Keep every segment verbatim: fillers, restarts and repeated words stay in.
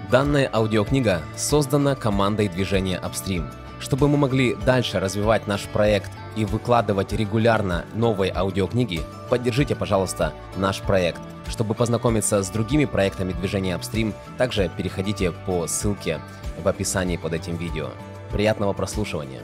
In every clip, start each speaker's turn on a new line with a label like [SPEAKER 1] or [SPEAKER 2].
[SPEAKER 1] Данная аудиокнига создана командой движения Upstream. Чтобы мы могли дальше развивать наш проект и выкладывать регулярно новые аудиокниги, поддержите, пожалуйста, наш проект. Чтобы познакомиться с другими проектами движения Upstream, также переходите по ссылке в описании под этим видео. Приятного прослушивания!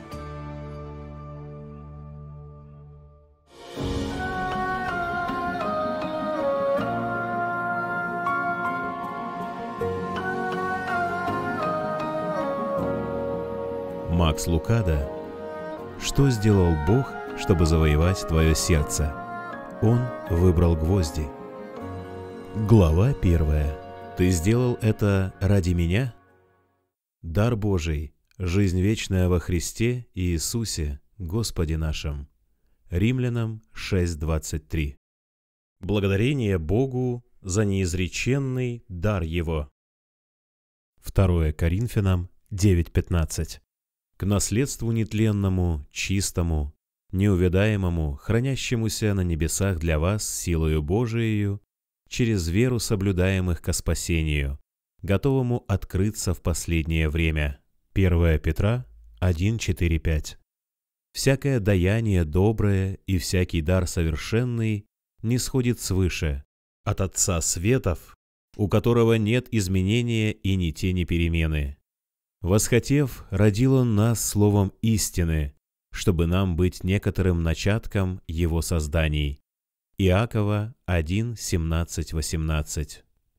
[SPEAKER 2] Макс Лукадо. Что сделал Бог, чтобы завоевать твое сердце? Он выбрал гвозди. Глава первая. Ты сделал это ради меня? Дар Божий, жизнь вечная во Христе и Иисусе, Господе нашем. Римлянам шесть двадцать три. Благодарение Богу за неизреченный дар Его. второе Коринфянам девять пятнадцать. К наследству нетленному, чистому, неувядаемому, хранящемуся на небесах для вас силою Божиею, через веру соблюдаемых ко спасению, готовому открыться в последнее время. первое Петра один четыре пять. Всякое даяние доброе и всякий дар совершенный нисходит свыше, от Отца светов, у которого нет изменения и ни тени перемены. Восхотев, родил Он нас словом истины, чтобы нам быть некоторым начатком Его созданий. Иакова один семнадцать восемнадцать.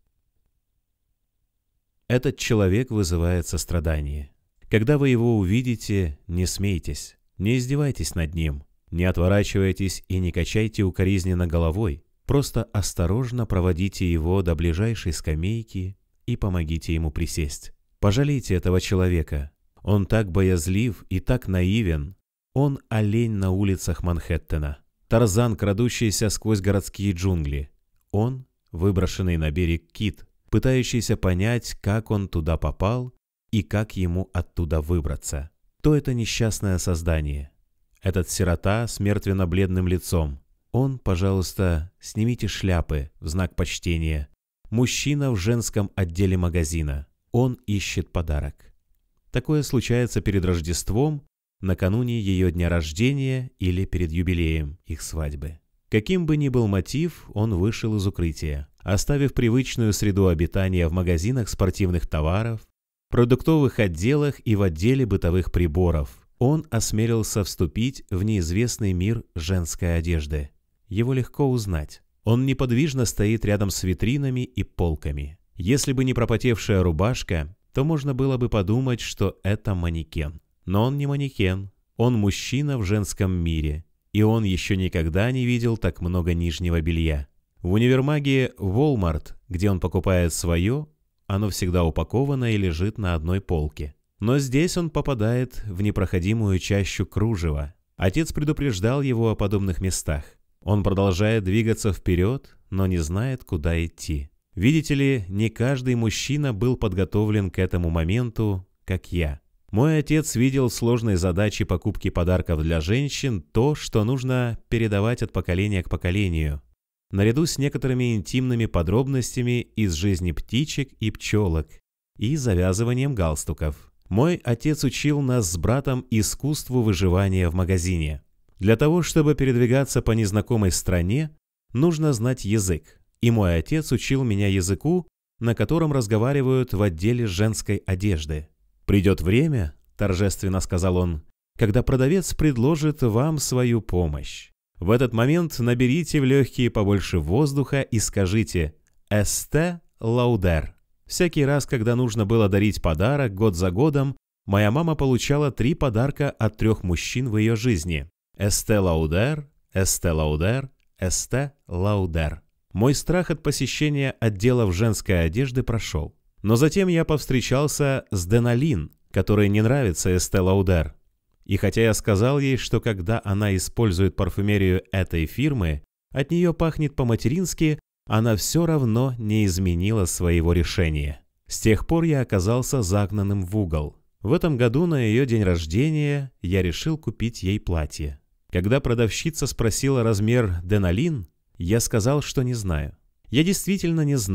[SPEAKER 2] Этот человек вызывает сострадание. Когда вы его увидите, не смейтесь, не издевайтесь над ним, не отворачивайтесь и не качайте укоризненно головой, просто осторожно проводите его до ближайшей скамейки и помогите ему присесть. Пожалейте этого человека. Он так боязлив и так наивен. Он олень на улицах Манхэттена. Тарзан, крадущийся сквозь городские джунгли. Он выброшенный на берег кит, пытающийся понять, как он туда попал и как ему оттуда выбраться. То это несчастное создание. Этот сирота с мертвенно-бледным лицом. Он, пожалуйста, снимите шляпы в знак почтения. Мужчина в женском отделе магазина. Он ищет подарок. Такое случается перед Рождеством, накануне ее дня рождения или перед юбилеем их свадьбы. Каким бы ни был мотив, он вышел из укрытия, оставив привычную среду обитания в магазинах спортивных товаров, продуктовых отделах и в отделе бытовых приборов. Он осмелился вступить в неизвестный мир женской одежды. Его легко узнать. Он неподвижно стоит рядом с витринами и полками. Если бы не пропотевшая рубашка, то можно было бы подумать, что это манекен. Но он не манекен, он мужчина в женском мире, и он еще никогда не видел так много нижнего белья. В универмаге Walmart, где он покупает свое, оно всегда упаковано и лежит на одной полке. Но здесь он попадает в непроходимую чащу кружева. Отец предупреждал его о подобных местах. Он продолжает двигаться вперед, но не знает, куда идти. Видите ли, не каждый мужчина был подготовлен к этому моменту, как я. Мой отец видел в сложной задаче покупки подарков для женщин то, что нужно передавать от поколения к поколению, наряду с некоторыми интимными подробностями из жизни птичек и пчелок и завязыванием галстуков. Мой отец учил нас с братом искусству выживания в магазине. Для того, чтобы передвигаться по незнакомой стране, нужно знать язык. И мой отец учил меня языку, на котором разговаривают в отделе женской одежды. «Придет время, — торжественно сказал он, — когда продавец предложит вам свою помощь. В этот момент наберите в легкие побольше воздуха и скажите «Эсте лаудер». Всякий раз, когда нужно было дарить подарок год за годом, моя мама получала три подарка от трех мужчин в ее жизни. «Эсте лаудер», «Эсте лаудер», «Эсте лаудер». Мой страх от посещения отделов женской одежды прошел. Но затем я повстречался с Денолин, которой не нравится Эсте Лаудер. И хотя я сказал ей, что когда она использует парфюмерию этой фирмы, от нее пахнет по-матерински, она все равно не изменила своего решения. С тех пор я оказался загнанным в угол. В этом году на ее день рождения я решил купить ей платье. Когда продавщица спросила размер Денолин, я сказал, что не знаю. Я действительно не знал.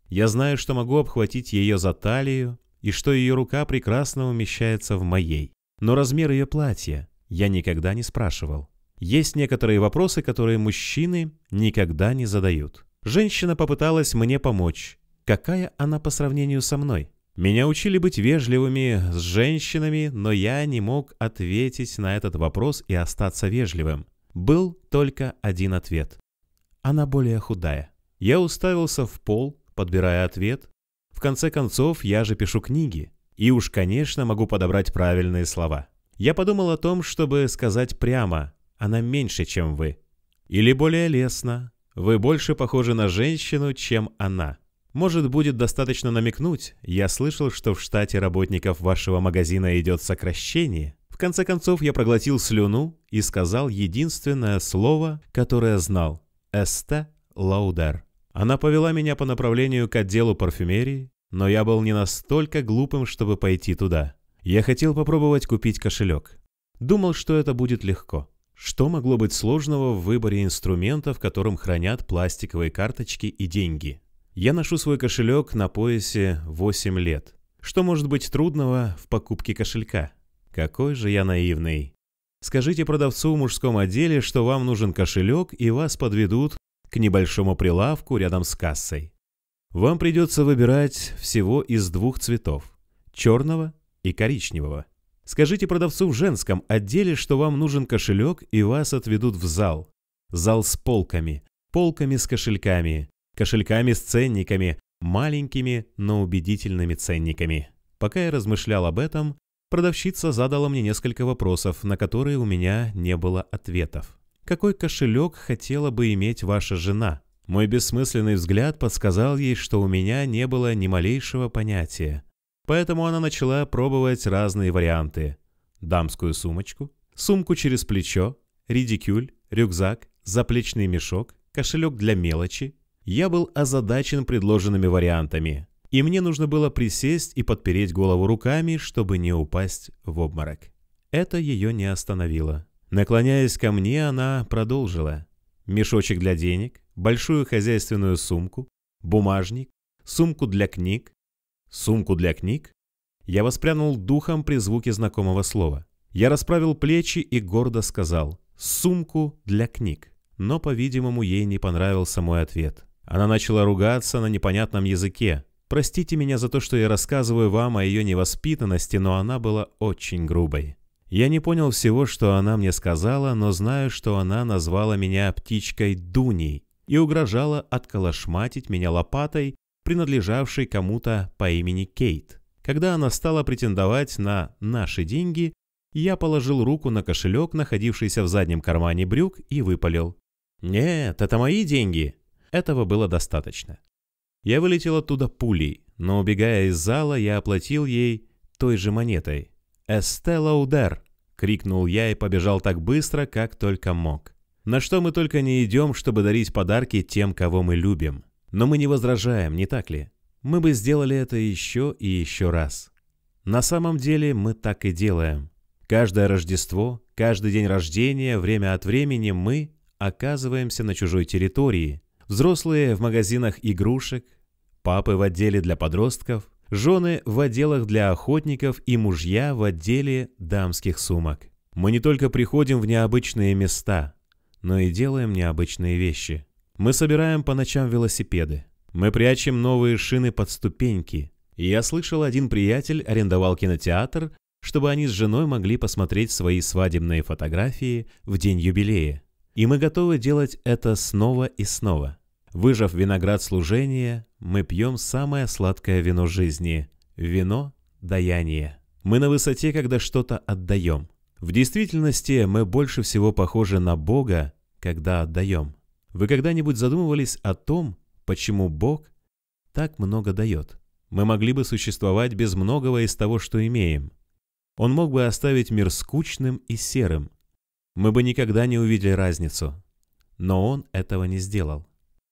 [SPEAKER 2] Я знаю, что могу обхватить ее за талию и что ее рука прекрасно умещается в моей. Но размер ее платья я никогда не спрашивал. Есть некоторые вопросы, которые мужчины никогда не задают. Женщина попыталась мне помочь. Какая она по сравнению со мной? Меня учили быть вежливыми с женщинами, но я не мог ответить на этот вопрос и остаться вежливым. Был только один ответ. Она более худая. Я уставился в пол, подбирая ответ. В конце концов, я же пишу книги. И уж, конечно, могу подобрать правильные слова. Я подумал о том, чтобы сказать прямо: она меньше, чем вы. Или более лестно: вы больше похожи на женщину, чем она. Может, будет достаточно намекнуть: я слышал, что в штате работников вашего магазина идет сокращение. В конце концов, я проглотил слюну и сказал единственное слово, которое знал: «Эсте Лаудер». Она повела меня по направлению к отделу парфюмерии, но я был не настолько глупым, чтобы пойти туда. Я хотел попробовать купить кошелек. Думал, что это будет легко. Что могло быть сложного в выборе инструмента, в котором хранят пластиковые карточки и деньги? Я ношу свой кошелек на поясе восемь лет. Что может быть трудного в покупке кошелька? Какой же я наивный. Скажите продавцу в мужском отделе, что вам нужен кошелек, и вас подведут к небольшому прилавку рядом с кассой. Вам придется выбирать всего из двух цветов – черного и коричневого. Скажите продавцу в женском отделе, что вам нужен кошелек, и вас отведут в зал. Зал с полками, полками с кошельками, кошельками с ценниками, маленькими, но убедительными ценниками. Пока я размышлял об этом, продавщица задала мне несколько вопросов, на которые у меня не было ответов. Какой кошелек хотела бы иметь ваша жена? Мой бессмысленный взгляд подсказал ей, что у меня не было ни малейшего понятия. Поэтому она начала пробовать разные варианты. Дамскую сумочку, сумку через плечо, редикюль, рюкзак, заплечный мешок, кошелек для мелочи. Я был озадачен предложенными вариантами, и мне нужно было присесть и подпереть голову руками, чтобы не упасть в обморок. Это ее не остановило. Наклоняясь ко мне, она продолжила. Мешочек для денег, большую хозяйственную сумку, бумажник, сумку для книг. Сумку для книг? Я воспрянул духом при звуке знакомого слова. Я расправил плечи и гордо сказал: «Сумку для книг». Но, по-видимому, ей не понравился мой ответ. Она начала ругаться на непонятном языке. Простите меня за то, что я рассказываю вам о ее невоспитанности, но она была очень грубой. Я не понял всего, что она мне сказала, но знаю, что она назвала меня птичкой Дуней и угрожала отколошматить меня лопатой, принадлежавшей кому-то по имени Кейт. Когда она стала претендовать на наши деньги, я положил руку на кошелек, находившийся в заднем кармане брюк, и выпалил: «Нет, это мои деньги». Этого было достаточно. Я вылетел оттуда пулей, но, убегая из зала, я оплатил ей той же монетой. «Эсте Лаудер!» — крикнул я и побежал так быстро, как только мог. На что мы только не идем, чтобы дарить подарки тем, кого мы любим. Но мы не возражаем, не так ли? Мы бы сделали это еще и еще раз. На самом деле мы так и делаем. Каждое Рождество, каждый день рождения, время от времени мы оказываемся на чужой территории. Взрослые в магазинах игрушек, папы в отделе для подростков, жены в отделах для охотников и мужья в отделе дамских сумок. Мы не только приходим в необычные места, но и делаем необычные вещи. Мы собираем по ночам велосипеды. Мы прячем новые шины под ступеньки. И я слышал, один приятель арендовал кинотеатр, чтобы они с женой могли посмотреть свои свадебные фотографии в день юбилея. И мы готовы делать это снова и снова. Выжав виноград служения, мы пьем самое сладкое вино жизни – вино даяния. Мы на высоте, когда что-то отдаем. В действительности мы больше всего похожи на Бога, когда отдаем. Вы когда-нибудь задумывались о том, почему Бог так много дает? Мы могли бы существовать без многого из того, что имеем. Он мог бы оставить мир скучным и серым. Мы бы никогда не увидели разницу. Но Он этого не сделал.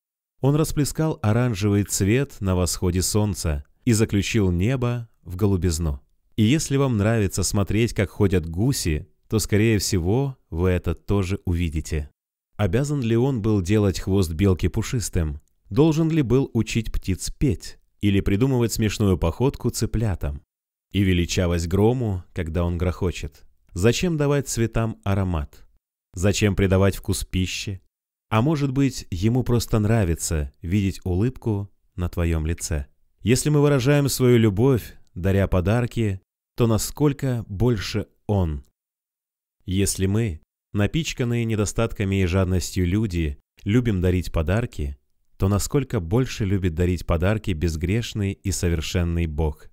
[SPEAKER 2] Он расплескал оранжевый цвет на восходе солнца и заключил небо в голубизну. И если вам нравится смотреть, как ходят гуси, то, скорее всего, вы это тоже увидите. Обязан ли он был делать хвост белки пушистым? Должен ли был учить птиц петь или придумывать смешную походку цыплятам? И величавость грому, когда он грохочет? Зачем давать цветам аромат? Зачем придавать вкус пище? А может быть, ему просто нравится видеть улыбку на твоем лице? Если мы выражаем свою любовь, даря подарки, то насколько больше он? Если мы, напичканные недостатками и жадностью люди, любим дарить подарки, то насколько больше любит дарить подарки безгрешный и совершенный Бог?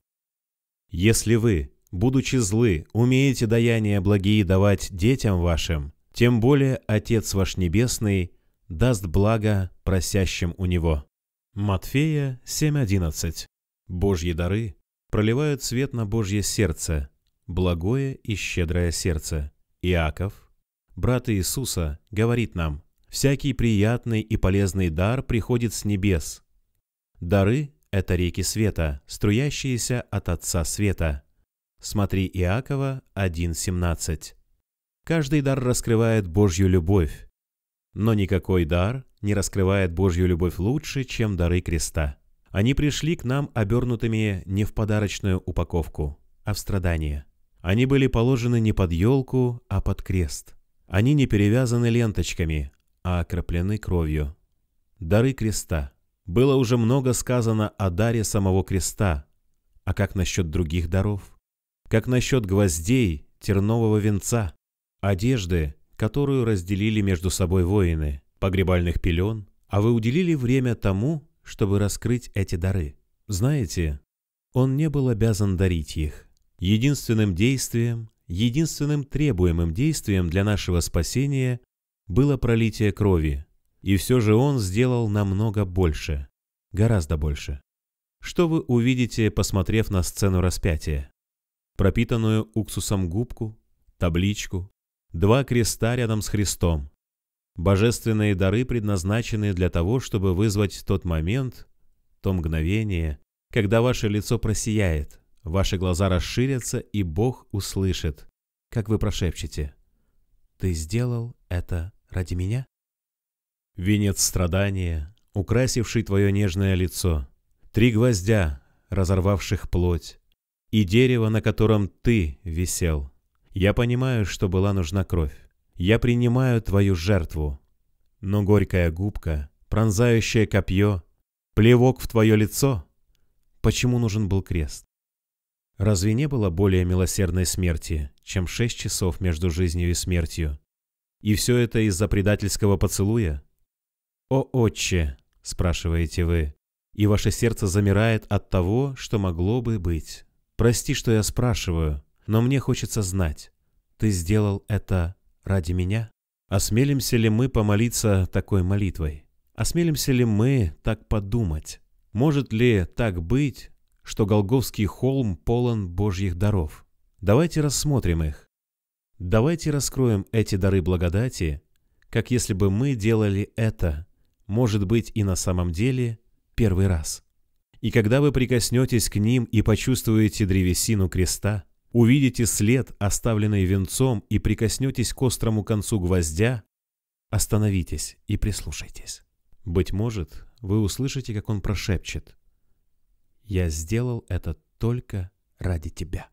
[SPEAKER 2] Если вы, будучи злы, умеете даяния благие давать детям вашим, тем более Отец ваш Небесный даст благо просящим у Него. Матфея семь одиннадцать. Божьи дары проливают свет на Божье сердце, благое и щедрое сердце. Иаков, брат Иисуса, говорит нам: «Всякий приятный и полезный дар приходит с небес». Дары — это реки света, струящиеся от Отца света. Смотри Иакова один семнадцать. Каждый дар раскрывает Божью любовь, но никакой дар не раскрывает Божью любовь лучше, чем дары креста. Они пришли к нам обернутыми не в подарочную упаковку, а в страдания. Они были положены не под елку, а под крест. Они не перевязаны ленточками, а окроплены кровью. Дары креста. Было уже много сказано о даре самого креста. А как насчет других даров? Как насчет гвоздей, тернового венца, одежды, которую разделили между собой воины, погребальных пелен, а вы уделили время тому, чтобы раскрыть эти дары? Знаете, он не был обязан дарить их. Единственным действием, единственным требуемым действием для нашего спасения было пролитие крови, и все же он сделал намного больше, гораздо больше. Что вы увидите, посмотрев на сцену распятия? Пропитанную уксусом губку, табличку, два креста рядом с Христом. Божественные дары предназначены для того, чтобы вызвать тот момент, то мгновение, когда ваше лицо просияет, ваши глаза расширятся, и Бог услышит, как вы прошепчете: «Ты сделал это ради меня?» Венец страдания, украсивший твое нежное лицо, три гвоздя, разорвавших плоть, и дерево, на котором ты висел. Я понимаю, что была нужна кровь. Я принимаю твою жертву. Но горькая губка, пронзающее копье, плевок в твое лицо. Почему нужен был крест? Разве не было более милосердной смерти, чем шесть часов между жизнью и смертью? И все это из-за предательского поцелуя? «О, Отче!» — спрашиваете вы, и ваше сердце замирает от того, что могло бы быть. Прости, что я спрашиваю, но мне хочется знать, ты сделал это ради меня? Осмелимся ли мы помолиться такой молитвой? Осмелимся ли мы так подумать? Может ли так быть, что Голгофский холм полон Божьих даров? Давайте рассмотрим их. Давайте раскроем эти дары благодати, как если бы мы делали это, может быть, и на самом деле, первый раз. И когда вы прикоснетесь к ним и почувствуете древесину креста, увидите след, оставленный венцом, и прикоснетесь к острому концу гвоздя, остановитесь и прислушайтесь. Быть может, вы услышите, как он прошепчет: «Я сделал это только ради тебя».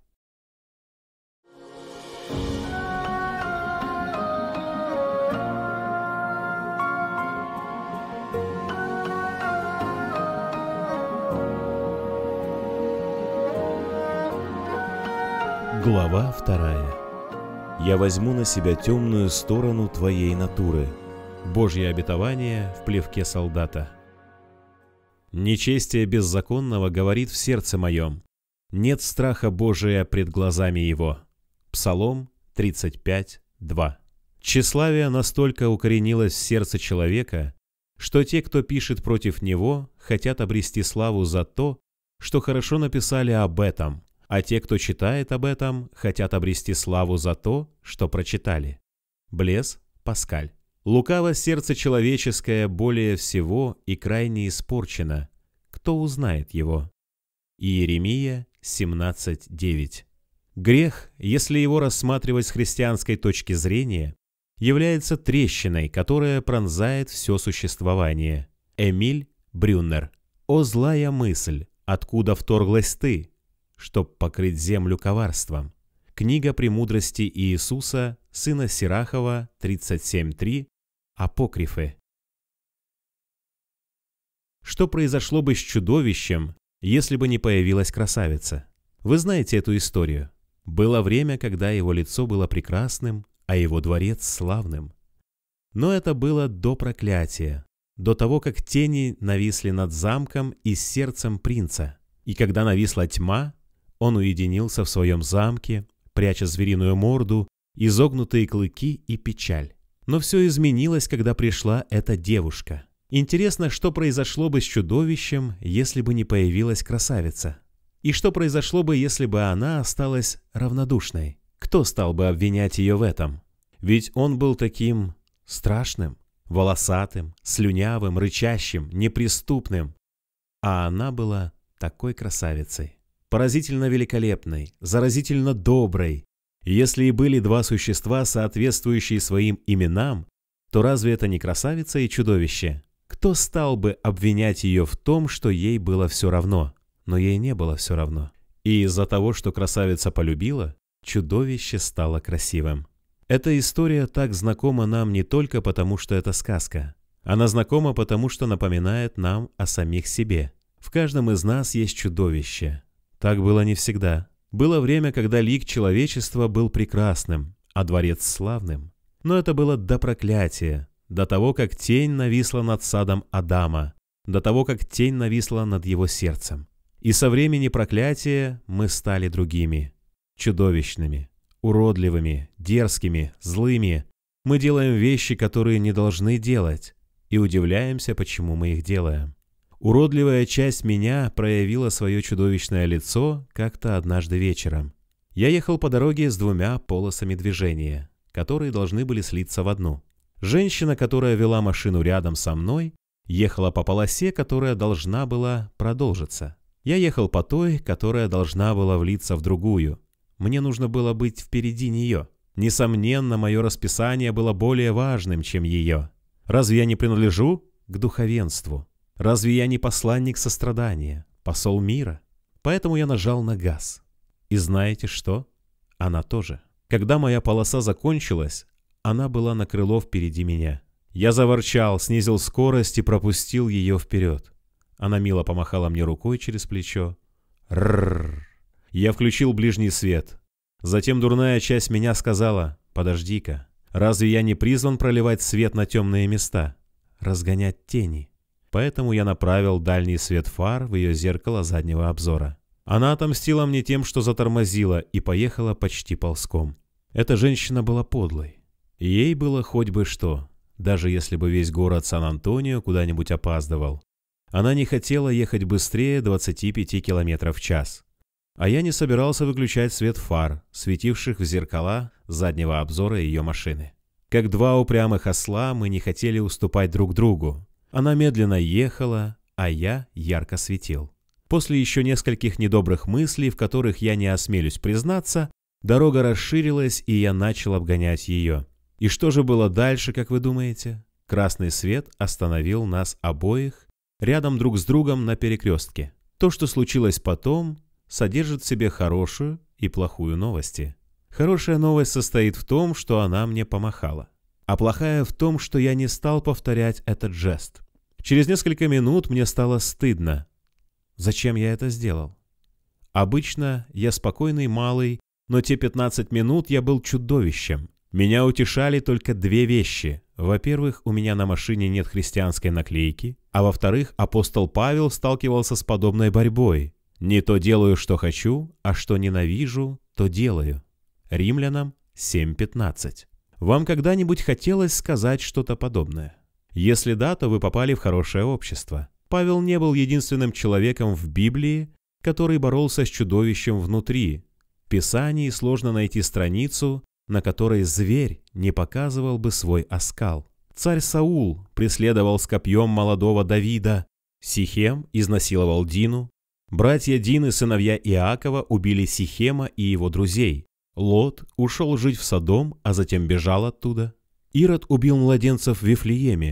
[SPEAKER 2] Глава вторая. «Я возьму на себя темную сторону твоей натуры». Божье обетование в плевке солдата. «Нечестие беззаконного говорит в сердце моем, нет страха Божия пред глазами его». Псалом тридцать пять, два. Тщеславие настолько укоренилось в сердце человека, что те, кто пишет против него, хотят обрести славу за то, что хорошо написали об этом, а те, кто читает об этом, хотят обрести славу за то, что прочитали. Блез Паскаль. Лукаво сердце человеческое более всего и крайне испорчено. Кто узнает его? Иеремия семнадцать девять. Грех, если его рассматривать с христианской точки зрения, является трещиной, которая пронзает все существование. Эмиль Брюннер. «О злая мысль, откуда вторглась ты, чтоб покрыть землю коварством». Книга «Премудрости Иисуса», сына Сирахова, тридцать семь три, Апокрифы. Что произошло бы с чудовищем, если бы не появилась красавица? Вы знаете эту историю. Было время, когда его лицо было прекрасным, а его дворец славным. Но это было до проклятия, до того, как тени нависли над замком и сердцем принца. И когда нависла тьма, он уединился в своем замке, пряча звериную морду, изогнутые клыки и печаль. Но все изменилось, когда пришла эта девушка. Интересно, что произошло бы с чудовищем, если бы не появилась красавица? И что произошло бы, если бы она осталась равнодушной? Кто стал бы обвинять ее в этом? Ведь он был таким страшным, волосатым, слюнявым, рычащим, неприступным. А она была такой красавицей. Поразительно великолепной, заразительно доброй. Если и были два существа, соответствующие своим именам, то разве это не красавица и чудовище? Кто стал бы обвинять ее в том, что ей было все равно? Но ей не было все равно. И из-за того, что красавица полюбила, чудовище стало красивым. Эта история так знакома нам не только потому, что это сказка. Она знакома потому, что напоминает нам о самих себе. В каждом из нас есть чудовище. Так было не всегда. Было время, когда лик человечества был прекрасным, а дворец славным. Но это было до проклятия, до того, как тень нависла над садом Адама, до того, как тень нависла над его сердцем. И со времени проклятия мы стали другими, чудовищными, уродливыми, дерзкими, злыми. Мы делаем вещи, которые не должны делать, и удивляемся, почему мы их делаем. Уродливая часть меня проявила свое чудовищное лицо как-то однажды вечером. Я ехал по дороге с двумя полосами движения, которые должны были слиться в одну. Женщина, которая вела машину рядом со мной, ехала по полосе, которая должна была продолжиться. Я ехал по той, которая должна была влиться в другую. Мне нужно было быть впереди нее. Несомненно, мое расписание было более важным, чем ее. Разве я не принадлежу к духовенству? Разве я не посланник сострадания, посол мира? Поэтому я нажал на газ. И знаете что? Она тоже. Когда моя полоса закончилась, она была на крыло впереди меня. Я заворчал, снизил скорость и пропустил ее вперед. Она мило помахала мне рукой через плечо. Ррррр. Я включил ближний свет. Затем дурная часть меня сказала: «Подожди-ка, разве я не призван проливать свет на темные места, разгонять тени?» Поэтому я направил дальний свет фар в ее зеркало заднего обзора. Она отомстила мне тем, что затормозила и поехала почти ползком. Эта женщина была подлой. Ей было хоть бы что, даже если бы весь город Сан-Антонио куда-нибудь опаздывал. Она не хотела ехать быстрее двадцати пяти километров в час. А я не собирался выключать свет фар, светивших в зеркала заднего обзора ее машины. Как два упрямых осла мы не хотели уступать друг другу. Она медленно ехала, а я ярко светил. После еще нескольких недобрых мыслей, в которых я не осмелюсь признаться, дорога расширилась, и я начал обгонять ее. И что же было дальше, как вы думаете? Красный свет остановил нас обоих рядом друг с другом на перекрестке. То, что случилось потом, содержит в себе хорошую и плохую новости. Хорошая новость состоит в том, что она мне помахала, а плохая в том, что я не стал повторять этот жест. Через несколько минут мне стало стыдно. Зачем я это сделал? Обычно я спокойный малый, но те пятнадцать минут я был чудовищем. Меня утешали только две вещи. Во-первых, у меня на машине нет христианской наклейки, а во-вторых, апостол Павел сталкивался с подобной борьбой. «Не то делаю, что хочу, а что ненавижу, то делаю». Римлянам семь пятнадцать. Вам когда-нибудь хотелось сказать что-то подобное? Если да, то вы попали в хорошее общество. Павел не был единственным человеком в Библии, который боролся с чудовищем внутри. В Писании сложно найти страницу, на которой зверь не показывал бы свой оскал. Царь Саул преследовал с копьем молодого Давида. Сихем изнасиловал Дину. Братья Дины, сыновья Иакова, убили Сихема и его друзей. Лот ушел жить в Содом, а затем бежал оттуда. Ирод убил младенцев в Вифлееме.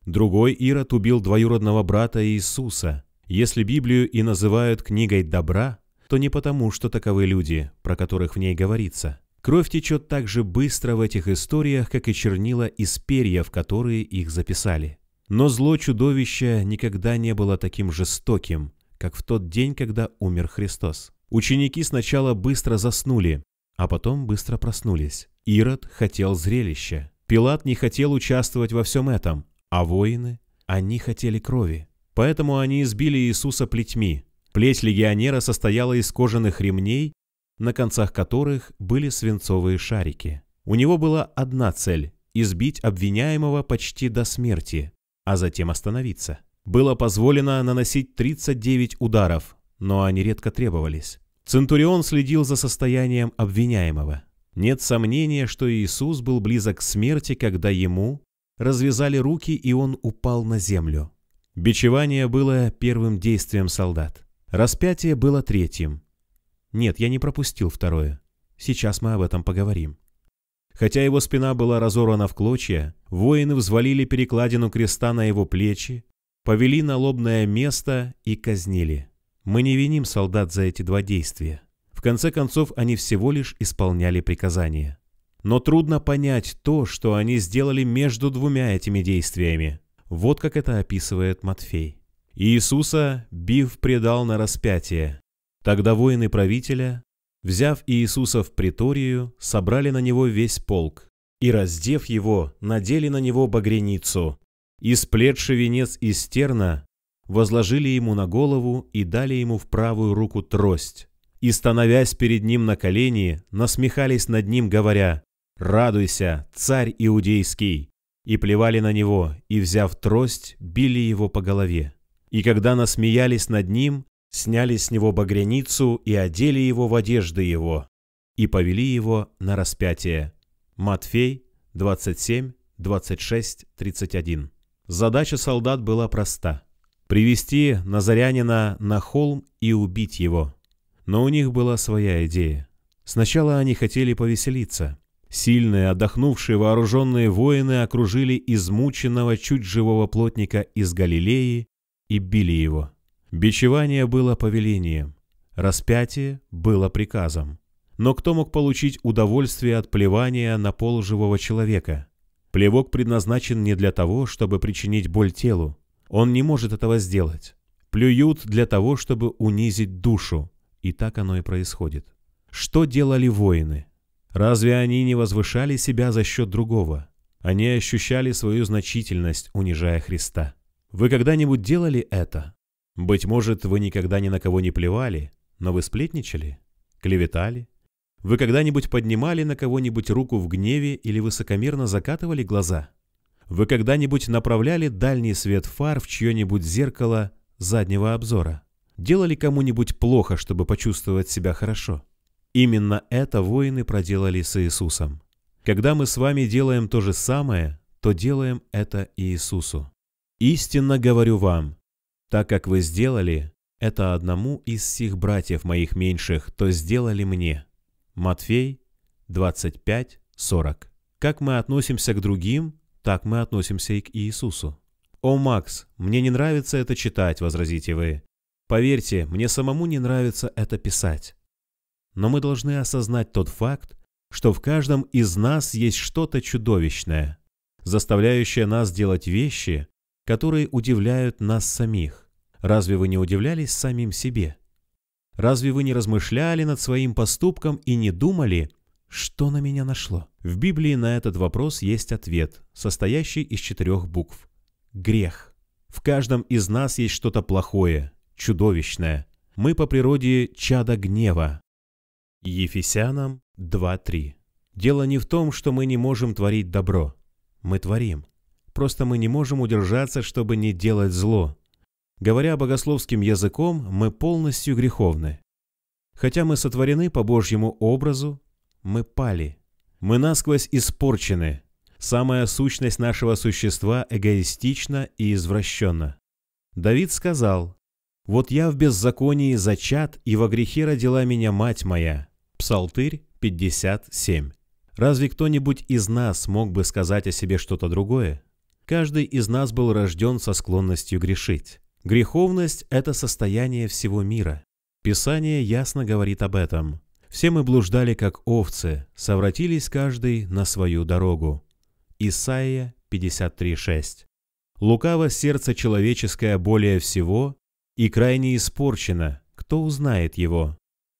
[SPEAKER 2] Другой Ирод убил двоюродного брата Иисуса. Если Библию и называют книгой добра, то не потому, что таковы люди, про которых в ней говорится. Кровь течет так же быстро в этих историях, как и чернила из перьев, которые их записали. Но зло чудовища никогда не было таким жестоким, как в тот день, когда умер Христос. Ученики сначала быстро заснули, а потом быстро проснулись. Ирод хотел зрелища. Пилат не хотел участвовать во всем этом, а воины, они хотели крови. Поэтому они избили Иисуса плетьми. Плеть легионера состояла из кожаных ремней, на концах которых были свинцовые шарики. У него была одна цель – избить обвиняемого почти до смерти, а затем остановиться. Было позволено наносить тридцать девять ударов, но они редко требовались. Центурион следил за состоянием обвиняемого. Нет сомнения, что Иисус был близок к смерти, когда ему развязали руки, и он упал на землю. Бичевание было первым действием солдат. Распятие было третьим. Нет, я не пропустил второе. Сейчас мы об этом поговорим. Хотя его спина была разорвана в клочья, воины взвалили перекладину креста на его плечи, повели на лобное место и казнили. Мы не виним солдат за эти два действия. В конце концов, они всего лишь исполняли приказания. Но трудно понять то, что они сделали между двумя этими действиями. Вот как это описывает Матфей. Иисуса, бив, предал на распятие. Тогда воины правителя, взяв Иисуса в приторию, собрали на него весь полк и, раздев его, надели на него багряницу, и, сплетши венец из терна, возложили ему на голову и дали ему в правую руку трость. И, становясь перед ним на колени, насмехались над ним, говоря: «Радуйся, царь иудейский!» И плевали на него, и, взяв трость, били его по голове. И когда насмеялись над ним, сняли с него багряницу и одели его в одежды его, и повели его на распятие. Матфей двадцать семь, двадцать шесть, тридцать один. Задача солдат была проста – привести Назарянина на холм и убить его. Но у них была своя идея. Сначала они хотели повеселиться. Сильные, отдохнувшие вооруженные воины окружили измученного, чуть живого плотника из Галилеи и били его. Бичевание было повелением, распятие было приказом. Но кто мог получить удовольствие от плевания на полуживого человека? Плевок предназначен не для того, чтобы причинить боль телу. Он не может этого сделать. Плюют для того, чтобы унизить душу. И так оно и происходит. Что делали воины? Разве они не возвышали себя за счет другого? Они ощущали свою значительность, унижая Христа. Вы когда-нибудь делали это? Быть может, вы никогда ни на кого не плевали, но вы сплетничали, клеветали? Вы когда-нибудь поднимали на кого-нибудь руку в гневе или высокомерно закатывали глаза? Вы когда-нибудь направляли дальний свет фар в чье-нибудь зеркало заднего обзора? Делали кому-нибудь плохо, чтобы почувствовать себя хорошо? Именно это воины проделали с Иисусом. Когда мы с вами делаем то же самое, то делаем это Иисусу. Истинно говорю вам, так как вы сделали это одному из сих братьев моих меньших, то сделали мне. Матфей двадцать пять, сорок. Как мы относимся к другим, так мы относимся и к Иисусу. «О, Макс, мне не нравится это читать», — возразите вы. Поверьте, мне самому не нравится это писать. Но мы должны осознать тот факт, что в каждом из нас есть что-то чудовищное, заставляющее нас делать вещи, которые удивляют нас самих. Разве вы не удивлялись самим себе? Разве вы не размышляли над своим поступком и не думали, что на меня нашло? В Библии на этот вопрос есть ответ, состоящий из четырех букв. Грех. В каждом из нас есть что-то плохое, чудовищное. Мы по природе чада гнева. Ефесянам два три. Дело не в том, что мы не можем творить добро. Мы творим. Просто мы не можем удержаться, чтобы не делать зло. Говоря богословским языком, мы полностью греховны. Хотя мы сотворены по Божьему образу, мы пали. Мы насквозь испорчены. Самая сущность нашего существа эгоистична и извращенна. Давид сказал: «Вот я в беззаконии зачат, и во грехе родила меня мать моя». Псалтырь пятьдесят семь. Разве кто-нибудь из нас мог бы сказать о себе что-то другое? Каждый из нас был рожден со склонностью грешить. Греховность – это состояние всего мира. Писание ясно говорит об этом. Все мы блуждали, как овцы, совратились каждый на свою дорогу. Исайя пятьдесят три шесть. Лукаво сердце человеческое более всего и крайне испорчено, кто узнает его?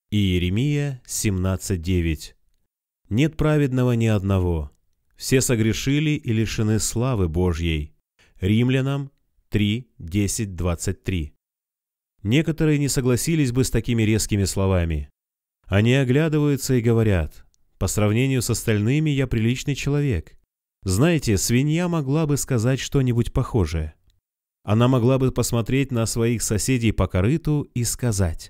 [SPEAKER 2] Иеремия семнадцать девять. Нет праведного ни одного. Все согрешили и лишены славы Божьей. Римлянам три десять двадцать три. Некоторые не согласились бы с такими резкими словами. Они оглядываются и говорят: по сравнению с остальными я приличный человек. Знаете, свинья могла бы сказать что-нибудь похожее. Она могла бы посмотреть на своих соседей по корыту и сказать: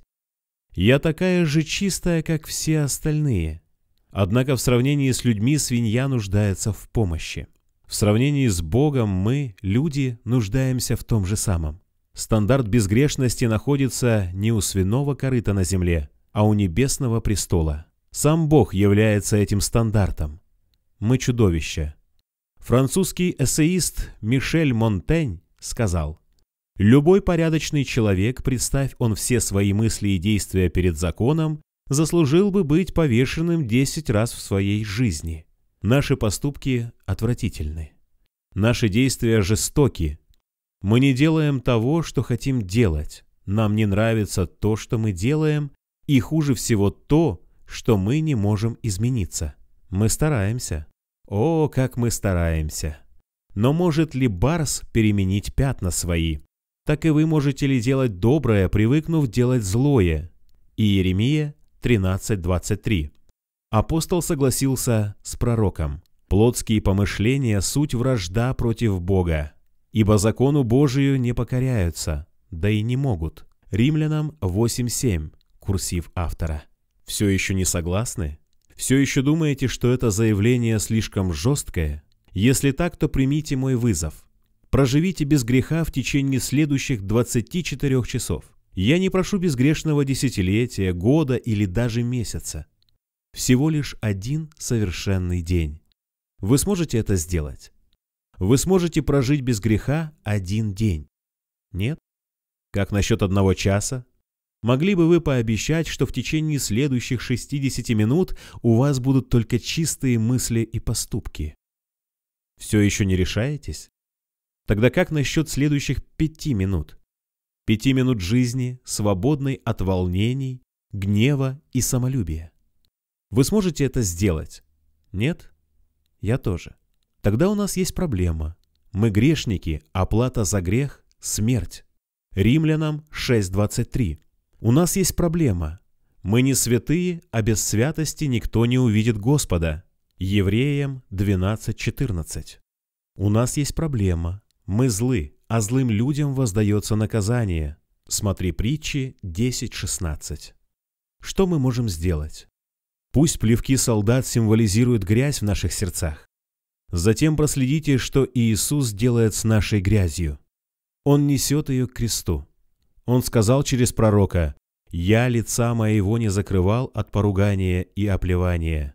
[SPEAKER 2] я такая же чистая, как все остальные. Однако в сравнении с людьми свинья нуждается в помощи. В сравнении с Богом мы, люди, нуждаемся в том же самом. Стандарт безгрешности находится не у свиного корыта на земле, а у небесного престола. Сам Бог является этим стандартом. Мы чудовища. Французский эссеист Мишель Монтень сказал: «Любой порядочный человек, представь он все свои мысли и действия перед законом, заслужил бы быть повешенным десять раз в своей жизни. Наши поступки отвратительны. Наши действия жестоки. Мы не делаем того, что хотим делать. Нам не нравится то, что мы делаем, и хуже всего то, что мы не можем измениться. Мы стараемся. О, как мы стараемся! Но может ли барс переменить пятна свои? Так и вы можете ли делать доброе, привыкнув делать злое?» Иеремия тринадцать двадцать три. Апостол согласился с пророком: «Плотские помышления – суть вражда против Бога, ибо закону Божию не покоряются, да и не могут». Римлянам восемь семь, курсив автора. Все еще не согласны? Все еще думаете, что это заявление слишком жесткое? Если так, то примите мой вызов. Проживите без греха в течение следующих двадцати четырёх часов. Я не прошу безгрешного десятилетия, года или даже месяца. Всего лишь один совершенный день. Вы сможете это сделать? Вы сможете прожить без греха один день? Нет? Как насчет одного часа? Могли бы вы пообещать, что в течение следующих шестидесяти минут у вас будут только чистые мысли и поступки? Все еще не решаетесь? Тогда как насчет следующих пяти минут? Пяти минут жизни, свободной от волнений, гнева и самолюбия. Вы сможете это сделать? Нет? Я тоже. Тогда у нас есть проблема. Мы грешники, а плата за грех – смерть. Римлянам шесть двадцать три. У нас есть проблема. Мы не святые, а без святости никто не увидит Господа. Евреям двенадцать четырнадцать. У нас есть проблема. Мы злы, а злым людям воздается наказание. Смотри притчи десять шестнадцать. Что мы можем сделать? Пусть плевки солдат символизируют грязь в наших сердцах. Затем проследите, что Иисус делает с нашей грязью. Он несет ее к кресту. Он сказал через пророка: «Я лица моего не закрывал от поругания и оплевания».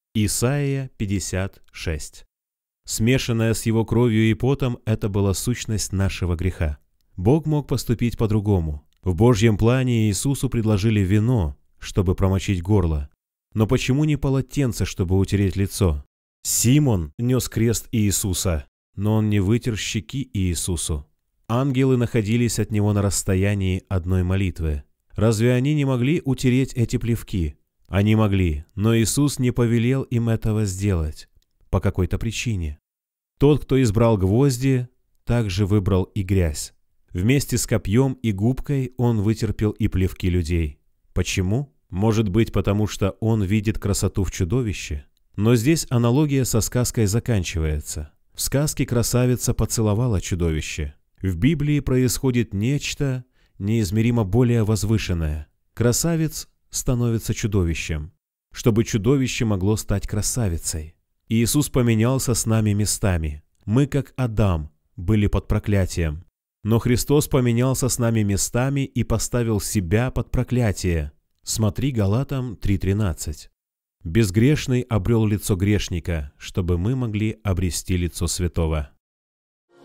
[SPEAKER 2] Исайя пятьдесят шесть. Смешанная с его кровью и потом, это была сущность нашего греха. Бог мог поступить по-другому. В Божьем плане Иисусу предложили вино, чтобы промочить горло. Но почему не полотенце, чтобы утереть лицо? Симон нес крест Иисуса, но он не вытер щеки Иисусу. Ангелы находились от него на расстоянии одной молитвы. Разве они не могли утереть эти плевки? Они могли, но Иисус не повелел им этого сделать. По какой-то причине. Тот, кто избрал гвозди, также выбрал и грязь. Вместе с копьем и губкой он вытерпел и плевки людей. Почему? Может быть, потому что он видит красоту в чудовище? Но здесь аналогия со сказкой заканчивается. В сказке красавица поцеловала чудовище. В Библии происходит нечто неизмеримо более возвышенное. Красавец становится чудовищем, чтобы чудовище могло стать красавицей. Иисус поменялся с нами местами. Мы, как Адам, были под проклятием. Но Христос поменялся с нами местами и поставил себя под проклятие. Смотри Галатам три тринадцать. Безгрешный обрел лицо грешника, чтобы мы могли обрести лицо святого.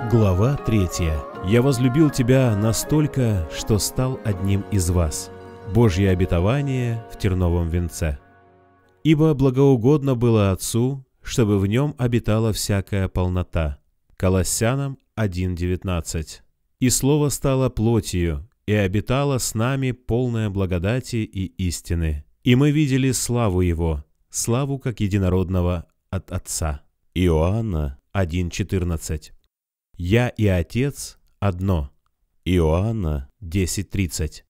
[SPEAKER 2] Глава третья. «Я возлюбил тебя настолько, что стал одним из вас». Божье обетование в терновом венце. «Ибо благоугодно было Отцу, чтобы в нем обитала всякая полнота». Колоссянам один девятнадцать. «И Слово стало плотью, и обитало с нами полное благодати и истины. И мы видели славу Его, славу как единородного от Отца». Иоанна один четырнадцать. «Я и Отец одно». Иоанна десять тридцать.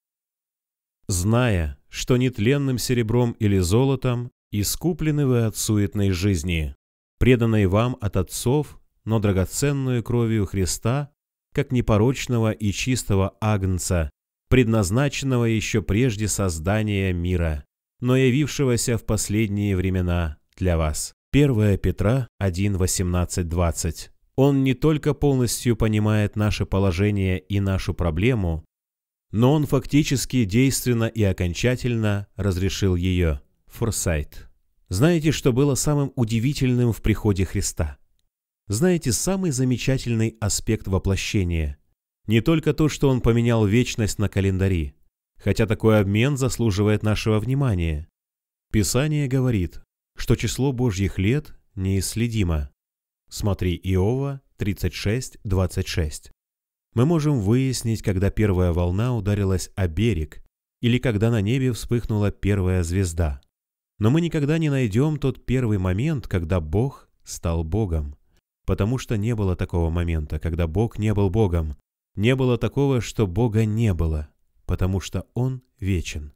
[SPEAKER 2] «Зная, что нетленным серебром или золотом искуплены вы от суетной жизни, преданной вам от отцов, но драгоценную кровью Христа, как непорочного и чистого агнца, предназначенного еще прежде создания мира, но явившегося в последние времена для вас». первое Петра один восемнадцать двадцать. Он не только полностью понимает наше положение и нашу проблему, но он фактически действенно и окончательно разрешил ее. Форсайт. Знаете, что было самым удивительным в приходе Христа? Знаете, самый замечательный аспект воплощения? Не только то, что он поменял вечность на календари, хотя такой обмен заслуживает нашего внимания. Писание говорит, что число Божьих лет неисследимо. Смотри Иова тридцать шесть двадцать шесть. Мы можем выяснить, когда первая волна ударилась о берег или когда на небе вспыхнула первая звезда. Но мы никогда не найдем тот первый момент, когда Бог стал Богом. Потому что не было такого момента, когда Бог не был Богом. Не было такого, что Бога не было, потому что Он вечен.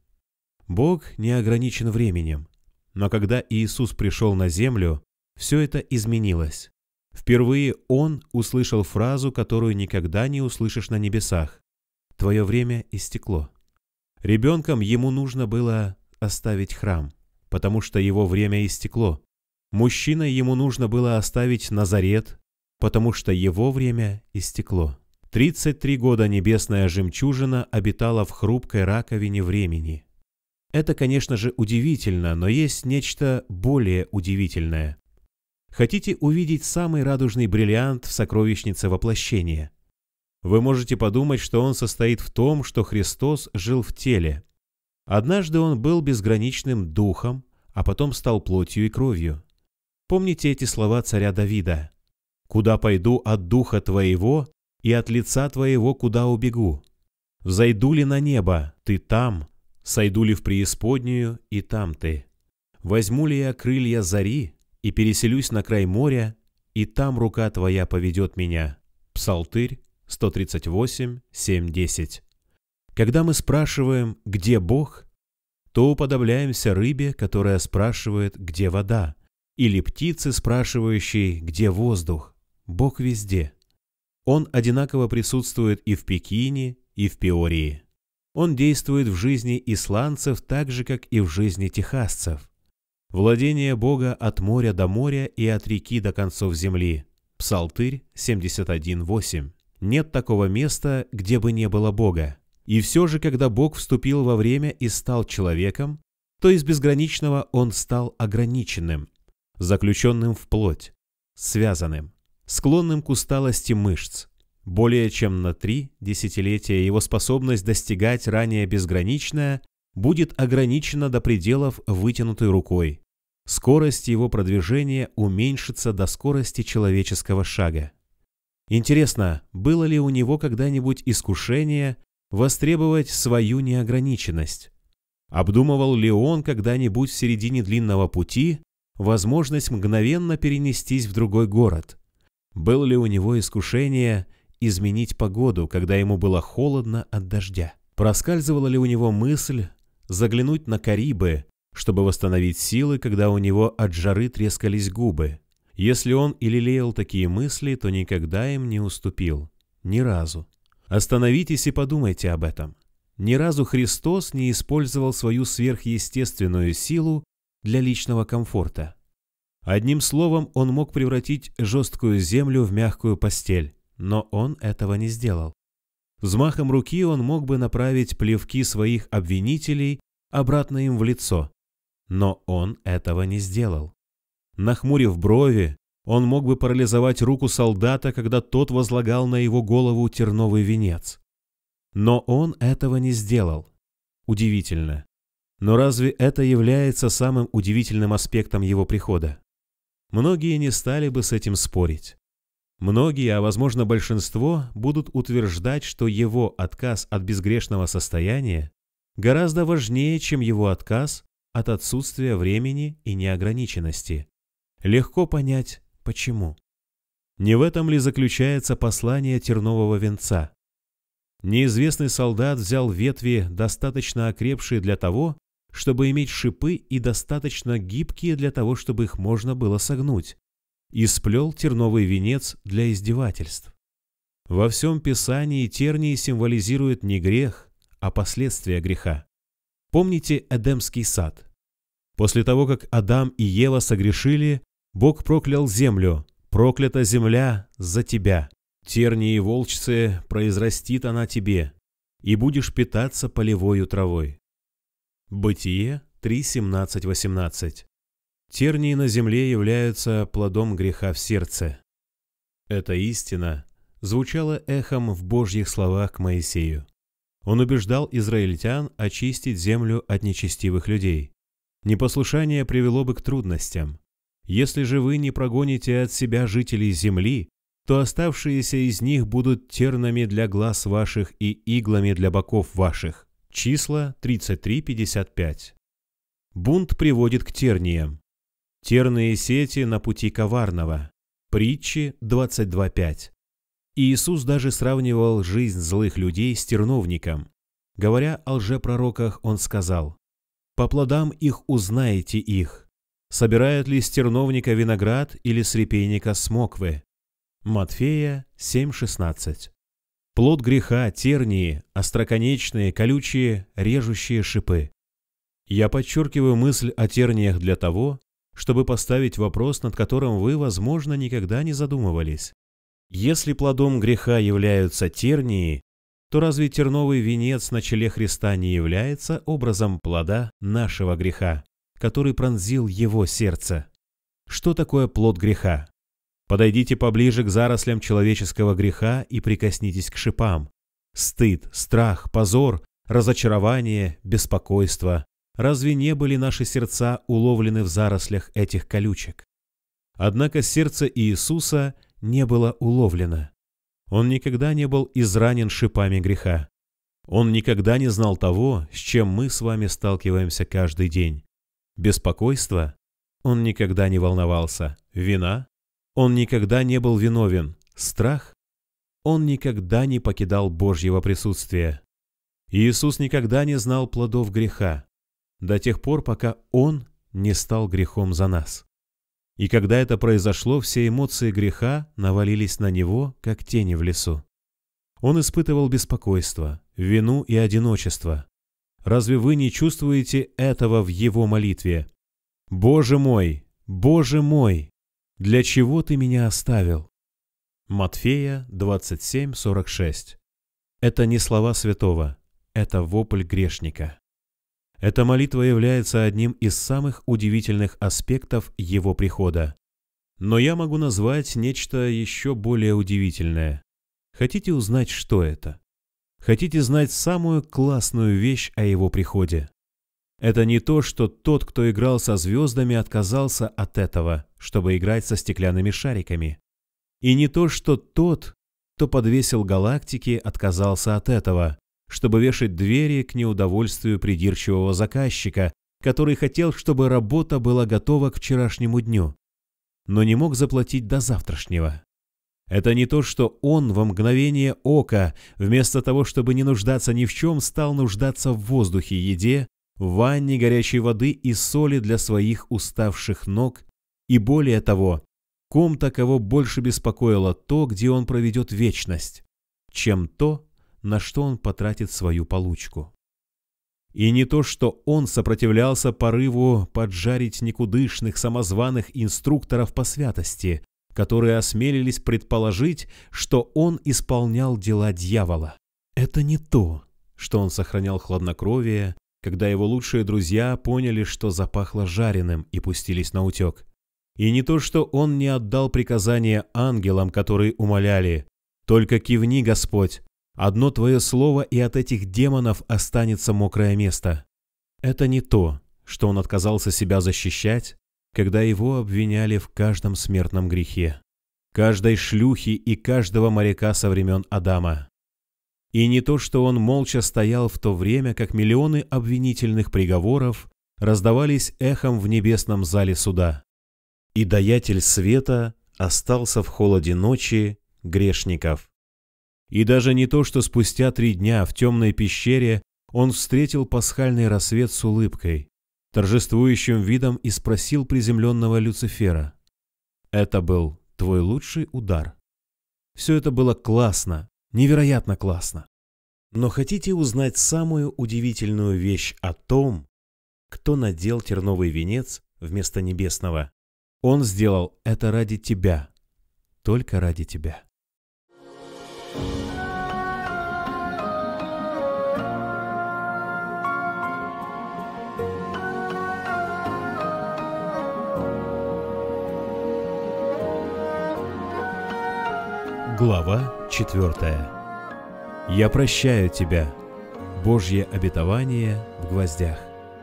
[SPEAKER 2] Бог не ограничен временем. Но когда Иисус пришел на землю, все это изменилось. Впервые Он услышал фразу, которую никогда не услышишь на небесах. «Твое время истекло». Ребенком ему нужно было оставить храм, потому что его время истекло. Мужчиной ему нужно было оставить Назарет, потому что его время истекло. тридцать три года небесная жемчужина обитала в хрупкой раковине времени. Это, конечно же, удивительно, но есть нечто более удивительное. Хотите увидеть самый радужный бриллиант в сокровищнице воплощения? Вы можете подумать, что он состоит в том, что Христос жил в теле. Однажды он был безграничным духом, а потом стал плотью и кровью. Помните эти слова царя Давида? «Куда пойду от духа твоего, и от лица твоего куда убегу? Взойду ли на небо, ты там, сойду ли в преисподнюю, и там ты? Возьму ли я крылья зари, и переселюсь на край моря, и там рука твоя поведет меня». Псалтырь сто тридцать восемь, семь десять. Когда мы спрашиваем «где Бог?», то уподобляемся рыбе, которая спрашивает «где вода?», или птице, спрашивающей «где воздух?». Бог везде. Он одинаково присутствует и в Пекине, и в Пеории. Он действует в жизни исландцев так же, как и в жизни техасцев. Владение Бога от моря до моря и от реки до концов земли. Псалтырь семьдесят один восемь. Нет такого места, где бы не было Бога. И все же, когда Бог вступил во время и стал человеком, то из безграничного Он стал ограниченным, заключенным в плоть, связанным, склонным к усталости мышц. Более чем на три десятилетия его способность достигать ранее безграничное будет ограничена до пределов вытянутой рукой. Скорость его продвижения уменьшится до скорости человеческого шага. Интересно, было ли у него когда-нибудь искушение востребовать свою неограниченность? Обдумывал ли он когда-нибудь в середине длинного пути возможность мгновенно перенестись в другой город? Было ли у него искушение изменить погоду, когда ему было холодно от дождя? Проскальзывала ли у него мысль заглянуть на Карибы, чтобы восстановить силы, когда у него от жары трескались губы? Если он и лелеял такие мысли, то никогда им не уступил. Ни разу. Остановитесь и подумайте об этом. Ни разу Христос не использовал свою сверхъестественную силу для личного комфорта. Одним словом, он мог превратить жесткую землю в мягкую постель, но он этого не сделал. Взмахом руки он мог бы направить плевки своих обвинителей обратно им в лицо, но он этого не сделал. Нахмурив брови, Он мог бы парализовать руку солдата, когда тот возлагал на его голову терновый венец. Но он этого не сделал. Удивительно. Но разве это является самым удивительным аспектом его прихода? Многие не стали бы с этим спорить. Многие, а возможно большинство, будут утверждать, что его отказ от безгрешного состояния гораздо важнее, чем его отказ от отсутствия времени и неограниченности. Легко понять, почему. Не в этом ли заключается послание тернового венца? Неизвестный солдат взял ветви, достаточно окрепшие для того, чтобы иметь шипы, и достаточно гибкие для того, чтобы их можно было согнуть, и сплел терновый венец для издевательств. Во всем Писании тернии символизируют не грех, а последствия греха. Помните Эдемский сад? После того, как Адам и Ева согрешили, Бог проклял землю: «Проклята земля за тебя, тернии и волчцы произрастит она тебе, и будешь питаться полевою травой». Бытие три, семнадцать, восемнадцать. Тернии на земле являются плодом греха в сердце. Эта истина звучала эхом в Божьих словах к Моисею. Он убеждал израильтян очистить землю от нечестивых людей. Непослушание привело бы к трудностям. Если же вы не прогоните от себя жителей земли, то оставшиеся из них будут тернами для глаз ваших и иглами для боков ваших. Числа тридцать три, пятьдесят пять. Бунт приводит к терниям. Терные сети на пути коварного. Притчи двадцать два, пять. Иисус даже сравнивал жизнь злых людей с терновником. Говоря о лжепророках, Он сказал: «По плодам их узнаете их. Собирают ли с терновника виноград или с репейника смоквы?» Матфея семь, шестнадцать. Плод греха — тернии, остроконечные, колючие, режущие шипы. Я подчеркиваю мысль о терниях для того, чтобы поставить вопрос, над которым вы, возможно, никогда не задумывались. Если плодом греха являются тернии, то разве терновый венец на челе Христа не является образом плода нашего греха, который пронзил его сердце? Что такое плод греха? Подойдите поближе к зарослям человеческого греха и прикоснитесь к шипам. Стыд, страх, позор, разочарование, беспокойство. Разве не были наши сердца уловлены в зарослях этих колючек? Однако сердце Иисуса не было уловлено. Он никогда не был изранен шипами греха. Он никогда не знал того, с чем мы с вами сталкиваемся каждый день. Беспокойство? Он никогда не волновался. Вина? Он никогда не был виновен. Страх? Он никогда не покидал Божьего присутствия. Иисус никогда не знал плодов греха, до тех пор, пока Он не стал грехом за нас. И когда это произошло, все эмоции греха навалились на Него, как тени в лесу. Он испытывал беспокойство, вину и одиночество. Разве вы не чувствуете этого в Его молитве? «Боже мой, Боже мой, для чего Ты меня оставил?» Матфея двадцать семь, сорок шесть. Это не слова святого, это вопль грешника. Эта молитва является одним из самых удивительных аспектов Его прихода. Но я могу назвать нечто еще более удивительное. Хотите узнать, что это? Хотите знать самую классную вещь о Его приходе? Это не то, что тот, кто играл со звездами, отказался от этого, чтобы играть со стеклянными шариками. И не то, что тот, кто подвесил галактики, отказался от этого, чтобы вешать двери к неудовольствию придирчивого заказчика, который хотел, чтобы работа была готова к вчерашнему дню, но не мог заплатить до завтрашнего. Это не то, что он во мгновение ока, вместо того, чтобы не нуждаться ни в чем, стал нуждаться в воздухе, еде, в ванне горячей воды и соли для своих уставших ног, и более того, ком-то, кого больше беспокоило то, где он проведет вечность, чем то, на что он потратит свою получку. И не то, что он сопротивлялся порыву поджарить никудышных самозваных инструкторов по святости, которые осмелились предположить, что он исполнял дела дьявола. Это не то, что он сохранял хладнокровие, когда его лучшие друзья поняли, что запахло жареным, и пустились на утек. И не то, что он не отдал приказания ангелам, которые умоляли: «Только кивни, Господь, одно Твое слово, и от этих демонов останется мокрое место». Это не то, что он отказался себя защищать, когда его обвиняли в каждом смертном грехе, каждой шлюхи и каждого моряка со времен Адама. И не то, что он молча стоял в то время, как миллионы обвинительных приговоров раздавались эхом в небесном зале суда. И даятель света остался в холоде ночи грешников. И даже не то, что спустя три дня в темной пещере он встретил пасхальный рассвет с улыбкой, торжествующим видом, и спросил приземленного Люцифера: «Это был твой лучший удар?» Все это было классно, невероятно классно. Но хотите узнать самую удивительную вещь о том, кто надел терновый венец вместо небесного? Он сделал это ради тебя, только ради тебя. Глава четвертая. Я прощаю тебя. Божье обетование в гвоздях.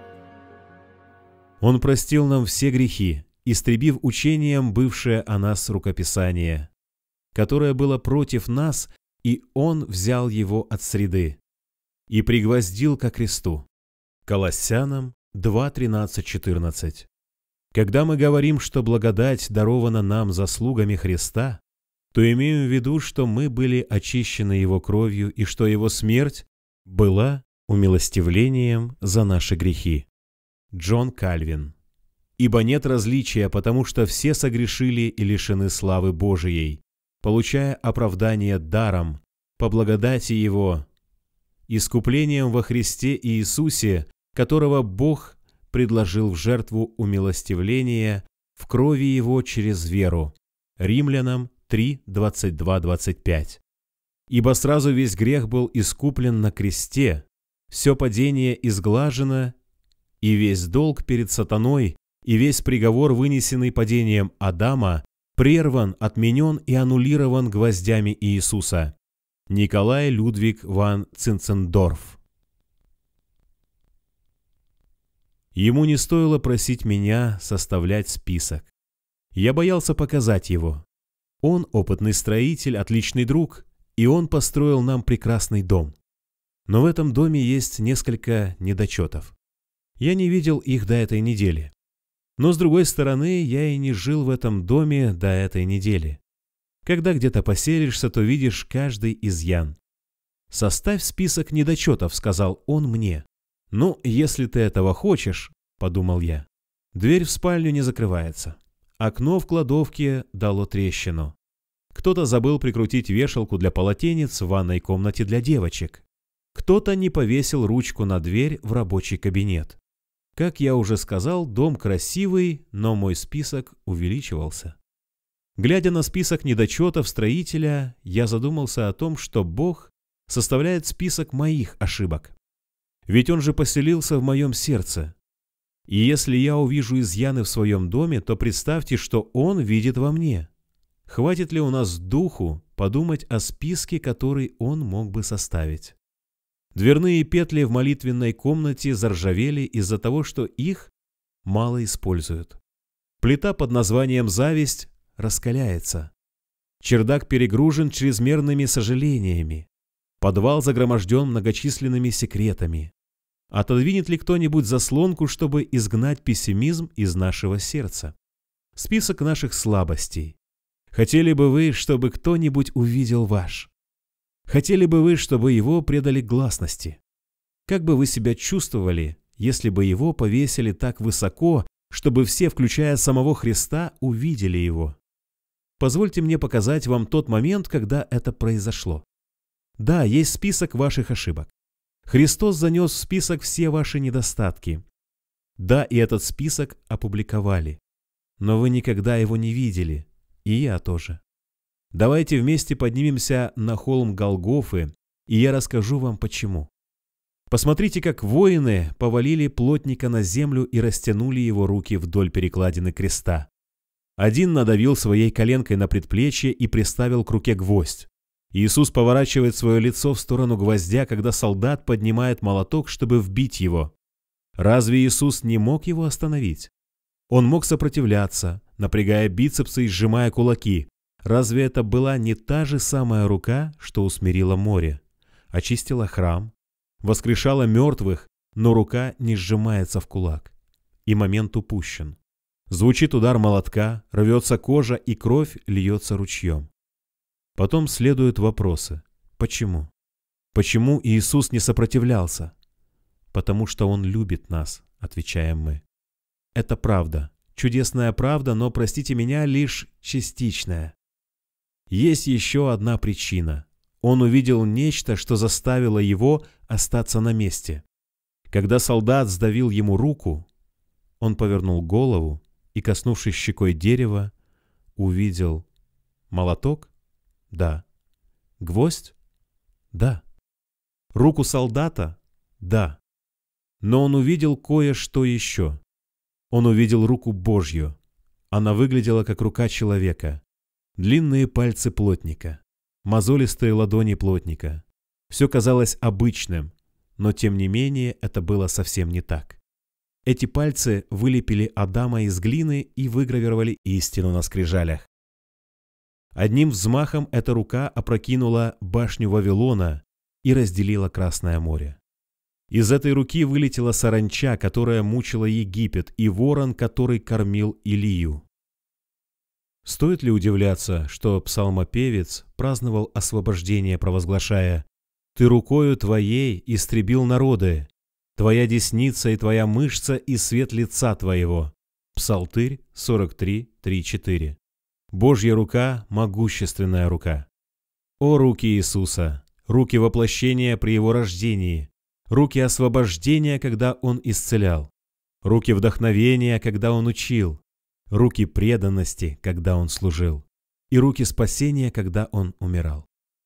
[SPEAKER 2] Он простил нам все грехи, истребив учением бывшее о нас рукописание, которое было против нас, и Он взял его от среды и пригвоздил ко кресту. Колоссянам два, тринадцать, четырнадцать. Когда мы говорим, что благодать дарована нам заслугами Христа, то имеем в виду, что мы были очищены Его кровью и что Его смерть была умилостивлением за наши грехи. Джон Кальвин. Ибо нет различия, потому что все согрешили и лишены славы Божией, получая оправдание даром, по благодати Его, искуплением во Христе Иисусе, которого Бог предложил в жертву умилостивления в крови Его через веру. Римлянам три, двадцать два, двадцать пять. Ибо сразу весь грех был искуплен на кресте, все падение изглажено, и весь долг перед сатаной, и весь приговор, вынесенный падением Адама, прерван, отменен и аннулирован гвоздями Иисуса. Николай Людвиг ван Цинцендорф. Ему не стоило просить меня составлять список. Я боялся показать его. Он опытный строитель, отличный друг, и он построил нам прекрасный дом. Но в этом доме есть несколько недочетов. Я не видел их до этой недели. Но, с другой стороны, я и не жил в этом доме до этой недели. Когда где-то поселишься, то видишь каждый изъян. «Составь список недочетов», — сказал он мне. «Ну, если ты этого хочешь», — подумал я. Дверь в спальню не закрывается. Окно в кладовке дало трещину. Кто-то забыл прикрутить вешалку для полотенец в ванной комнате для девочек. Кто-то не повесил ручку на дверь в рабочий кабинет. Как я уже сказал, дом красивый, но мой список увеличивался. Глядя на список недочетов строителя, я задумался о том, что Бог составляет список моих ошибок. Ведь Он же поселился в моем сердце. И если я увижу изъяны в своем доме, то представьте, что Он видит во мне. Хватит ли у нас духу подумать о списке, который Он мог бы составить? Дверные петли в молитвенной комнате заржавели из-за того, что их мало используют. Плита под названием «Зависть» раскаляется. Чердак перегружен чрезмерными сожалениями. Подвал загроможден многочисленными секретами. Отодвинет ли кто-нибудь заслонку, чтобы изгнать пессимизм из нашего сердца? Список наших слабостей. Хотели бы вы, чтобы кто-нибудь увидел ваш? Хотели бы вы, чтобы его предали гласности? Как бы вы себя чувствовали, если бы его повесили так высоко, чтобы все, включая самого Христа, увидели его? Позвольте мне показать вам тот момент, когда это произошло. Да, есть список ваших ошибок. Христос занес в список все ваши недостатки. Да, и этот список опубликовали. Но вы никогда его не видели, и я тоже. Давайте вместе поднимемся на холм Голгофы, и я расскажу вам почему. Посмотрите, как воины повалили плотника на землю и растянули его руки вдоль перекладины креста. Один надавил своей коленкой на предплечье и приставил к руке гвоздь. Иисус поворачивает свое лицо в сторону гвоздя, когда солдат поднимает молоток, чтобы вбить его. Разве Иисус не мог его остановить? Он мог сопротивляться, напрягая бицепсы и сжимая кулаки. Разве это была не та же самая рука, что усмирила море, очистила храм, воскрешала мертвых, но рука не сжимается в кулак? И момент упущен. Звучит удар молотка, рвется кожа, и кровь льется ручьем. Потом следуют вопросы. Почему? Почему Иисус не сопротивлялся? Потому что Он любит нас, отвечаем мы. Это правда, чудесная правда, но, простите меня, лишь частичная. Есть еще одна причина. Он увидел нечто, что заставило его остаться на месте. Когда солдат сдавил ему руку, он повернул голову и, коснувшись щекой дерева, увидел молоток? Да. Гвоздь? Да. Руку солдата? Да. Но он увидел кое-что еще. Он увидел руку Божью. Она выглядела как рука человека. Длинные пальцы плотника, мозолистые ладони плотника. Все казалось обычным, но тем не менее это было совсем не так. Эти пальцы вылепили Адама из глины и выгравировали истину на скрижалях. Одним взмахом эта рука опрокинула башню Вавилона и разделила Красное море. Из этой руки вылетела саранча, которая мучила Египет, и ворон, который кормил Илию. Стоит ли удивляться, что псалмопевец праздновал освобождение, провозглашая: «Ты рукою твоей истребил народы, твоя десница и твоя мышца и свет лица твоего». Псалтырь сорок три, три, четыре. Божья рука — могущественная рука. О, руки Иисуса! Руки воплощения при Его рождении! Руки освобождения, когда Он исцелял! Руки вдохновения, когда Он учил! Руки преданности, когда Он служил! И руки спасения, когда Он умирал!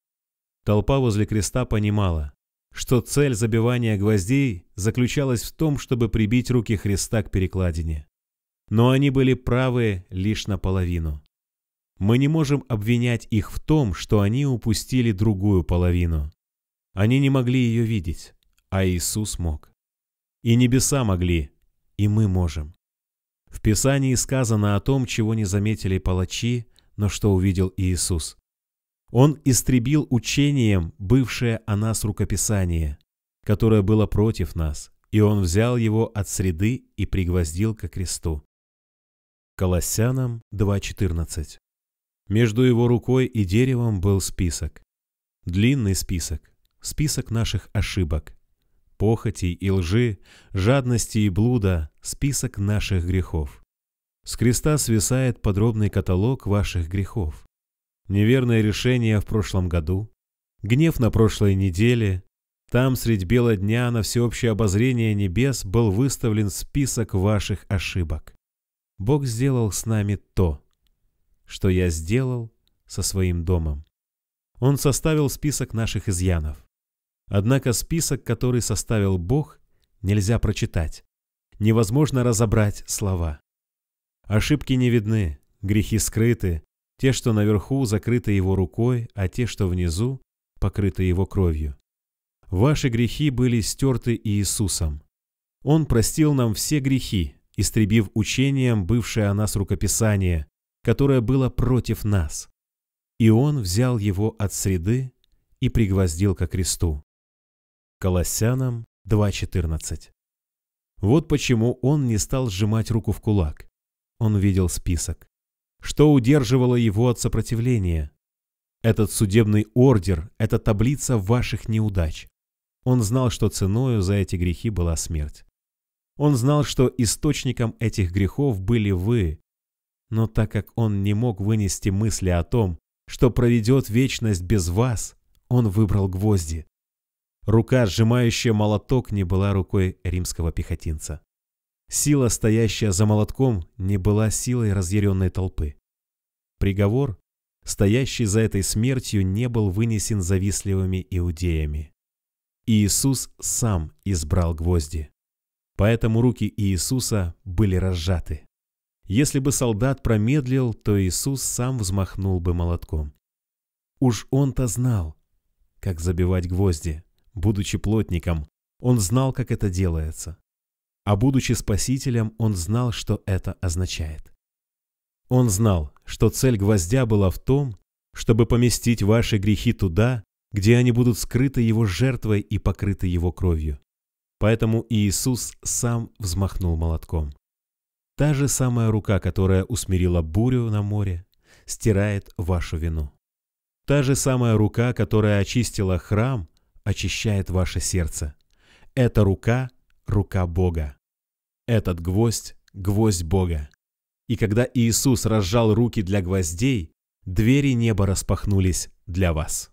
[SPEAKER 2] Толпа возле креста понимала, что цель забивания гвоздей заключалась в том, чтобы прибить руки Христа к перекладине. Но они были правы лишь наполовину. Мы не можем обвинять их в том, что они упустили другую половину. Они не могли ее видеть, а Иисус мог. И небеса могли, и мы можем. В Писании сказано о том, чего не заметили палачи, но что увидел Иисус. Он истребил учением бывшее о нас рукописание, которое было против нас, и Он взял его от среды и пригвоздил ко кресту. Колоссянам два четырнадцать. Между его рукой и деревом был список. Длинный список, список наших ошибок, похотей и лжи, жадности и блуда, список наших грехов. С креста свисает подробный каталог ваших грехов. Неверное решение в прошлом году, гнев на прошлой неделе. Там средь бела дня на всеобщее обозрение небес был выставлен список ваших ошибок. Бог сделал с нами то, что я сделал со своим домом. Он составил список наших изъянов. Однако список, который составил Бог, нельзя прочитать. Невозможно разобрать слова. Ошибки не видны, грехи скрыты, те, что наверху, закрыты Его рукой, а те, что внизу, покрыты Его кровью. Ваши грехи были стерты Иисусом. Он простил нам все грехи, истребив учением бывшее о нас рукописание, которое было против нас. И Он взял его от среды и пригвоздил ко кресту. Колоссянам два четырнадцать. Вот почему он не стал сжимать руку в кулак. Он видел список. Что удерживало его от сопротивления? Этот судебный ордер, эта таблица ваших неудач. Он знал, что ценою за эти грехи была смерть. Он знал, что источником этих грехов были вы. Но так как он не мог вынести мысли о том, что проведет вечность без вас, он выбрал гвозди. Рука, сжимающая молоток, не была рукой римского пехотинца. Сила, стоящая за молотком, не была силой разъяренной толпы. Приговор, стоящий за этой смертью, не был вынесен завистливыми иудеями. Иисус сам избрал гвозди. Поэтому руки Иисуса были разжаты. Если бы солдат промедлил, то Иисус сам взмахнул бы молотком. Уж он-то знал, как забивать гвозди. Будучи плотником, он знал, как это делается. А будучи спасителем, он знал, что это означает. Он знал, что цель гвоздя была в том, чтобы поместить ваши грехи туда, где они будут скрыты его жертвой и покрыты его кровью. Поэтому Иисус сам взмахнул молотком. Та же самая рука, которая усмирила бурю на море, стирает вашу вину. Та же самая рука, которая очистила храм, очищает ваше сердце. Эта рука — рука Бога. Этот гвоздь — гвоздь Бога. И когда Иисус разжал руки для гвоздей, двери неба распахнулись для вас.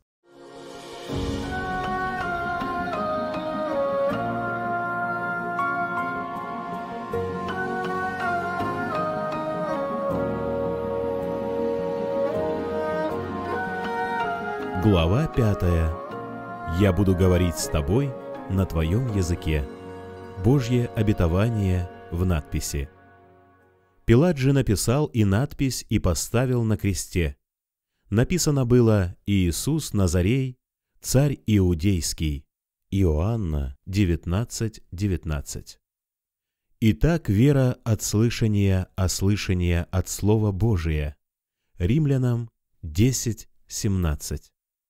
[SPEAKER 2] Глава пятая. «Я буду говорить с тобой на твоем языке». Божье обетование в надписи. Пилат же написал и надпись и поставил на кресте. Написано было: «Иисус Назарей, царь иудейский». Иоанна девятнадцать девятнадцать. Итак, вера от слышания, а слышание от Слова Божия. Римлянам десять семнадцать.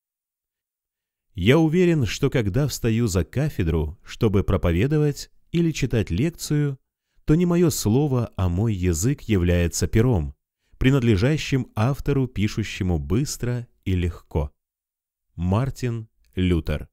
[SPEAKER 2] Я уверен, что когда встаю за кафедру, чтобы проповедовать или читать лекцию, то не мое слово, а мой язык является пером, принадлежащим автору, пишущему быстро и легко. Мартин Лютер.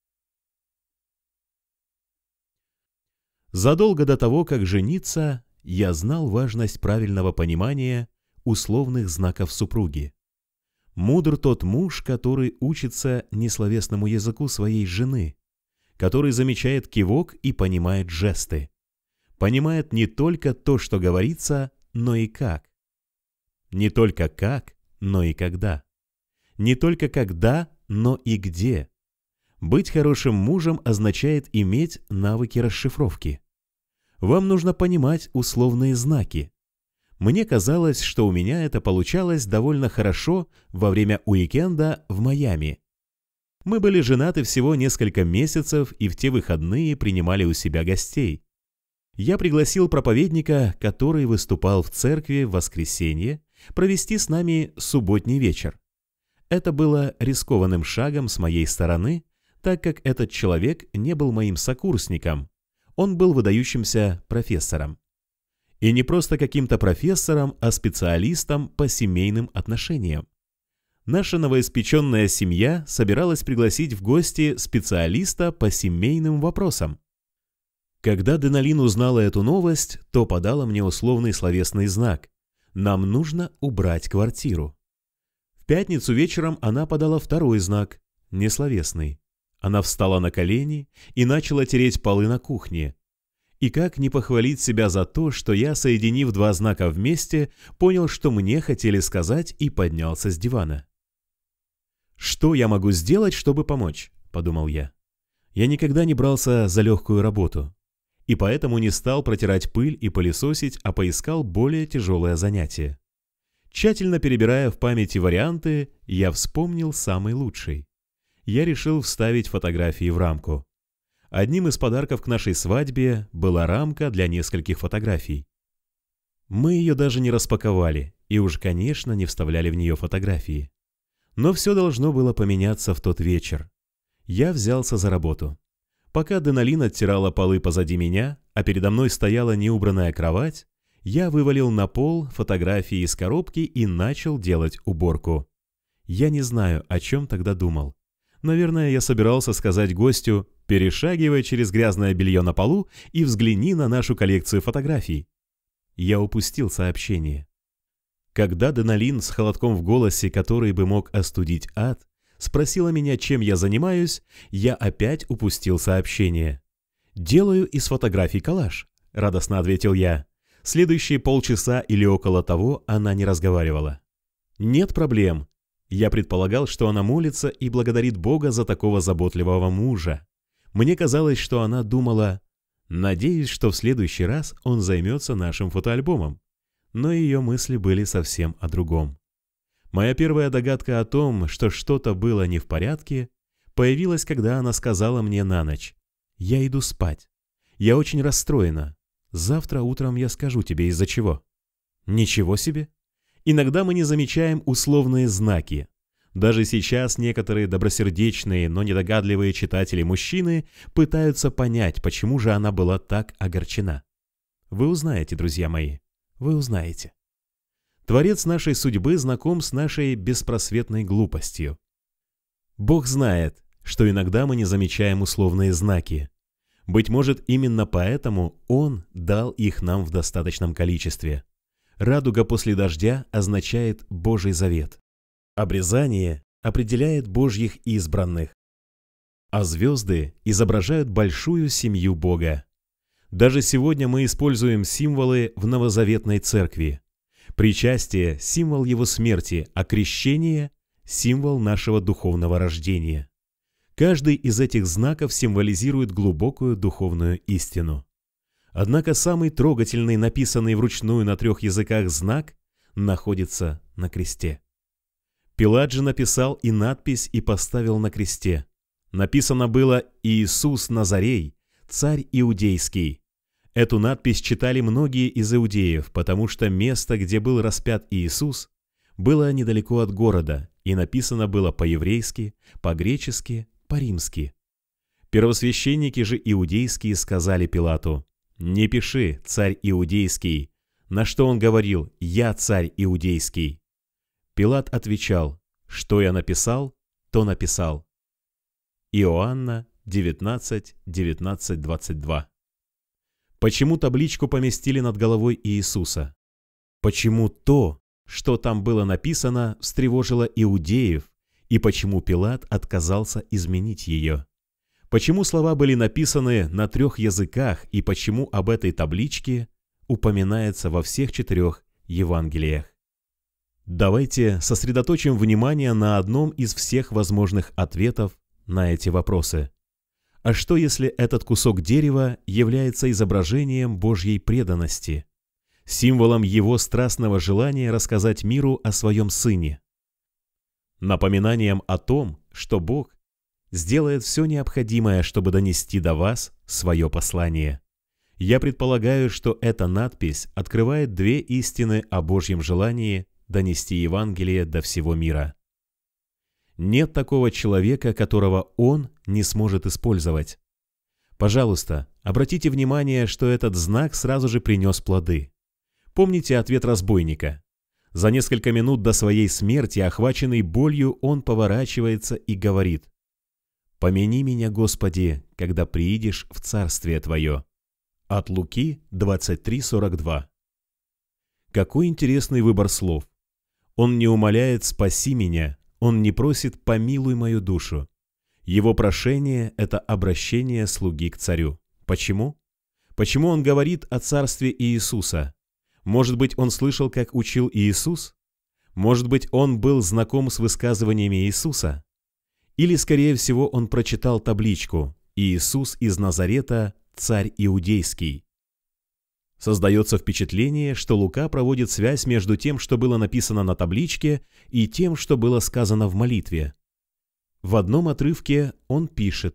[SPEAKER 2] Задолго до того, как жениться, я знал важность правильного понимания условных знаков супруги. Мудр тот муж, который учится несловесному языку своей жены, который замечает кивок и понимает жесты, понимает не только то, что говорится, но и как. Не только как, но и когда. Не только когда, но и где. Быть хорошим мужем означает иметь навыки расшифровки. Вам нужно понимать условные знаки. Мне казалось, что у меня это получалось довольно хорошо во время уикенда в Майами. Мы были женаты всего несколько месяцев и в те выходные принимали у себя гостей. Я пригласил проповедника, который выступал в церкви в воскресенье, провести с нами субботний вечер. Это было рискованным шагом с моей стороны, так как этот человек не был моим сокурсником, он был выдающимся профессором. И не просто каким-то профессором, а специалистом по семейным отношениям. Наша новоиспеченная семья собиралась пригласить в гости специалиста по семейным вопросам. Когда Денолин узнала эту новость, то подала мне условный словесный знак: «Нам нужно убрать квартиру». В пятницу вечером она подала второй знак, несловесный. Она встала на колени и начала тереть полы на кухне. И как не похвалить себя за то, что я, соединив два знака вместе, понял, что мне хотели сказать, и поднялся с дивана. «Что я могу сделать, чтобы помочь?» – подумал я. Я никогда не брался за легкую работу, и поэтому не стал протирать пыль и пылесосить, а поискал более тяжелое занятие. Тщательно перебирая в памяти варианты, я вспомнил самый лучший. Я решил вставить фотографии в рамку. Одним из подарков к нашей свадьбе была рамка для нескольких фотографий. Мы ее даже не распаковали и уж, конечно, не вставляли в нее фотографии. Но все должно было поменяться в тот вечер. Я взялся за работу. Пока Денолин оттирала полы позади меня, а передо мной стояла неубранная кровать, я вывалил на пол фотографии из коробки и начал делать уборку. Я не знаю, о чем тогда думал. Наверное, я собирался сказать гостю: «Перешагивай через грязное белье на полу и взгляни на нашу коллекцию фотографий». Я упустил сообщение. Когда Денолин с холодком в голосе, который бы мог остудить ад, спросила меня, чем я занимаюсь, я опять упустил сообщение. «Делаю из фотографий коллаж», — радостно ответил я. Следующие полчаса или около того она не разговаривала. «Нет проблем». Я предполагал, что она молится и благодарит Бога за такого заботливого мужа. Мне казалось, что она думала: «Надеюсь, что в следующий раз он займется нашим фотоальбомом». но ее мысли были совсем о другом. Моя первая догадка о том, что что-то было не в порядке, появилась, когда она сказала мне на ночь: «Я иду спать. Я очень расстроена. Завтра утром я скажу тебе, из-за чего». Ничего себе! Иногда мы не замечаем условные знаки. Даже сейчас некоторые добросердечные, но недогадливые читатели-мужчины пытаются понять, почему же она была так огорчена. Вы узнаете, друзья мои, вы узнаете. Творец нашей судьбы знаком с нашей беспросветной глупостью. Бог знает, что иногда мы не замечаем условные знаки. Быть может, именно поэтому Он дал их нам в достаточном количестве. Радуга после дождя означает Божий завет. Обрезание определяет Божьих избранных. А звезды изображают большую семью Бога. Даже сегодня мы используем символы в новозаветной церкви. Причастие – символ его смерти, а крещение – символ нашего духовного рождения. Каждый из этих знаков символизирует глубокую духовную истину. Однако самый трогательный, написанный вручную на трех языках знак, находится на кресте. Пилат же написал и надпись, и поставил на кресте. Написано было «Иисус Назарей, царь иудейский». Эту надпись читали многие из иудеев, потому что место, где был распят Иисус, было недалеко от города, и написано было по-еврейски, по-гречески, по-римски. Первосвященники же иудейские сказали Пилату: «Не пиши, царь иудейский», на что он говорил: «Я царь иудейский». Пилат отвечал: «Что я написал, то написал». Иоанна девятнадцать, девятнадцать, двадцать два. Почему табличку поместили над головой Иисуса? Почему то, что там было написано, встревожило иудеев, и почему Пилат отказался изменить ее? Почему слова были написаны на трех языках, и почему об этой табличке упоминается во всех четырех Евангелиях? Давайте сосредоточим внимание на одном из всех возможных ответов на эти вопросы. А что, если этот кусок дерева является изображением Божьей преданности, символом Его страстного желания рассказать миру о Своем Сыне, напоминанием о том, что Бог сделает все необходимое, чтобы донести до вас свое послание? Я предполагаю, что эта надпись открывает две истины о Божьем желании донести Евангелие до всего мира. Нет такого человека, которого Он не сможет использовать. Пожалуйста, обратите внимание, что этот знак сразу же принес плоды. Помните ответ разбойника? За несколько минут до своей смерти, охваченный болью, он поворачивается и говорит: «Помяни меня, Господи, когда приидешь в Царствие Твое». От Луки двадцать три, сорок два. Какой интересный выбор слов. Он не умоляет «спаси меня», он не просит «помилуй мою душу». Его прошение – это обращение слуги к царю. Почему? Почему он говорит о царстве Иисуса? Может быть, он слышал, как учил Иисус? Может быть, он был знаком с высказываниями Иисуса? Или, скорее всего, он прочитал табличку «Иисус из Назарета, царь иудейский». Создается впечатление, что Лука проводит связь между тем, что было написано на табличке, и тем, что было сказано в молитве. В одном отрывке он пишет: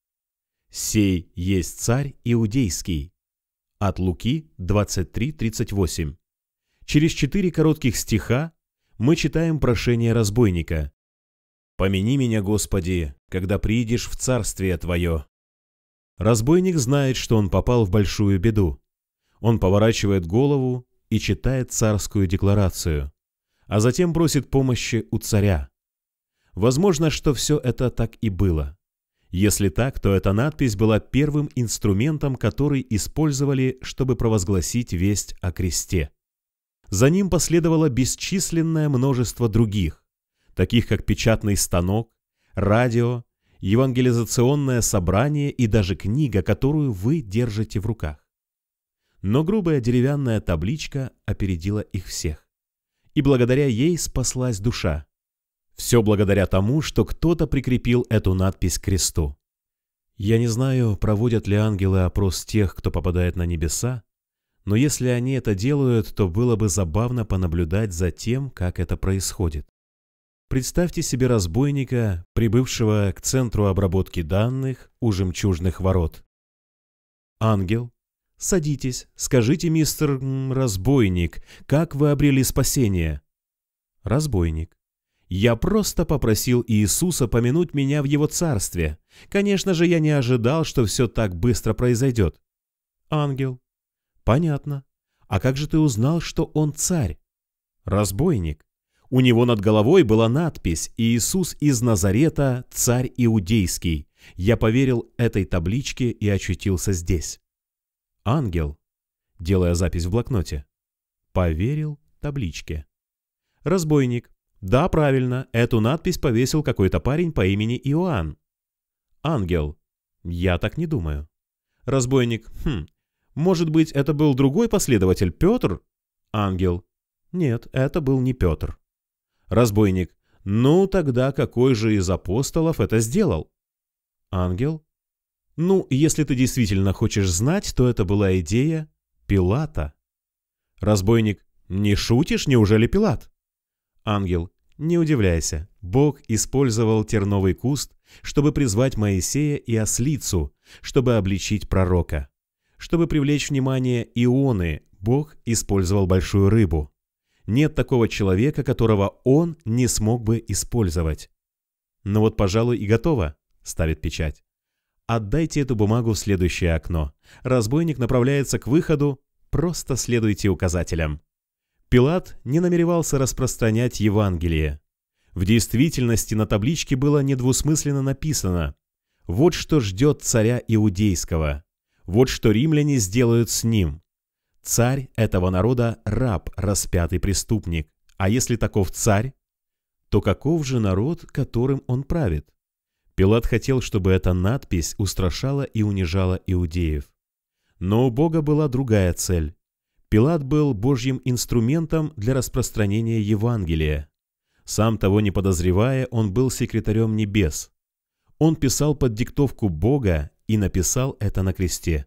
[SPEAKER 2] «Сей есть царь иудейский». От Луки двадцать три, тридцать восемь. Через четыре коротких стиха мы читаем прошение разбойника: «Помяни меня, Господи, когда приидешь в Царствие Твое». Разбойник знает, что он попал в большую беду. Он поворачивает голову и читает царскую декларацию, а затем просит помощи у царя. Возможно, что все это так и было. Если так, то эта надпись была первым инструментом, который использовали, чтобы провозгласить весть о кресте. За ним последовало бесчисленное множество других, таких как печатный станок, радио, евангелизационное собрание и даже книга, которую вы держите в руках. Но грубая деревянная табличка опередила их всех. И благодаря ей спаслась душа. Все благодаря тому, что кто-то прикрепил эту надпись к кресту. Я не знаю, проводят ли ангелы опрос тех, кто попадает на небеса, Но если они это делают, то было бы забавно понаблюдать за тем, как это происходит. Представьте себе разбойника, прибывшего к центру обработки данных у жемчужных ворот. Ангел: «Садитесь, скажите, мистер м, разбойник, как вы обрели спасение?» Разбойник: «Я просто попросил Иисуса помянуть меня в Его царстве. Конечно же, я не ожидал, что все так быстро произойдет». Ангел: «Понятно. А как же ты узнал, что Он царь?» Разбойник: «У него над головой была надпись «Иисус из Назарета, царь иудейский». Я поверил этой табличке и очутился здесь». Ангел, делая запись в блокноте: «Поверил табличке». Разбойник: «Да, правильно, эту надпись повесил какой-то парень по имени Иоанн». Ангел: «Я так не думаю». Разбойник: «Хм, может быть, это был другой последователь, Петр?» Ангел: «Нет, это был не Петр». Разбойник: «Ну, тогда какой же из апостолов это сделал?» Ангел: «Ну, если ты действительно хочешь знать, то это была идея Пилата». Разбойник: «Не шутишь, неужели Пилат?» Ангел: «Не удивляйся, Бог использовал терновый куст, чтобы призвать Моисея, и ослицу, чтобы обличить пророка. Чтобы привлечь внимание Ионы, Бог использовал большую рыбу. Нет такого человека, которого он не смог бы использовать». «Ну вот, пожалуй, и готово», — ставит печать. «Отдайте эту бумагу в следующее окно. Разбойник направляется к выходу, просто следуйте указателям». Пилат не намеревался распространять Евангелие. В действительности на табличке было недвусмысленно написано: «Вот что ждет царя иудейского, вот что римляне сделают с ним. Царь этого народа – раб, распятый преступник. А если таков царь, то каков же народ, которым он правит?» Пилат хотел, чтобы эта надпись устрашала и унижала иудеев. Но у Бога была другая цель. Пилат был Божьим инструментом для распространения Евангелия. Сам того не подозревая, он был секретарем небес. Он писал под диктовку Бога и написал это на кресте.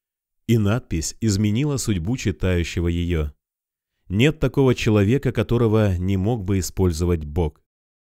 [SPEAKER 2] И надпись изменила судьбу читающего ее. Нет такого человека, которого не мог бы использовать Бог.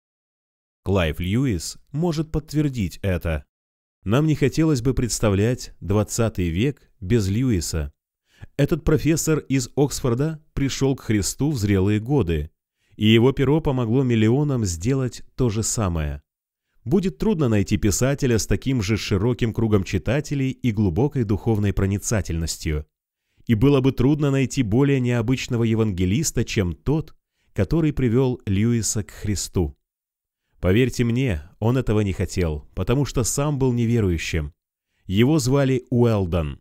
[SPEAKER 2] Клайв Льюис может подтвердить это. Нам не хотелось бы представлять двадцатый век без Льюиса. Этот профессор из Оксфорда пришел к Христу в зрелые годы, и его перо помогло миллионам сделать то же самое. Будет трудно найти писателя с таким же широким кругом читателей и глубокой духовной проницательностью. И было бы трудно найти более необычного евангелиста, чем тот, который привел Льюиса к Христу. Поверьте мне, он этого не хотел, потому что сам был неверующим. Его звали Уэлдон.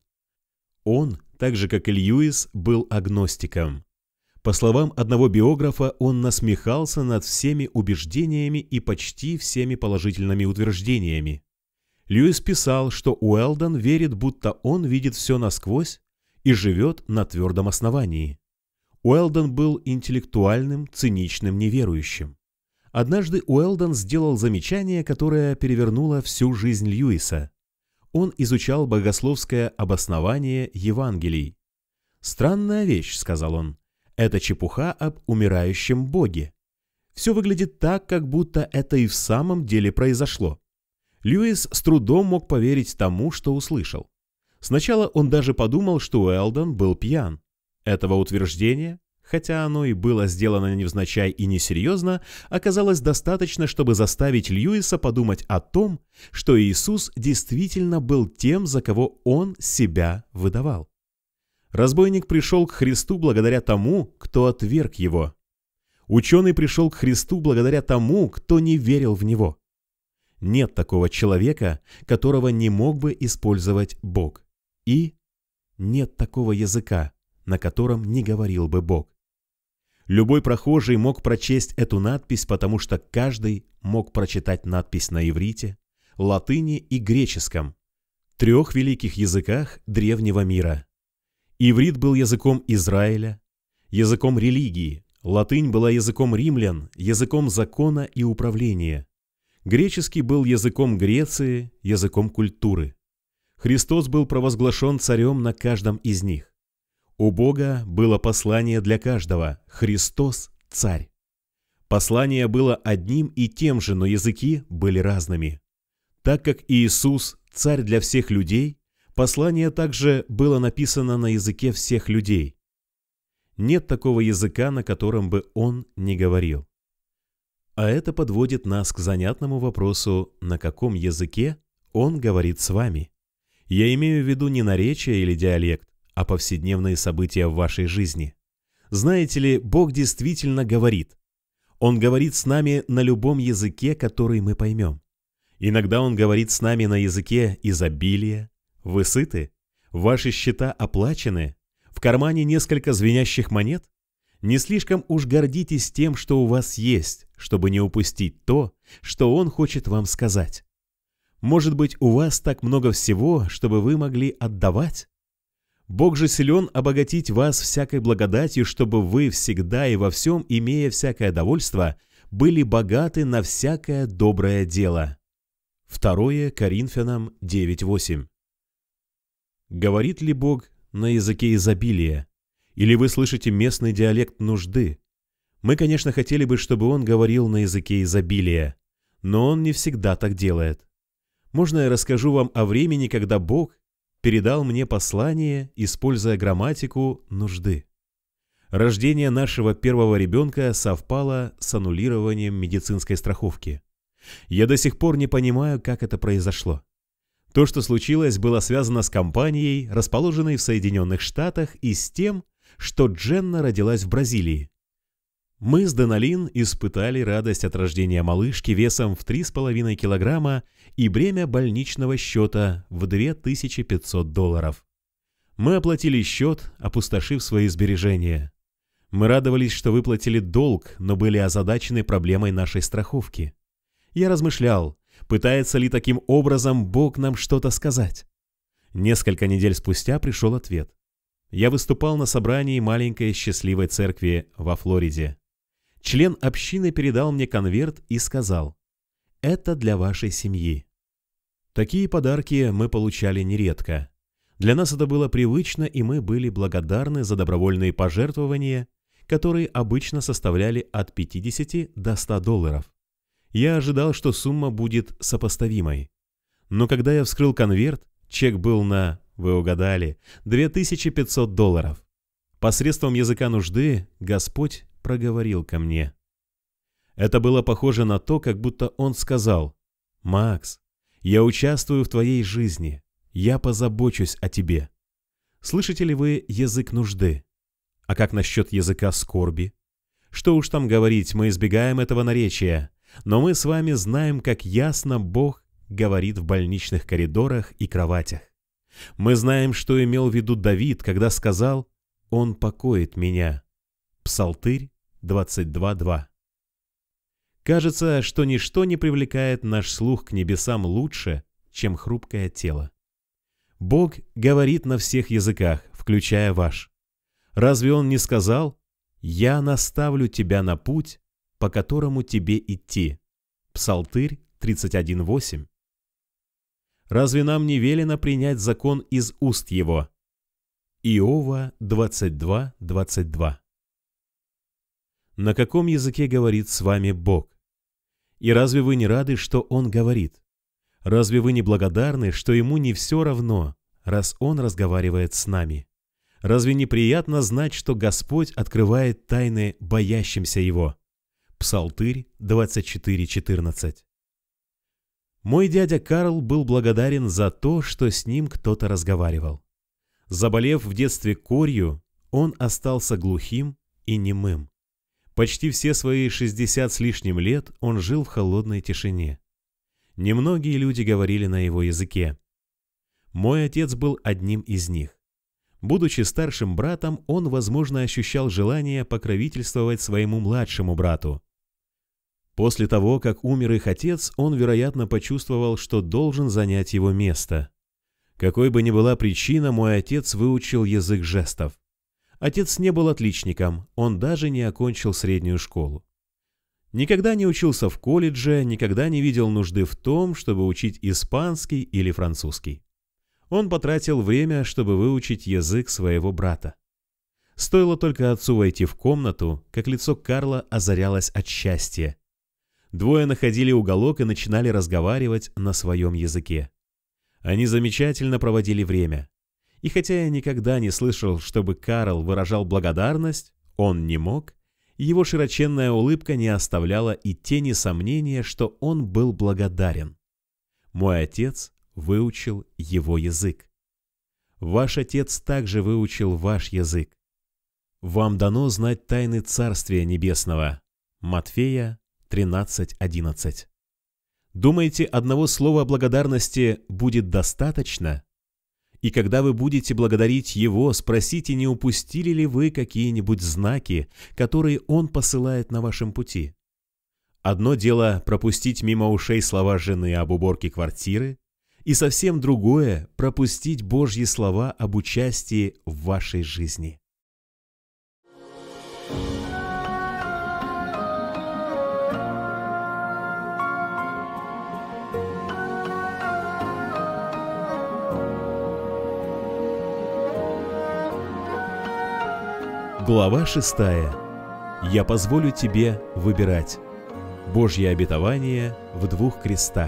[SPEAKER 2] Он, так же как и Льюис, был агностиком. По словам одного биографа, он насмехался над всеми убеждениями и почти всеми положительными утверждениями. Льюис писал, что Уэлдон верит, будто он видит все насквозь и живет на твердом основании. Уэлдон был интеллектуальным, циничным неверующим. Однажды Уэлдон сделал замечание, которое перевернуло всю жизнь Льюиса. Он изучал богословское обоснование Евангелий. «Странная вещь», — сказал он, — «это чепуха об умирающем Боге. Все выглядит так, как будто это и в самом деле произошло». Льюис с трудом мог поверить тому, что услышал. Сначала он даже подумал, что Уэлдон был пьян. Этого утверждения, хотя оно и было сделано невзначай и несерьезно, оказалось достаточно, чтобы заставить Льюиса подумать о том, что Иисус действительно был тем, за кого он себя выдавал. Разбойник пришел к Христу благодаря тому, кто отверг его. Ученый пришел к Христу благодаря тому, кто не верил в него. Нет такого человека, которого не мог бы использовать Бог. И нет такого языка, на котором не говорил бы Бог. Любой прохожий мог прочесть эту надпись, потому что каждый мог прочитать надпись на иврите, латыни и греческом, трех великих языках древнего мира. Иврит был языком Израиля, языком религии, латынь была языком римлян, языком закона и управления. Греческий был языком Греции, языком культуры. Христос был провозглашен царем на каждом из них. У Бога было послание для каждого – Христос – Царь. Послание было одним и тем же, но языки были разными. Так как Иисус – Царь для всех людей, послание также было написано на языке всех людей. Нет такого языка, на котором бы Он не говорил. А это подводит нас к занятному вопросу, на каком языке Он говорит с вами. Я имею в виду не наречие или диалект, а повседневные события в вашей жизни. Знаете ли, Бог действительно говорит. Он говорит с нами на любом языке, который мы поймем. Иногда Он говорит с нами на языке изобилия. Вы сыты? Ваши счета оплачены? В кармане несколько звенящих монет? Не слишком уж гордитесь тем, что у вас есть, чтобы не упустить то, что Он хочет вам сказать. Может быть, у вас так много всего, чтобы вы могли отдавать? Бог же силен обогатить вас всякой благодатью, чтобы вы всегда и во всем, имея всякое довольство, были богаты на всякое доброе дело. второе Коринфянам девять восемь. Говорит ли Бог на языке изобилия? Или вы слышите местный диалект нужды? Мы, конечно, хотели бы, чтобы Он говорил на языке изобилия, но Он не всегда так делает. Можно я расскажу вам о времени, когда Бог передал мне послание, используя грамматику нужды. Рождение нашего первого ребенка совпало с аннулированием медицинской страховки. Я до сих пор не понимаю, как это произошло. То, что случилось, было связано с компанией, расположенной в Соединенных Штатах, и с тем, что Дженна родилась в Бразилии. Мы с Денолин испытали радость от рождения малышки весом в три с половиной килограмма и бремя больничного счета в две тысячи пятьсот долларов. Мы оплатили счет, опустошив свои сбережения. Мы радовались, что выплатили долг, но были озадачены проблемой нашей страховки. Я размышлял, пытается ли таким образом Бог нам что-то сказать. Несколько недель спустя пришел ответ. Я выступал на собрании маленькой счастливой церкви во Флориде. Член общины передал мне конверт и сказал: «Это для вашей семьи». Такие подарки мы получали нередко. Для нас это было привычно, и мы были благодарны за добровольные пожертвования, которые обычно составляли от пятидесяти до ста долларов. Я ожидал, что сумма будет сопоставимой. Но когда я вскрыл конверт, чек был на, вы угадали, две тысячи пятьсот долларов. Посредством языка нужды Господь проговорил ко мне. Это было похоже на то, как будто Он сказал: «Макс, я участвую в твоей жизни, я позабочусь о тебе». Слышите ли вы язык нужды? А как насчет языка скорби? Что уж там говорить, мы избегаем этого наречия, но мы с вами знаем, как ясно Бог говорит в больничных коридорах и кроватях. Мы знаем, что имел в виду Давид, когда сказал: «Он покоит меня». Псалтырь двадцать два два. Кажется, что ничто не привлекает наш слух к небесам лучше, чем хрупкое тело. Бог говорит на всех языках, включая ваш. Разве Он не сказал: «Я наставлю тебя на путь, по которому тебе идти»? Псалтырь тридцать один восемь. Разве нам не велено принять закон из уст Его? Иова двадцать два двадцать два. На каком языке говорит с вами Бог? И разве вы не рады, что Он говорит? Разве вы не благодарны, что Ему не все равно, раз Он разговаривает с нами? Разве не приятно знать, что Господь открывает тайны боящимся Его? Псалтырь двадцать четыре четырнадцать. Мой дядя Карл был благодарен за то, что с ним кто-то разговаривал. Заболев в детстве корью, он остался глухим и немым. Почти все свои шестьдесят с лишним лет он жил в холодной тишине. Немногие люди говорили на его языке. Мой отец был одним из них. Будучи старшим братом, он, возможно, ощущал желание покровительствовать своему младшему брату. После того, как умер их отец, он, вероятно, почувствовал, что должен занять его место. Какой бы ни была причина, мой отец выучил язык жестов. Отец не был отличником, он даже не окончил среднюю школу. Никогда не учился в колледже, никогда не видел нужды в том, чтобы учить испанский или французский. Он потратил время, чтобы выучить язык своего брата. Стоило только отцу войти в комнату, как лицо Карла озарялось от счастья. Двое находили уголок и начинали разговаривать на своем языке. Они замечательно проводили время. И хотя я никогда не слышал, чтобы Карл выражал благодарность, он не мог, его широченная улыбка не оставляла и тени сомнения, что он был благодарен. Мой отец выучил его язык. Ваш отец также выучил ваш язык. Вам дано знать тайны Царствия Небесного. Матфея тринадцать одиннадцать. Думаете, одного слова благодарности будет достаточно? И когда вы будете благодарить Его, спросите, не упустили ли вы какие-нибудь знаки, которые Он посылает на вашем пути. Одно дело пропустить мимо ушей слова жены об уборке квартиры, и совсем другое – пропустить Божьи слова об участии в вашей жизни. Глава шестая. Я позволю тебе выбирать. Божье обетование в двух крестах.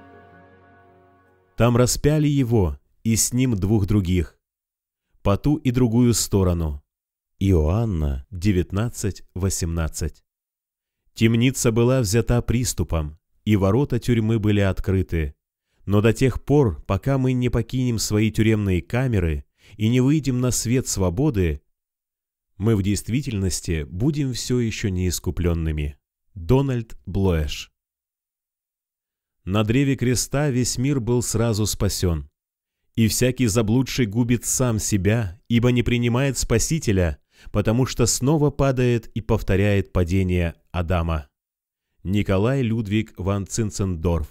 [SPEAKER 2] Там распяли его, и с ним двух других, по ту и другую сторону. Иоанна девятнадцать восемнадцать. Темница была взята приступом, и ворота тюрьмы были открыты. Но до тех пор, пока мы не покинем свои тюремные камеры и не выйдем на свет свободы, мы в действительности будем все еще неискупленными. Дональд Блоэш. На древе креста весь мир был сразу спасен. И всякий заблудший губит сам себя, ибо не принимает Спасителя, потому что снова падает и повторяет падение Адама. Николай Людвиг ван Цинцендорф.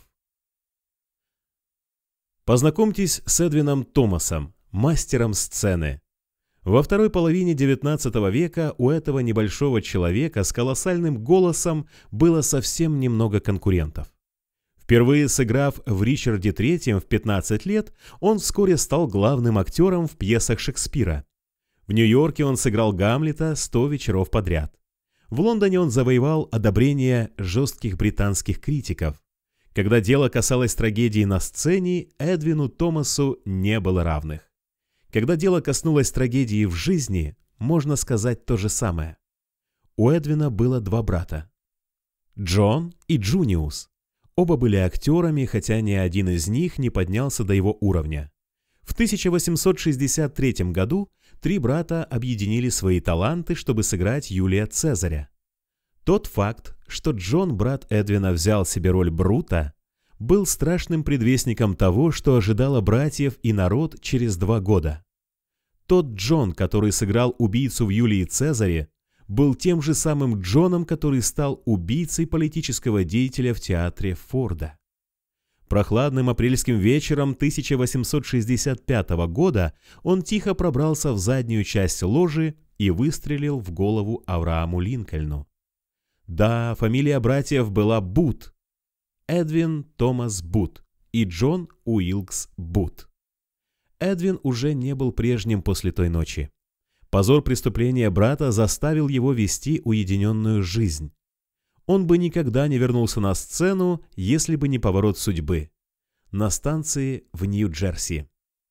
[SPEAKER 2] Познакомьтесь с Эдвином Томасом, мастером сцены. Во второй половине девятнадцатого века у этого небольшого человека с колоссальным голосом было совсем немного конкурентов. Впервые сыграв в Ричарде третьем в пятнадцать лет, он вскоре стал главным актером в пьесах Шекспира. В Нью-Йорке он сыграл Гамлета сто вечеров подряд. В Лондоне он завоевал одобрение жестких британских критиков. Когда дело касалось трагедии на сцене, Эдвину Томасу не было равных. Когда дело коснулось трагедии в жизни, можно сказать то же самое. У Эдвина было два брата – Джон и Джуниус. Оба были актерами, хотя ни один из них не поднялся до его уровня. В тысяча восемьсот шестьдесят третьем году три брата объединили свои таланты, чтобы сыграть Юлия Цезаря. Тот факт, что Джон, брат Эдвина, взял себе роль Брута, был страшным предвестником того, что ожидало братьев и народ через два года. Тот Джон, который сыграл убийцу в Юлии Цезаре, был тем же самым Джоном, который стал убийцей политического деятеля в театре Форда. Прохладным апрельским вечером тысяча восемьсот шестьдесят пятого года он тихо пробрался в заднюю часть ложи и выстрелил в голову Аврааму Линкольну. Да, фамилия братьев была Бут. Эдвин Томас Бут и Джон Уилкс Бут. Эдвин уже не был прежним после той ночи. Позор преступления брата заставил его вести уединенную жизнь. Он бы никогда не вернулся на сцену, если бы не поворот судьбы. На станции в Нью-Джерси.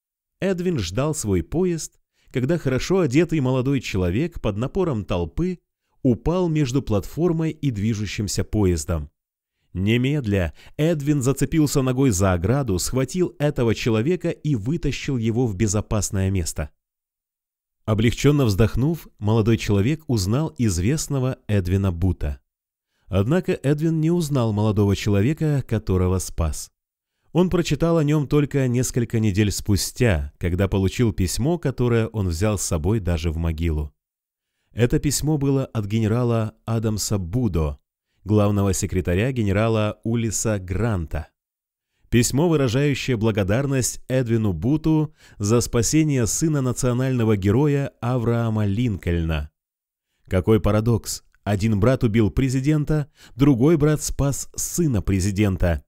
[SPEAKER 2] Эдвин ждал свой поезд, когда хорошо одетый молодой человек под напором толпы упал между платформой и движущимся поездом. Немедля Эдвин зацепился ногой за ограду, схватил этого человека и вытащил его в безопасное место. Облегченно вздохнув, молодой человек узнал известного Эдвина Бута. Однако Эдвин не узнал молодого человека, которого спас. Он прочитал о нем только несколько недель спустя, когда получил письмо, которое он взял с собой даже в могилу. Это письмо было от генерала Адамса Будо, главного секретаря генерала Улиса Гранта. Письмо, выражающее благодарность Эдвину Буту за спасение сына национального героя Авраама Линкольна. Какой парадокс! Один брат убил президента, другой брат спас сына президента.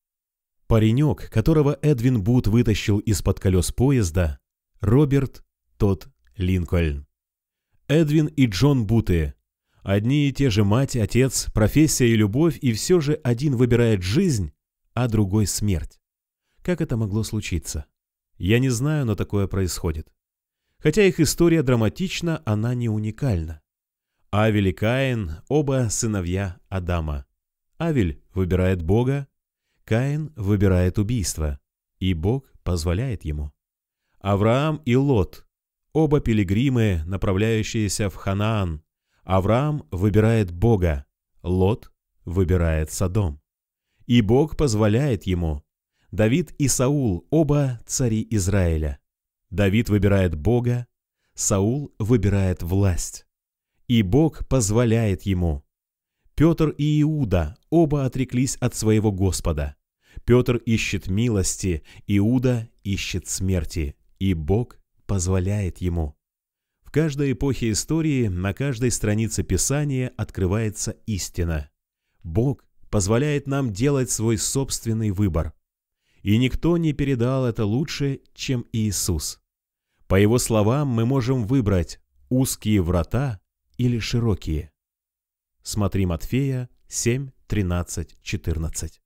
[SPEAKER 2] Паренек, которого Эдвин Бут вытащил из-под колес поезда, Роберт Тодд Линкольн. Эдвин и Джон Буты. Одни и те же мать, отец, профессия и любовь, и все же один выбирает жизнь, а другой смерть. Как это могло случиться? Я не знаю, но такое происходит. Хотя их история драматична, она не уникальна. Авель и Каин – оба сыновья Адама. Авель выбирает Бога, Каин выбирает убийство, и Бог позволяет ему. Авраам и Лот – оба пилигримы, направляющиеся в Ханаан. Авраам выбирает Бога, Лот выбирает Содом. И Бог позволяет ему. Давид и Саул – оба цари Израиля. Давид выбирает Бога, Саул выбирает власть. И Бог позволяет ему. Петр и Иуда оба отреклись от своего Господа. Петр ищет милости, Иуда ищет смерти, и Бог позволяет ему. В каждой эпохе истории, на каждой странице Писания открывается истина. Бог позволяет нам делать свой собственный выбор. И никто не передал это лучше, чем Иисус. По Его словам, мы можем выбрать узкие врата или широкие. Смотри Матфея семь, тринадцать, четырнадцать.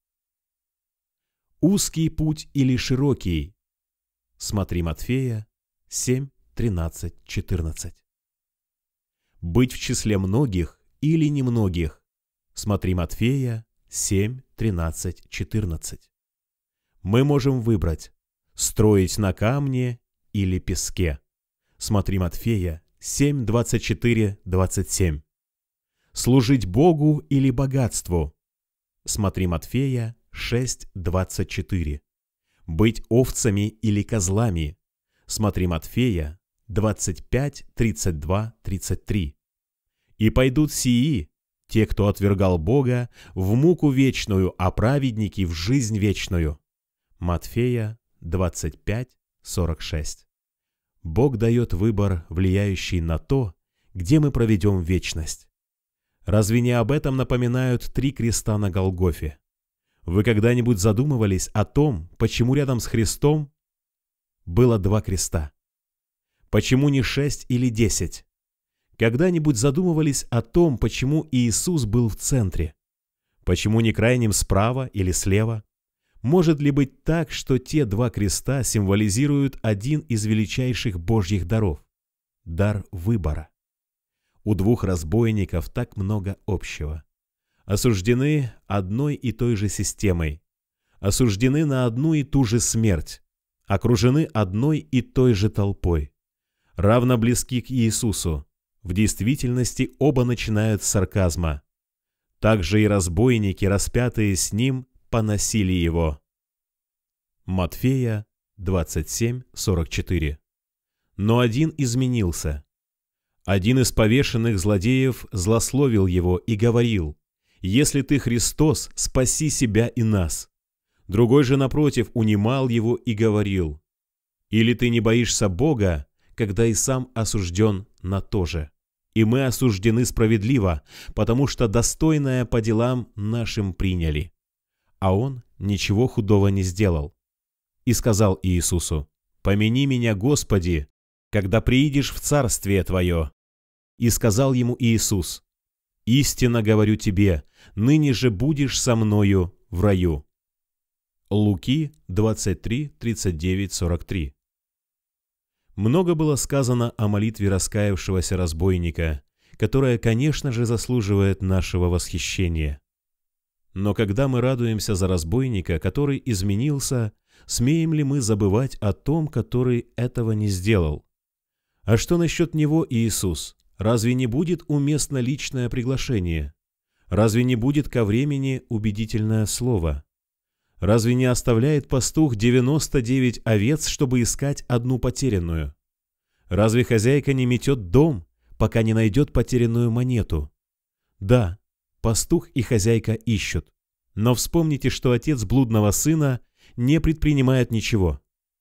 [SPEAKER 2] Узкий путь или широкий. Смотри Матфея семь, тринадцать, четырнадцать. Быть в числе многих или немногих. Смотри Матфея семь, тринадцать, четырнадцать. Мы можем выбрать строить на камне или песке. Смотри Матфея семь, двадцать четыре, двадцать семь. Служить Богу или богатству. Смотри Матфея шесть, двадцать четыре. Быть овцами или козлами. Смотри Матфея двадцать пять, тридцать два, тридцать три. И пойдут сии, те, кто отвергал Бога, в муку вечную, а праведники в жизнь вечную. Матфея двадцать пять, сорок шесть. Бог дает выбор, влияющий на то, где мы проведем вечность. Разве не об этом напоминают три креста на Голгофе? Вы когда-нибудь задумывались о том, почему рядом с Христом было два креста? Почему не шесть или десять? Когда-нибудь задумывались о том, почему Иисус был в центре? Почему не крайним справа или слева? Может ли быть так, что те два креста символизируют один из величайших Божьих даров – дар выбора? У двух разбойников так много общего. Осуждены одной и той же системой, осуждены на одну и ту же смерть, окружены одной и той же толпой, равно близки к Иисусу. В действительности оба начинают с сарказма. Также и разбойники, распятые с Ним, поносили Его. Матфея двадцать семь, сорок четыре. Но один изменился. Один из повешенных злодеев злословил Его и говорил: «Если Ты Христос, спаси себя и нас». Другой же, напротив, унимал Его и говорил: «Или Ты не боишься Бога, когда и сам осужден на то же? И мы осуждены справедливо, потому что достойное по делам нашим приняли». А он ничего худого не сделал. И сказал Иисусу: «Помяни меня, Господи, когда приидешь в Царствие Твое». И сказал ему Иисус: «Истинно говорю тебе, ныне же будешь со мною в раю». Луки двадцать три, тридцать девять, сорок три. Много было сказано о молитве раскаявшегося разбойника, которая, конечно же, заслуживает нашего восхищения. Но когда мы радуемся за разбойника, который изменился, смеем ли мы забывать о том, который этого не сделал? А что насчет него, Иисус? Разве не будет уместно личное приглашение? Разве не будет ко времени убедительное слово? Разве не оставляет пастух девяносто девять овец, чтобы искать одну потерянную? Разве хозяйка не метет дом, пока не найдет потерянную монету? Да, пастух и хозяйка ищут, но вспомните, что отец блудного сына не предпринимает ничего.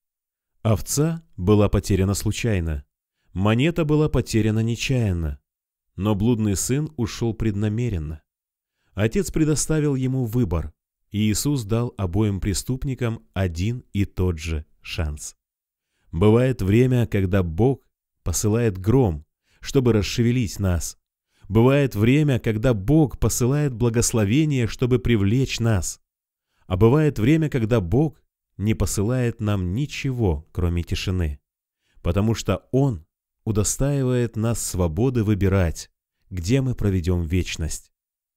[SPEAKER 2] Овца была потеряна случайно, монета была потеряна нечаянно, но блудный сын ушел преднамеренно. Отец предоставил ему выбор, и Иисус дал обоим преступникам один и тот же шанс. Бывает время, когда Бог посылает гром, чтобы расшевелить нас. Бывает время, когда Бог посылает благословение, чтобы привлечь нас. А бывает время, когда Бог не посылает нам ничего, кроме тишины, потому что Он удостаивает нас свободы выбирать, где мы проведем вечность.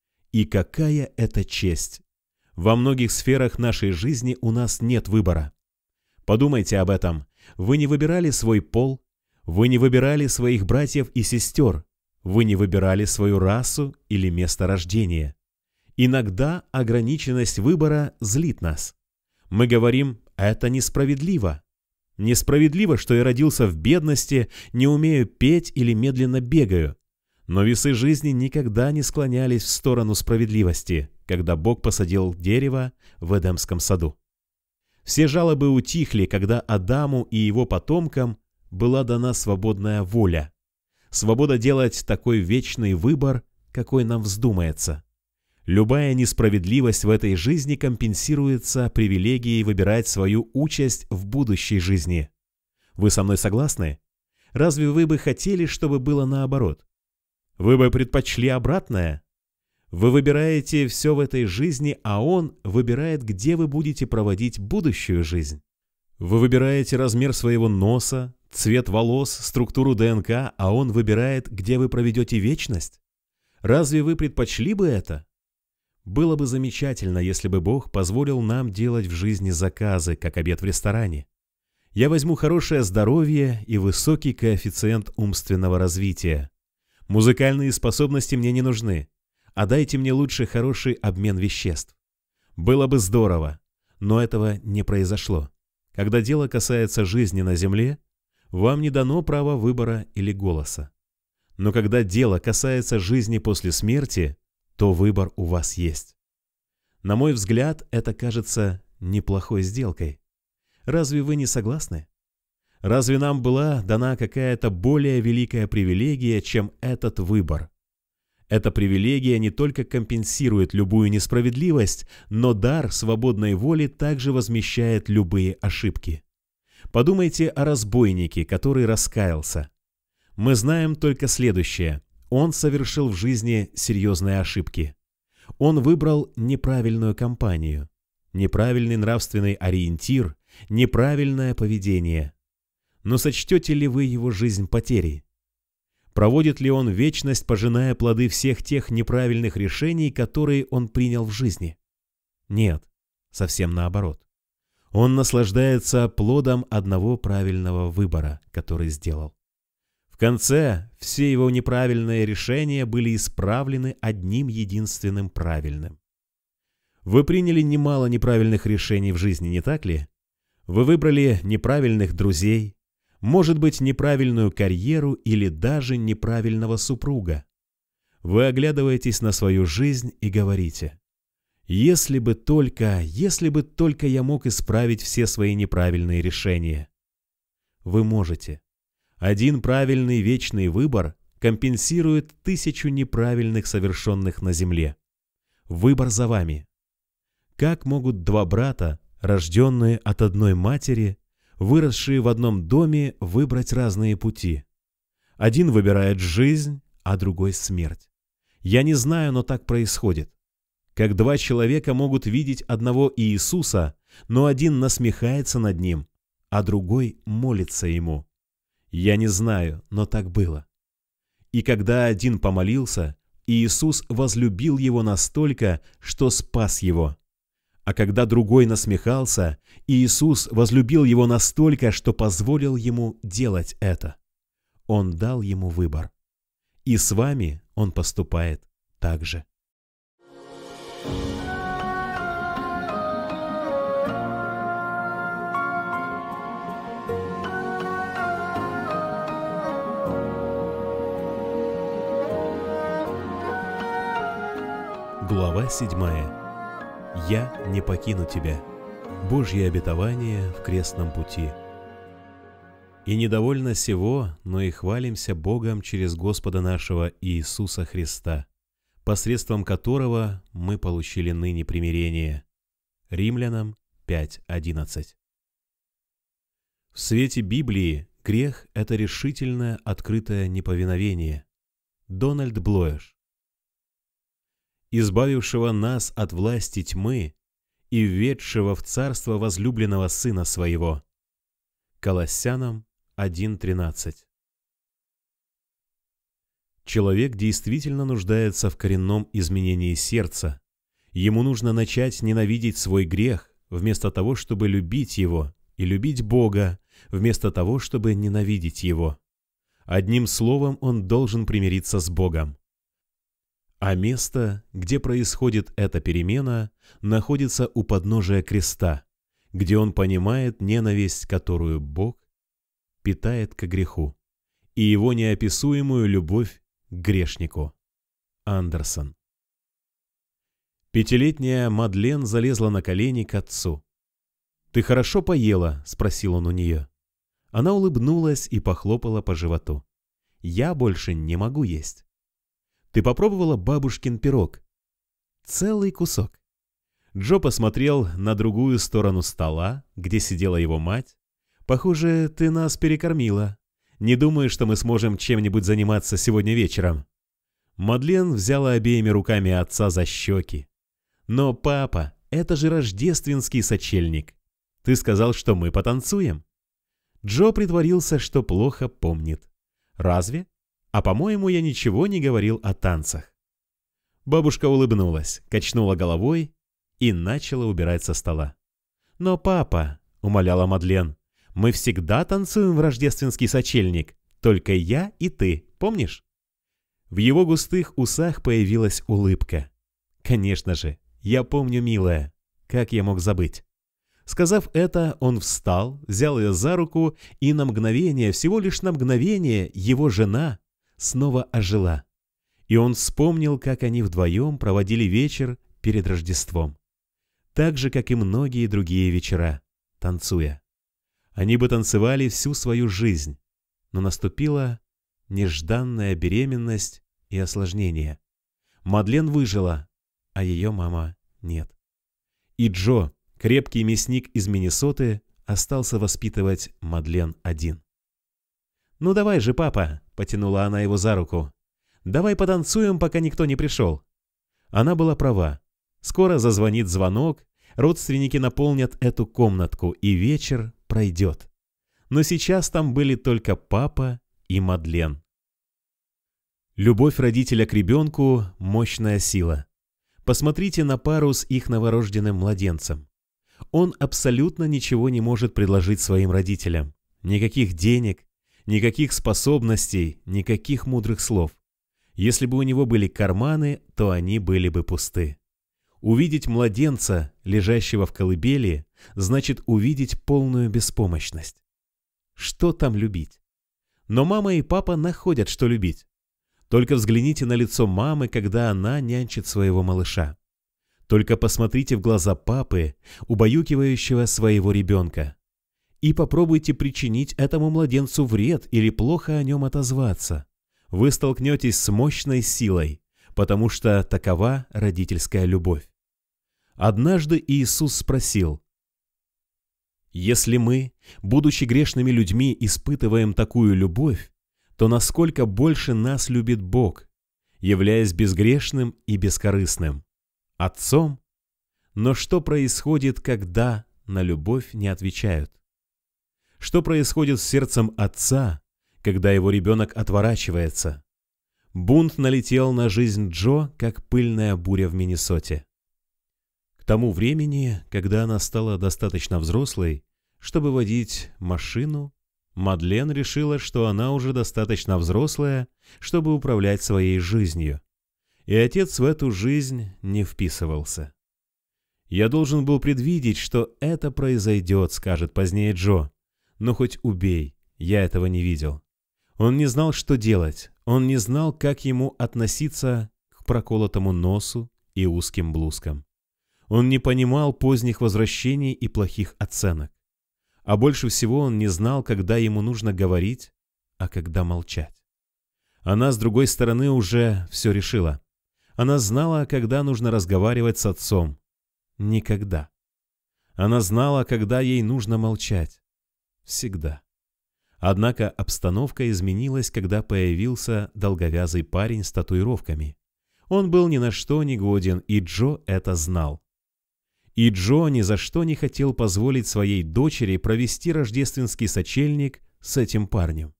[SPEAKER 2] И какая это честь! Во многих сферах нашей жизни у нас нет выбора. Подумайте об этом. Вы не выбирали свой пол, вы не выбирали своих братьев и сестер, вы не выбирали свою расу или место рождения. Иногда ограниченность выбора злит нас. Мы говорим: это несправедливо. Несправедливо, что я родился в бедности, не умею петь или медленно бегаю. Но весы жизни никогда не склонялись в сторону справедливости, когда Бог посадил дерево в Эдемском саду. Все жалобы утихли, когда Адаму и его потомкам была дана свободная воля. Свобода делать такой вечный выбор, какой нам вздумается. Любая несправедливость в этой жизни компенсируется привилегией выбирать свою участь в будущей жизни. Вы со мной согласны? Разве вы бы хотели, чтобы было наоборот? Вы бы предпочли обратное? Вы выбираете все в этой жизни, а Он выбирает, где вы будете проводить будущую жизнь. Вы выбираете размер своего носа, цвет волос, структуру ДНК, а Он выбирает, где вы проведете вечность. Разве вы предпочли бы это? Было бы замечательно, если бы Бог позволил нам делать в жизни заказы, как обед в ресторане. Я возьму хорошее здоровье и высокий коэффициент умственного развития. Музыкальные способности мне не нужны, а дайте мне лучше хороший обмен веществ. Было бы здорово, но этого не произошло. Когда дело касается жизни на земле, вам не дано права выбора или голоса. Но когда дело касается жизни после смерти, то выбор у вас есть. На мой взгляд, это кажется неплохой сделкой. Разве вы не согласны? Разве нам была дана какая-то более великая привилегия, чем этот выбор? Эта привилегия не только компенсирует любую несправедливость, но дар свободной воли также возмещает любые ошибки. Подумайте о разбойнике, который раскаялся. Мы знаем только следующее. Он совершил в жизни серьезные ошибки. Он выбрал неправильную компанию, неправильный нравственный ориентир, неправильное поведение. Но сочтете ли вы его жизнь потерей? Проводит ли он вечность, пожиная плоды всех тех неправильных решений, которые он принял в жизни? Нет, совсем наоборот. Он наслаждается плодом одного правильного выбора, который сделал. В конце все его неправильные решения были исправлены одним единственным правильным. Вы приняли немало неправильных решений в жизни, не так ли? Вы выбрали неправильных друзей, может быть, неправильную карьеру или даже неправильного супруга. Вы оглядываетесь на свою жизнь и говорите: «Если бы только, если бы только я мог исправить все свои неправильные решения». Вы можете. Один правильный вечный выбор компенсирует тысячу неправильных, совершенных на земле. Выбор за вами. Как могут два брата, рожденные от одной матери, выросшие в одном доме, выбрать разные пути? Один выбирает жизнь, а другой смерть. Я не знаю, но так происходит. Как два человека могут видеть одного Иисуса, но один насмехается над ним, а другой молится ему. Я не знаю, но так было. И когда один помолился, Иисус возлюбил его настолько, что спас его. А когда другой насмехался, Иисус возлюбил его настолько, что позволил ему делать это. Он дал ему выбор. И с вами Он поступает так же. Глава седьмая. «Я не покину тебя». Божье обетование в крестном пути. «И недовольно сего, но и хвалимся Богом через Господа нашего Иисуса Христа, посредством которого мы получили ныне примирение». Римлянам пять одиннадцать. В свете Библии Грех — это решительное, открытое неповиновение. Дональд Блоэш. Избавившего нас от власти тьмы и введшего в царство возлюбленного Сына Своего. Колоссянам один тринадцать. Человек действительно нуждается в коренном изменении сердца. Ему нужно начать ненавидеть свой грех, вместо того, чтобы любить его, и любить Бога, вместо того, чтобы ненавидеть его. Одним словом, он должен примириться с Богом. А место, где происходит эта перемена, находится у подножия креста, где он понимает ненависть, которую Бог питает к греху, и его неописуемую любовь к грешнику. Андерсон. Пятилетняя Мадлен залезла на колени к отцу. «Ты хорошо поела?» — спросил он у нее. Она улыбнулась и похлопала по животу. «Я больше не могу есть». «Ты попробовала бабушкин пирог?» «Целый кусок». Джо посмотрел на другую сторону стола, где сидела его мать. «Похоже, ты нас перекормила. Не думаю, что мы сможем чем-нибудь заниматься сегодня вечером». Мадлен взяла обеими руками отца за щеки. «Но, папа, это же рождественский сочельник. Ты сказал, что мы потанцуем». Джо притворился, что плохо помнит. «Разве? А, по-моему, я ничего не говорил о танцах». Бабушка улыбнулась, качнула головой и начала убирать со стола. «Но, папа», — умоляла Мадлен, — «мы всегда танцуем в рождественский сочельник, только я и ты, помнишь?» В его густых усах появилась улыбка. «Конечно же, я помню, милая. Как я мог забыть?» Сказав это, он встал, взял ее за руку, и на мгновение, всего лишь на мгновение, его жена снова ожила. И он вспомнил, как они вдвоем проводили вечер перед Рождеством. Так же, как и многие другие вечера, танцуя. Они бы танцевали всю свою жизнь, но наступила нежданная беременность и осложнение. Мадлен выжила, а ее мама нет. И Джо, крепкий мясник из Миннесоты, остался воспитывать Мадлен один. «Ну давай же, папа!» — потянула она его за руку. «Давай потанцуем, пока никто не пришел». Она была права. Скоро зазвонит звонок, родственники наполнят эту комнатку, и вечер пройдет. Но сейчас там были только папа и Мадлен. Любовь родителя к ребенку – мощная сила. Посмотрите на пару с их новорожденным младенцем. Он абсолютно ничего не может предложить своим родителям. Никаких денег, никаких способностей, никаких мудрых слов. Если бы у него были карманы, то они были бы пусты. Увидеть младенца, лежащего в колыбели, значит увидеть полную беспомощность. Что там любить? Но мама и папа находят, что любить. Только взгляните на лицо мамы, когда она нянчит своего малыша. Только посмотрите в глаза папы, убаюкивающего своего ребенка. И попробуйте причинить этому младенцу вред или плохо о нем отозваться. Вы столкнетесь с мощной силой, потому что такова родительская любовь. Однажды Иисус спросил: «Если мы, будучи грешными людьми, испытываем такую любовь, то насколько больше нас любит Бог, являясь безгрешным и бескорыстным, Отцом?» Но что происходит, когда на любовь не отвечают? Что происходит с сердцем отца, когда его ребенок отворачивается? Бунт налетел на жизнь Джо, как пыльная буря в Миннесоте. К тому времени, когда она стала достаточно взрослой, чтобы водить машину, Мадлен решила, что она уже достаточно взрослая, чтобы управлять своей жизнью. И отец в эту жизнь не вписывался. «Я должен был предвидеть, что это произойдет», — скажет позднее Джо. «Но хоть убей, я этого не видел». Он не знал, что делать. Он не знал, как ему относиться к проколотому носу и узким блузкам. Он не понимал поздних возвращений и плохих оценок. А больше всего он не знал, когда ему нужно говорить, а когда молчать. Она, с другой стороны, уже все решила. Она знала, когда нужно разговаривать с отцом. Никогда. Она знала, когда ей нужно молчать. Всегда. Однако обстановка изменилась, когда появился долговязый парень с татуировками. Он был ни на что не годен, и Джо это знал. И Джо ни за что не хотел позволить своей дочери провести рождественский сочельник с этим парнем.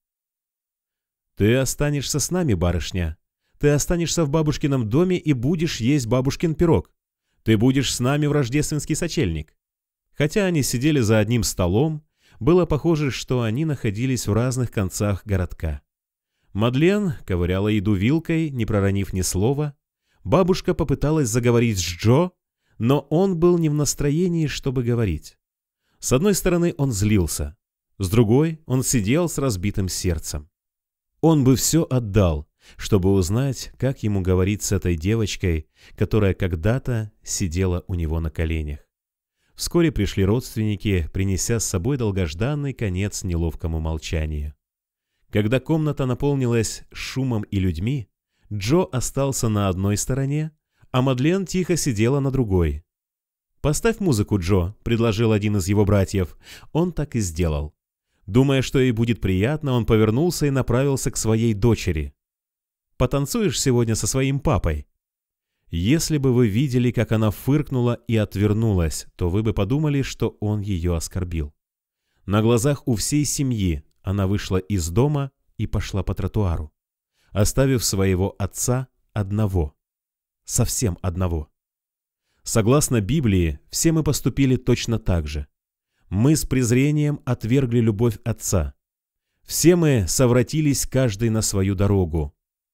[SPEAKER 2] «Ты останешься с нами, барышня. Ты останешься в бабушкином доме и будешь есть бабушкин пирог. Ты будешь с нами в рождественский сочельник». Хотя они сидели за одним столом, было похоже, что они находились в разных концах городка. Мадлен ковыряла еду вилкой, не проронив ни слова. Бабушка попыталась заговорить с Джо, но он был не в настроении, чтобы говорить. С одной стороны, он злился. С другой, он сидел с разбитым сердцем. Он бы все отдал, чтобы узнать, как ему говорить с этой девочкой, которая когда-то сидела у него на коленях. Вскоре пришли родственники, принеся с собой долгожданный конец неловкому молчанию. Когда комната наполнилась шумом и людьми, Джо остался на одной стороне, а Мадлен тихо сидела на другой. «Поставь музыку, Джо», — предложил один из его братьев. Он так и сделал. Думая, что ей будет приятно, он повернулся и направился к своей дочери. «Потанцуешь сегодня со своим папой?» Если бы вы видели, как она фыркнула и отвернулась, то вы бы подумали, что он ее оскорбил. На глазах у всей семьи она вышла из дома и пошла по тротуару, оставив своего отца одного, совсем одного. Согласно Библии, все мы поступили точно так же. Мы с презрением отвергли любовь отца. Все мы совратились каждый на свою дорогу.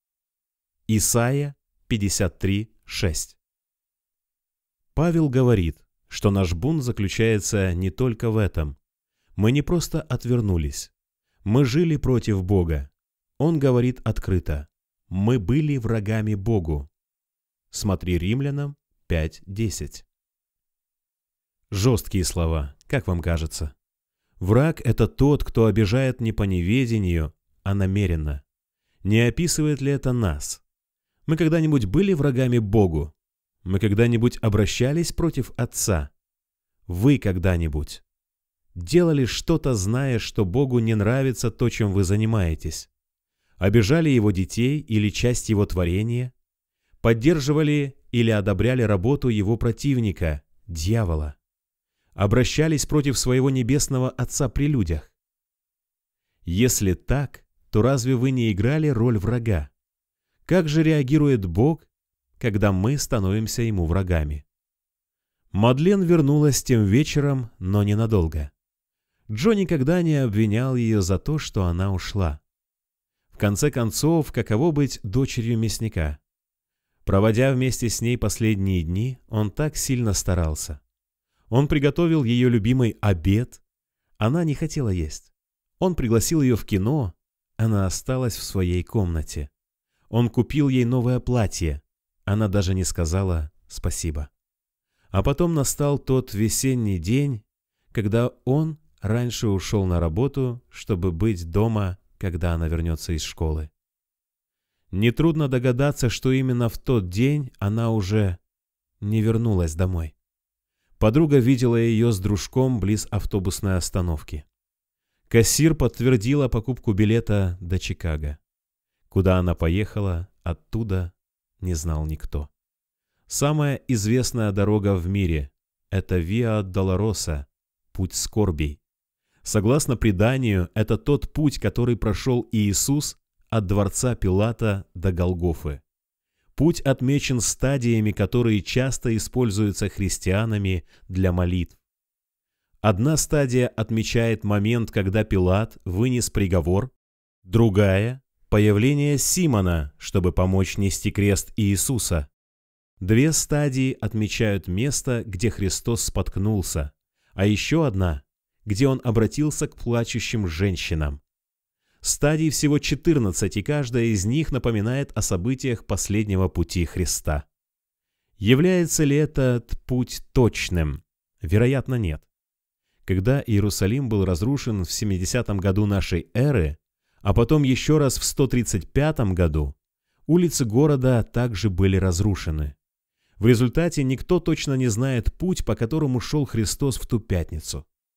[SPEAKER 2] Исайя пятьдесят три, шесть. Павел говорит, что наш бунт заключается не только в этом. Мы не просто отвернулись. Мы жили против Бога. Он говорит открыто. Мы были врагами Богу. Смотри Римлянам пять, десять. Жесткие слова, как вам кажется? Враг — это тот, кто обижает не по неведению, а намеренно. Не описывает ли это нас? Мы когда-нибудь были врагами Богу? Мы когда-нибудь обращались против Отца? Вы когда-нибудь делали что-то, зная, что Богу не нравится то, чем вы занимаетесь? Обижали Его детей или часть Его творения? Поддерживали или одобряли работу Его противника, дьявола? Обращались против своего небесного Отца при людях? Если так, то разве вы не играли роль врага? Как же реагирует Бог, когда мы становимся Ему врагами? Мадлен вернулась тем вечером, но ненадолго. Джо никогда не обвинял ее за то, что она ушла. В конце концов, каково быть дочерью мясника? Проводя вместе с ней последние дни, он так сильно старался. Он приготовил ее любимый обед. Она не хотела есть. Он пригласил ее в кино. Она осталась в своей комнате. Он купил ей новое платье. Она даже не сказала спасибо. А потом настал тот весенний день, когда он раньше ушел на работу, чтобы быть дома, когда она вернется из школы. Нетрудно догадаться, что именно в тот день она уже не вернулась домой. Подруга видела ее с дружком близ автобусной остановки. Кассир подтвердила покупку билета до Чикаго. Куда она поехала, оттуда не знал никто. Самая известная дорога в мире — это Виа Долороса, путь скорбей. Согласно преданию, это тот путь, который прошел Иисус от дворца Пилата до Голгофы. Путь отмечен стадиями, которые часто используются христианами для молитв. Одна стадия отмечает момент, когда Пилат вынес приговор, другая — появление Симона, чтобы помочь нести крест Иисуса. Две стадии отмечают место, где Христос споткнулся, а еще одна, где Он обратился к плачущим женщинам. Стадий всего четырнадцать, и каждая из них напоминает о событиях последнего пути Христа. Является ли этот путь точным? Вероятно, нет. Когда Иерусалим был разрушен в семидесятом году нашей эры, а потом еще раз в сто тридцать пятом году, улицы города также были разрушены. В результате никто точно не знает путь, по которому шел Христос в ту пятницу.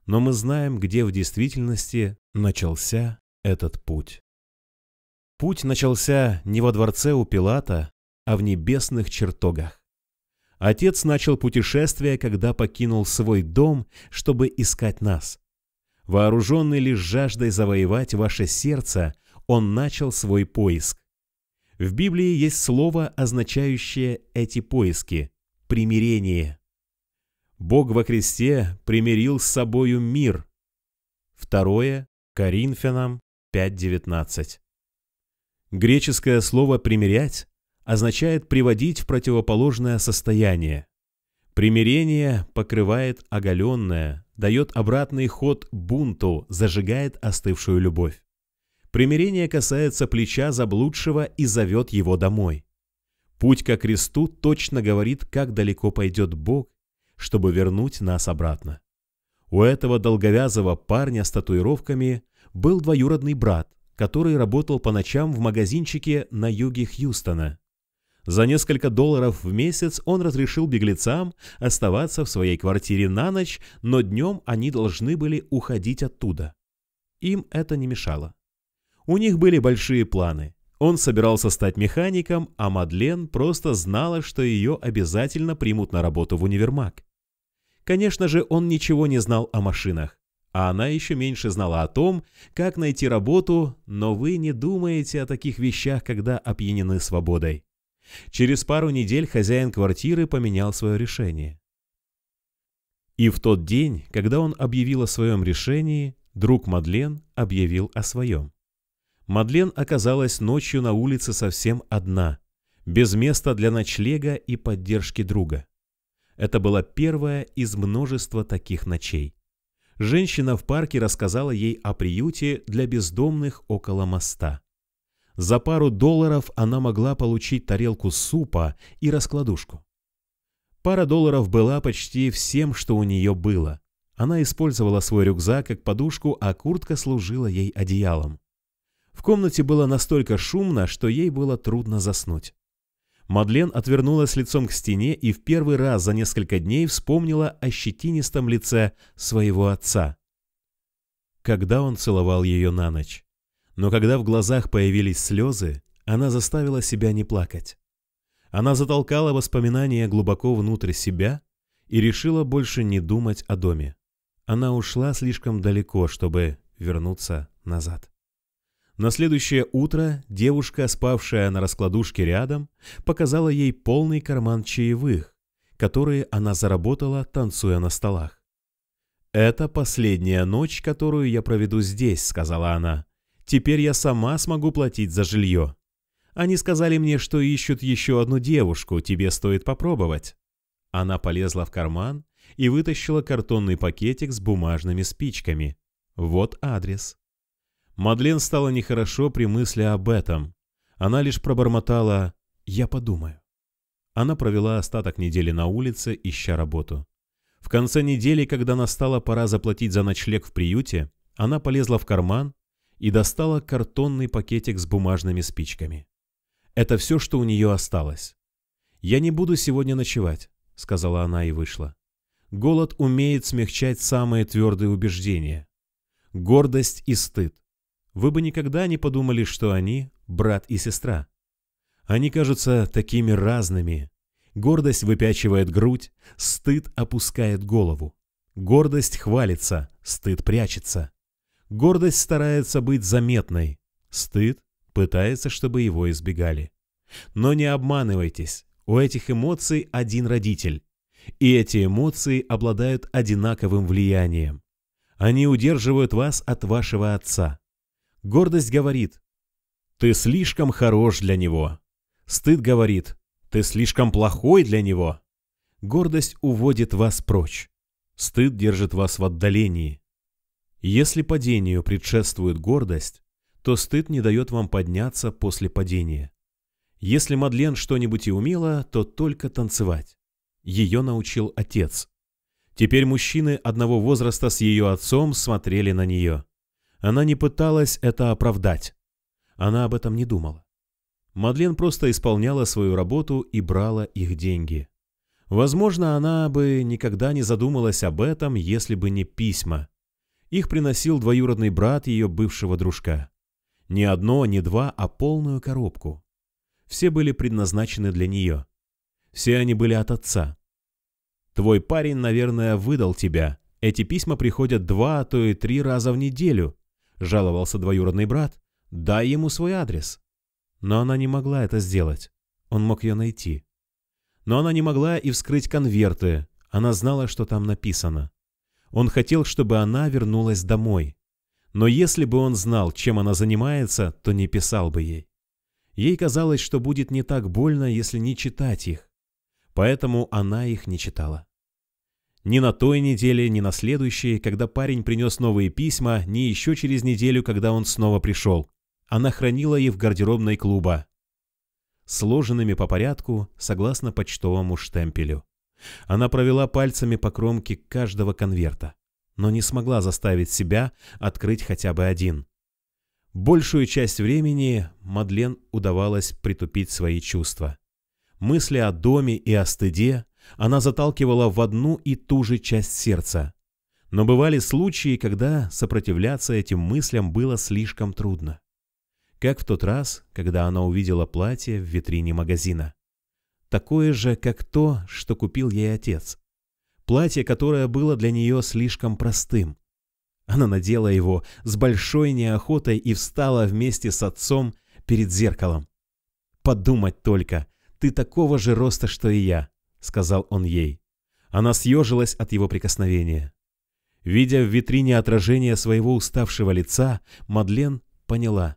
[SPEAKER 2] но мы знаем, где в действительности начался этот путь. Путь начался не во дворце у Пилата, а в небесных чертогах. Отец начал путешествие, когда покинул свой дом, чтобы искать нас. Вооруженный лишь жаждой завоевать ваше сердце, он начал свой поиск. В Библии есть слово, означающее эти поиски – примирение. Бог во Христе примирил с собою мир. Второе Коринфянам пять девятнадцать. Греческое слово «примирять» означает приводить в противоположное состояние. Примирение покрывает оголенное, дает обратный ход бунту, зажигает остывшую любовь. Примирение касается плеча заблудшего и зовет его домой. Путь ко кресту точно говорит, как далеко пойдет Бог, чтобы вернуть нас обратно. У этого долговязого парня с татуировками был двоюродный брат, который работал по ночам в магазинчике на юге Хьюстона. За несколько долларов в месяц он разрешил беглецам оставаться в своей квартире на ночь, но днем они должны были уходить оттуда. Им это не мешало. У них были большие планы. Он собирался стать механиком, а Мадлен просто знала, что ее обязательно примут на работу в универмаг. Конечно же, он ничего не знал о машинах, а она еще меньше знала о том, как найти работу, но вы не думаете о таких вещах, когда опьянены свободой. Через пару недель хозяин квартиры поменял свое решение. И в тот день, когда он объявил о своем решении, друг Мадлен объявил о своем. Мадлен оказалась ночью на улице совсем одна, без места для ночлега и поддержки друга. Это была первая из множества таких ночей. Женщина в парке рассказала ей о приюте для бездомных около моста. За пару долларов она могла получить тарелку супа и раскладушку. Пара долларов была почти всем, что у нее было. Она использовала свой рюкзак как подушку, а куртка служила ей одеялом. В комнате было настолько шумно, что ей было трудно заснуть. Мадлен отвернулась лицом к стене и в первый раз за несколько дней вспомнила о щетинистом лице своего отца, когда он целовал ее на ночь. Но когда в глазах появились слезы, она заставила себя не плакать. Она затолкала воспоминания глубоко внутрь себя и решила больше не думать о доме. Она ушла слишком далеко, чтобы вернуться назад. На следующее утро девушка, спавшая на раскладушке рядом, показала ей полный карман чаевых, которые она заработала, танцуя на столах. «Это последняя ночь, которую я проведу здесь», — сказала она. «Теперь я сама смогу платить за жилье. Они сказали мне, что ищут еще одну девушку, тебе стоит попробовать». Она полезла в карман и вытащила картонный пакетик с бумажными спичками. Вот адрес. Мадлен стало нехорошо при мысли об этом. Она лишь пробормотала «я подумаю». Она провела остаток недели на улице, ища работу. В конце недели, когда настала пора заплатить за ночлег в приюте, она полезла в карман и достала картонный пакетик с бумажными спичками. Это все, что у нее осталось. «Я не буду сегодня ночевать», — сказала она и вышла. Голод умеет смягчать самые твердые убеждения. Гордость и стыд. Вы бы никогда не подумали, что они брат и сестра. Они кажутся такими разными. Гордость выпячивает грудь, стыд опускает голову. Гордость хвалится, стыд прячется. Гордость старается быть заметной, стыд пытается, чтобы его избегали. Но не обманывайтесь, у этих эмоций один родитель, и эти эмоции обладают одинаковым влиянием. Они удерживают вас от вашего отца. Гордость говорит: «Ты слишком хорош для него». Стыд говорит: «Ты слишком плохой для него». Гордость уводит вас прочь. Стыд держит вас в отдалении. Если падению предшествует гордость, то стыд не дает вам подняться после падения. Если Мадлен что-нибудь и умела, то только танцевать. Ее научил отец. Теперь мужчины одного возраста с ее отцом смотрели на нее. Она не пыталась это оправдать. Она об этом не думала. Мадлен просто исполняла свою работу и брала их деньги. Возможно, она бы никогда не задумалась об этом, если бы не письма, Их приносил двоюродный брат ее бывшего дружка. Не одно, не два, а полную коробку. Все были предназначены для нее. Все они были от отца. «Твой парень, наверное, выдал тебя. Эти письма приходят два, а то и три раза в неделю», — жаловался двоюродный брат. «Дай ему свой адрес». Но она не могла это сделать. Он мог ее найти. Но она не могла и вскрыть конверты. Она знала, что там написано. Он хотел, чтобы она вернулась домой. Но если бы он знал, чем она занимается, то не писал бы ей. Ей казалось, что будет не так больно, если не читать их. Поэтому она их не читала. Ни на той неделе, ни на следующей, когда парень принес новые письма, ни еще через неделю, когда он снова пришел. Она хранила их в гардеробной клуба, сложенными по порядку, согласно почтовому штемпелю. Она провела пальцами по кромке каждого конверта, но не смогла заставить себя открыть хотя бы один. Большую часть времени Мадлен удавалось притупить свои чувства. Мысли о доме и о стыде она заталкивала в одну и ту же часть сердца. Но бывали случаи, когда сопротивляться этим мыслям было слишком трудно. Как в тот раз, когда она увидела платье в витрине магазина. Такое же, как то, что купил ей отец. Платье, которое было для нее слишком простым. Она надела его с большой неохотой и встала вместе с отцом перед зеркалом. «Подумать только, ты такого же роста, что и я», — сказал он ей. Она съежилась от его прикосновения. Видя в витрине отражение своего уставшего лица, Мадлен поняла,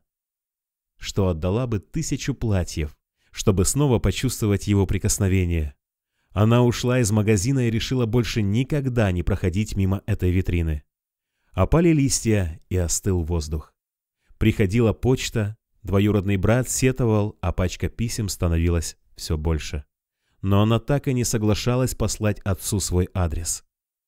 [SPEAKER 2] что отдала бы тысячу платьев, чтобы снова почувствовать его прикосновение. Она ушла из магазина и решила больше никогда не проходить мимо этой витрины. Опали листья, и остыл воздух. Приходила почта, двоюродный брат сетовал, а пачка писем становилась все больше. Но она так и не соглашалась послать отцу свой адрес.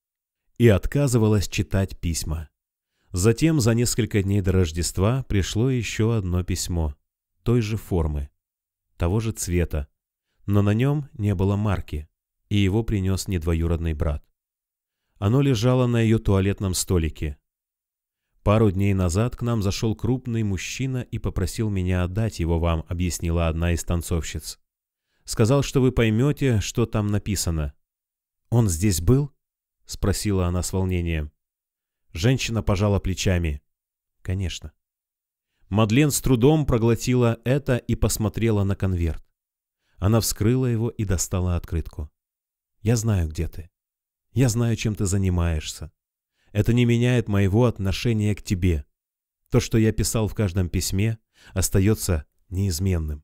[SPEAKER 2] И отказывалась читать письма. Затем, за несколько дней до Рождества, пришло еще одно письмо, той же формы, того же цвета, но на нем не было марки, и его принес не двоюродный брат. Оно лежало на ее туалетном столике. «Пару дней назад к нам зашел крупный мужчина и попросил меня отдать его вам», — объяснила одна из танцовщиц. «Сказал, что вы поймете, что там написано». «Он здесь был?» — спросила она с волнением. Женщина пожала плечами. «Конечно». Мадлен с трудом проглотила это и посмотрела на конверт. Она вскрыла его и достала открытку. «Я знаю, где ты. Я знаю, чем ты занимаешься. Это не меняет моего отношения к тебе. То, что я писал в каждом письме, остается неизменным».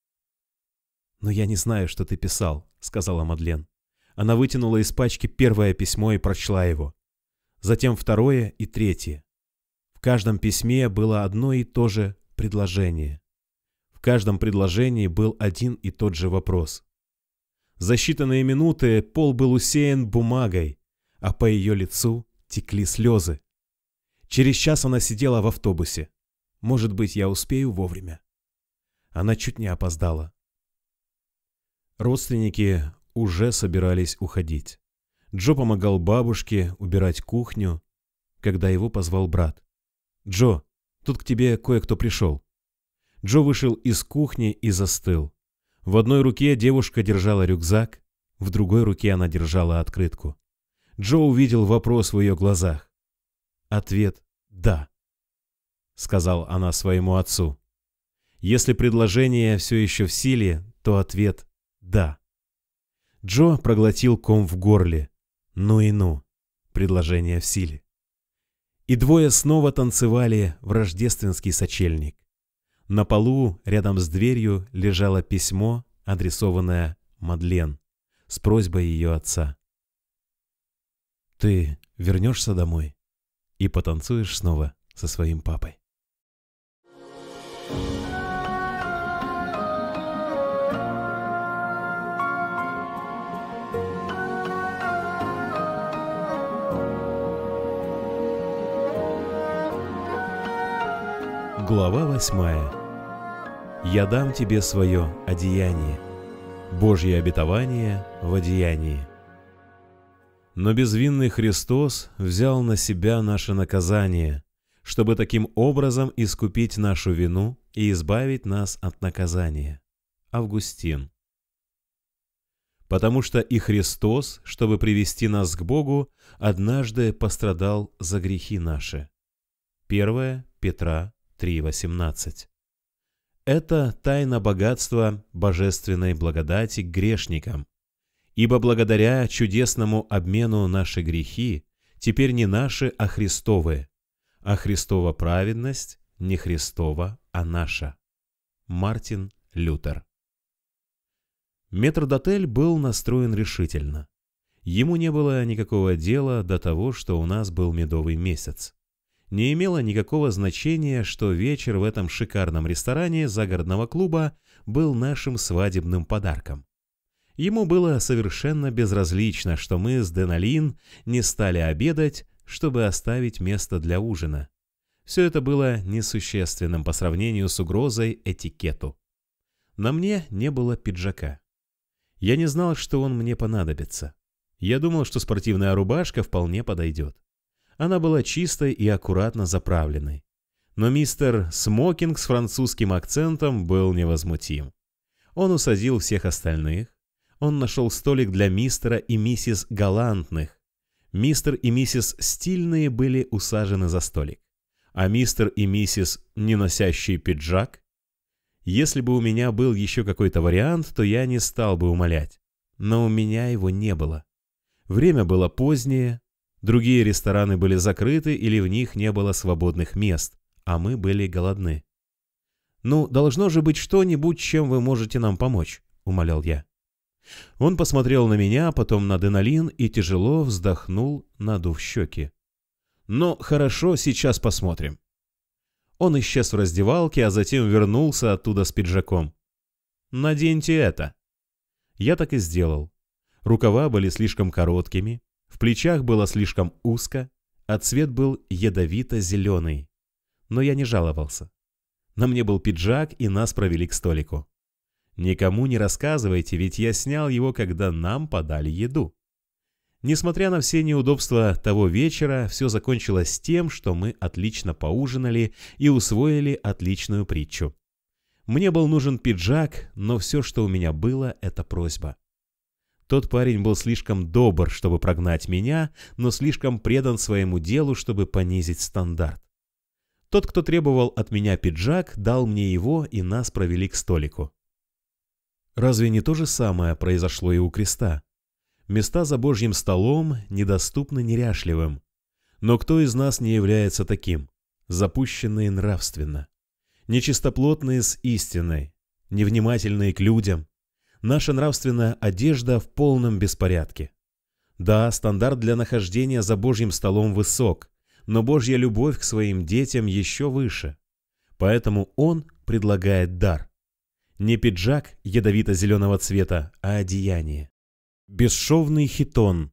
[SPEAKER 2] «Но я не знаю, что ты писал», — сказала Мадлен. Она вытянула из пачки первое письмо и прочла его. Затем второе и третье. В каждом письме было одно и то же предложение. В каждом предложении был один и тот же вопрос. За считанные минуты пол был усеян бумагой, а по ее лицу текли слезы. Через час она сидела в автобусе. «Может быть, я успею вовремя?» Она чуть не опоздала. Родственники уже собирались уходить. Джо помогал бабушке убирать кухню, когда его позвал брат. «Джо, тут к тебе кое-кто пришел». Джо вышел из кухни и застыл. В одной руке девушка держала рюкзак, в другой руке она держала открытку. Джо увидел вопрос в ее глазах. Ответ «да», — сказала она своему отцу. Если предложение все еще в силе, то ответ «да». Джо проглотил ком в горле. Ну и ну, предложение в силе. И двое снова танцевали в рождественский сочельник. На полу рядом с дверью лежало письмо, адресованное Мадлен, с просьбой ее отца. «Ты вернешься домой и потанцуешь снова со своим папой». Глава восьмая. «Я дам тебе свое одеяние, Божье обетование в одеянии». Но безвинный Христос взял на себя наше наказание, чтобы таким образом искупить нашу вину и избавить нас от наказания. Августин. Потому что и Христос, чтобы привести нас к Богу, однажды пострадал за грехи наши. первое Петра три восемнадцать. Это тайна богатства божественной благодати к грешникам, ибо благодаря чудесному обмену наши грехи теперь не наши, а Христовы, а Христова праведность не Христова, а наша. Мартин Лютер. Метрдотель был настроен решительно. Ему не было никакого дела до того, что у нас был медовый месяц. Не имело никакого значения, что вечер в этом шикарном ресторане загородного клуба был нашим свадебным подарком. Ему было совершенно безразлично, что мы с Денолин не стали обедать, чтобы оставить место для ужина. Все это было несущественным по сравнению с угрозой этикету. На мне не было пиджака. Я не знал, что он мне понадобится. Я думал, что спортивная рубашка вполне подойдет. Она была чистой и аккуратно заправленной. Но мистер Смокинг с французским акцентом был невозмутим. Он усадил всех остальных. Он нашел столик для мистера и миссис Галантных. Мистер и миссис Стильные были усажены за столик. А мистер и миссис, не носящий пиджак? Если бы у меня был еще какой-то вариант, то я не стал бы умолять. Но у меня его не было. Время было позднее. Другие рестораны были закрыты или в них не было свободных мест, а мы были голодны. «Ну, должно же быть что-нибудь, чем вы можете нам помочь», — умолял я. Он посмотрел на меня, потом на Денолин и тяжело вздохнул, надув щеки. «Ну, хорошо, сейчас посмотрим». Он исчез в раздевалке, а затем вернулся оттуда с пиджаком. «Наденьте это». Я так и сделал. Рукава были слишком короткими. В плечах было слишком узко, а цвет был ядовито-зеленый. Но я не жаловался. На мне был пиджак, и нас провели к столику. Никому не рассказывайте, ведь я снял его, когда нам подали еду. Несмотря на все неудобства того вечера, все закончилось тем, что мы отлично поужинали и усвоили отличную притчу. Мне был нужен пиджак, но все, что у меня было, это просьба. Тот парень был слишком добр, чтобы прогнать меня, но слишком предан своему делу, чтобы понизить стандарт. Тот, кто требовал от меня пиджак, дал мне его, и нас провели к столику. Разве не то же самое произошло и у креста? Места за Божьим столом недоступны неряшливым. Но кто из нас не является таким? Запущенные нравственно, нечистоплотные с истиной, невнимательные к людям. Наша нравственная одежда в полном беспорядке. Да, стандарт для нахождения за Божьим столом высок, но Божья любовь к своим детям еще выше. Поэтому Он предлагает дар. Не пиджак ядовито-зеленого цвета, а одеяние. Бесшовный хитон.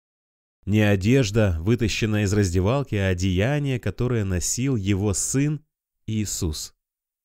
[SPEAKER 2] Не одежда, вытащенная из раздевалки, а одеяние, которое носил Его Сын Иисус.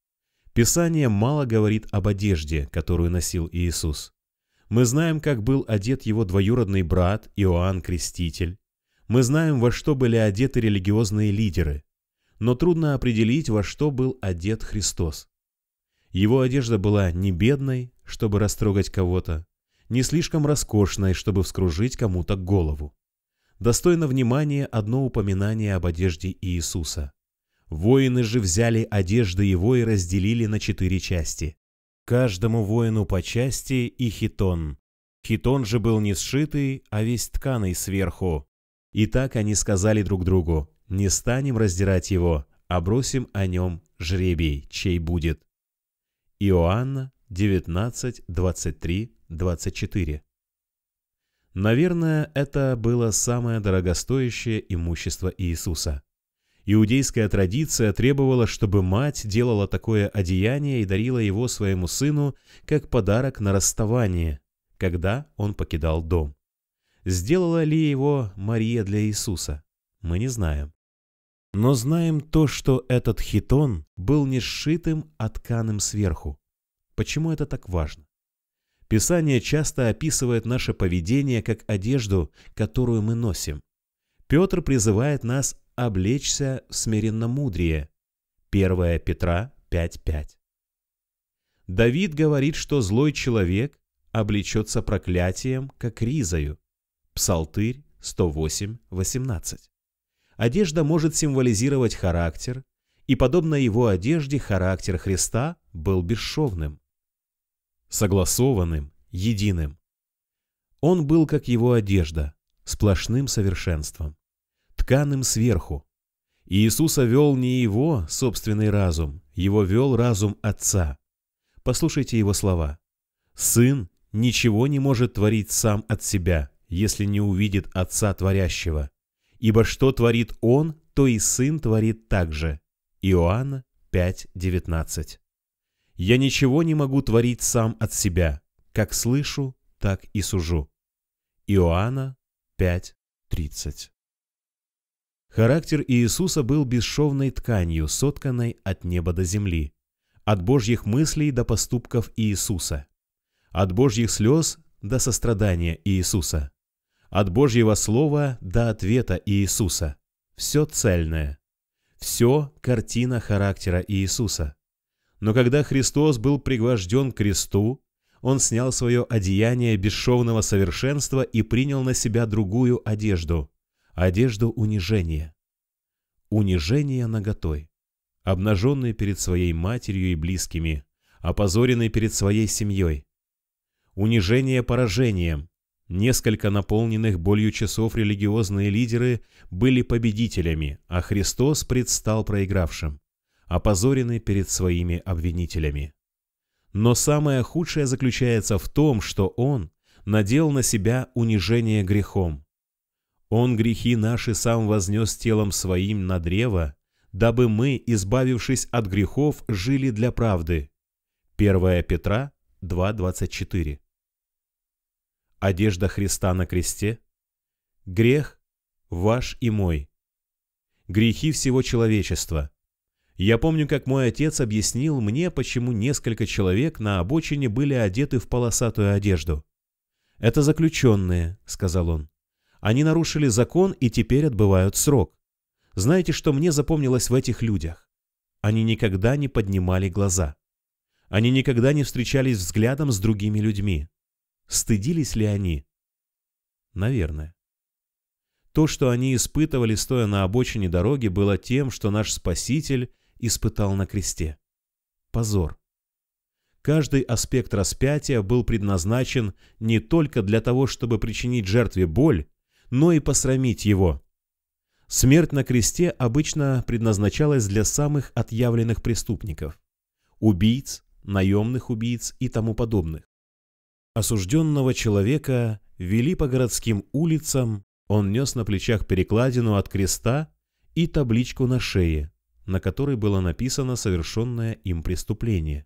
[SPEAKER 2] Писание мало говорит об одежде, которую носил Иисус. Мы знаем, как был одет его двоюродный брат Иоанн Креститель. Мы знаем, во что были одеты религиозные лидеры. Но трудно определить, во что был одет Христос. Его одежда была не бедной, чтобы растрогать кого-то, не слишком роскошной, чтобы вскружить кому-то голову. Достойно внимания одно упоминание об одежде Иисуса. Воины же взяли одежды его и разделили на четыре части. Каждому воину по части и хитон. Хитон же был не сшитый, а весь тканый сверху. И так они сказали друг другу: «Не станем раздирать его, а бросим о нем жребий, чей будет». Иоанна девятнадцать, двадцать три, двадцать четыре. Наверное, это было самое дорогостоящее имущество Иисуса. Иудейская традиция требовала, чтобы мать делала такое одеяние и дарила его своему сыну как подарок на расставание, когда он покидал дом. Сделала ли его Мария для Иисуса? Мы не знаем. Но знаем то, что этот хитон был не сшитым, а тканым сверху. Почему это так важно? Писание часто описывает наше поведение как одежду, которую мы носим. Петр призывает нас облечься в смиренномудрие. первое Петра пять пять. Давид говорит, что злой человек облечется проклятием, как ризою. Псалтырь сто восемь восемнадцать. Одежда может символизировать характер, и, подобно его одежде, характер Христа был бесшовным, согласованным, единым. Он был, как его одежда, сплошным совершенством, тканым сверху. И Иисуса вел не его собственный разум, его вел разум Отца. Послушайте его слова. «Сын ничего не может творить сам от себя, если не увидит Отца Творящего. Ибо что творит Он, то и Сын творит также». Иоанна пять девятнадцать. «Я ничего не могу творить сам от себя, как слышу, так и сужу». Иоанна пять тридцать. Характер Иисуса был бесшовной тканью, сотканной от неба до земли, от Божьих мыслей до поступков Иисуса, от Божьих слез до сострадания Иисуса, от Божьего слова до ответа Иисуса. Все цельное. Все картина характера Иисуса. Но когда Христос был пригвожден к кресту, Он снял свое одеяние бесшовного совершенства и принял на себя другую одежду, одежду унижения. Унижение наготой, обнаженный перед своей матерью и близкими, опозоренный перед своей семьей. Унижение поражением. Несколько наполненных болью часов религиозные лидеры были победителями, а Христос предстал проигравшим, опозоренный перед своими обвинителями. Но самое худшее заключается в том, что Он надел на себя унижение грехом. Он грехи наши сам вознес телом своим на древо, дабы мы, избавившись от грехов, жили для правды. первое Петра два двадцать четыре. Одежда Христа на кресте, грех ваш и мой, грехи всего человечества. Я помню, как мой отец объяснил мне, почему несколько человек на обочине были одеты в полосатую одежду. «Это заключенные», — сказал он. «Они нарушили закон и теперь отбывают срок. Знаете, что мне запомнилось в этих людях? Они никогда не поднимали глаза. Они никогда не встречались взглядом с другими людьми. Стыдились ли они? Наверное. То, что они испытывали, стоя на обочине дороги, было тем, что наш Спаситель испытал на кресте. Позор. Каждый аспект распятия был предназначен не только для того, чтобы причинить жертве боль, но и посрамить его. Смерть на кресте обычно предназначалась для самых отъявленных преступников – убийц, наемных убийц и тому подобных. Осужденного человека вели по городским улицам, он нес на плечах перекладину от креста и табличку на шее, на которой было написано совершенное им преступление.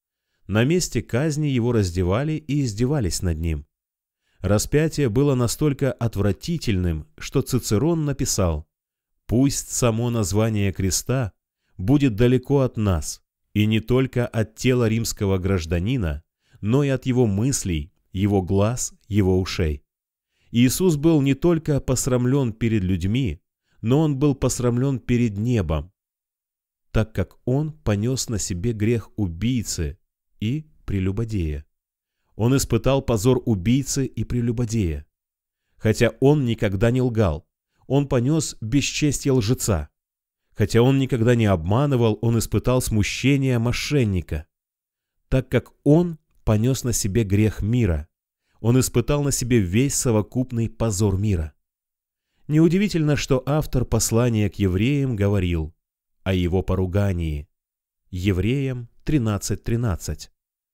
[SPEAKER 2] На месте казни его раздевали и издевались над ним. Распятие было настолько отвратительным, что Цицерон написал: «Пусть само название креста будет далеко от нас, и не только от тела римского гражданина, но и от его мыслей, его глаз, его ушей». Иисус был не только посрамлен перед людьми, но Он был посрамлен перед небом, так как Он понес на себе грех убийцы и прелюбодея. Он испытал позор убийцы и прелюбодея. Хотя Он никогда не лгал, Он понес бесчестье лжеца. Хотя Он никогда не обманывал, Он испытал смущение мошенника. Так как Он понес на себе грех мира, Он испытал на себе весь совокупный позор мира. Неудивительно, что автор послания к евреям говорил о его поругании. Евреям тринадцать тринадцать.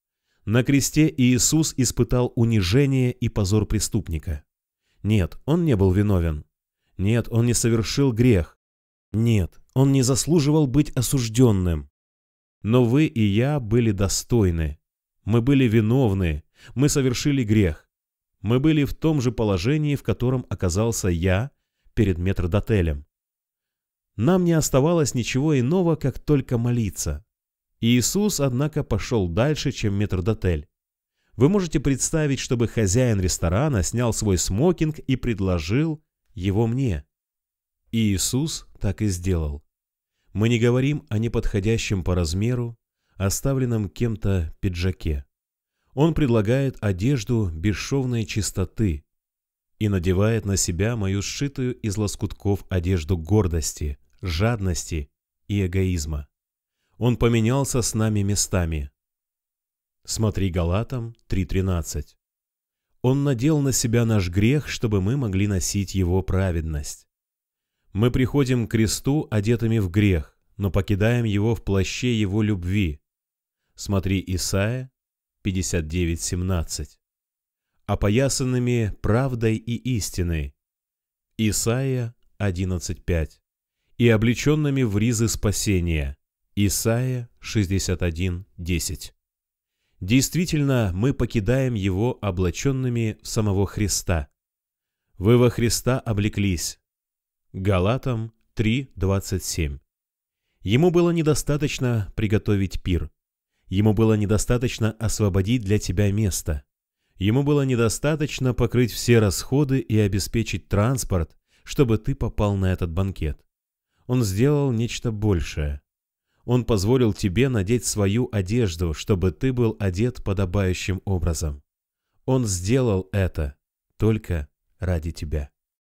[SPEAKER 2] На кресте Иисус испытал унижение и позор преступника. Нет, Он не был виновен. Нет, Он не совершил грех. Нет, Он не заслуживал быть осужденным. Но вы и я были достойны. Мы были виновны. Мы совершили грех. Мы были в том же положении, в котором оказался я перед метрдотелем. Нам не оставалось ничего иного, как только молиться. Иисус, однако, пошел дальше, чем метрдотель. Вы можете представить, чтобы хозяин ресторана снял свой смокинг и предложил его мне. И Иисус так и сделал. Мы не говорим о неподходящем по размеру, оставленном кем-то пиджаке. Он предлагает одежду бесшовной чистоты и надевает на себя мою сшитую из лоскутков одежду гордости, жадности и эгоизма. Он поменялся с нами местами. Смотри Галатам три тринадцать. Он надел на себя наш грех, чтобы мы могли носить его праведность. Мы приходим к кресту одетыми в грех, но покидаем его в плаще его любви. Смотри Исайя пятьдесят девять семнадцать. Опоясанными правдой и истиной. Исайя одиннадцать пять. И облеченными в ризы спасения. Исайя шестьдесят один десять. Действительно, мы покидаем его облаченными в самого Христа. Вы во Христа облеклись. Галатам три двадцать семь. Ему было недостаточно приготовить пир. Ему было недостаточно освободить для тебя место. Ему было недостаточно покрыть все расходы и обеспечить транспорт, чтобы ты попал на этот банкет. Он сделал нечто большее. Он позволил тебе надеть свою одежду, чтобы ты был одет подобающим образом. Он сделал это только ради тебя.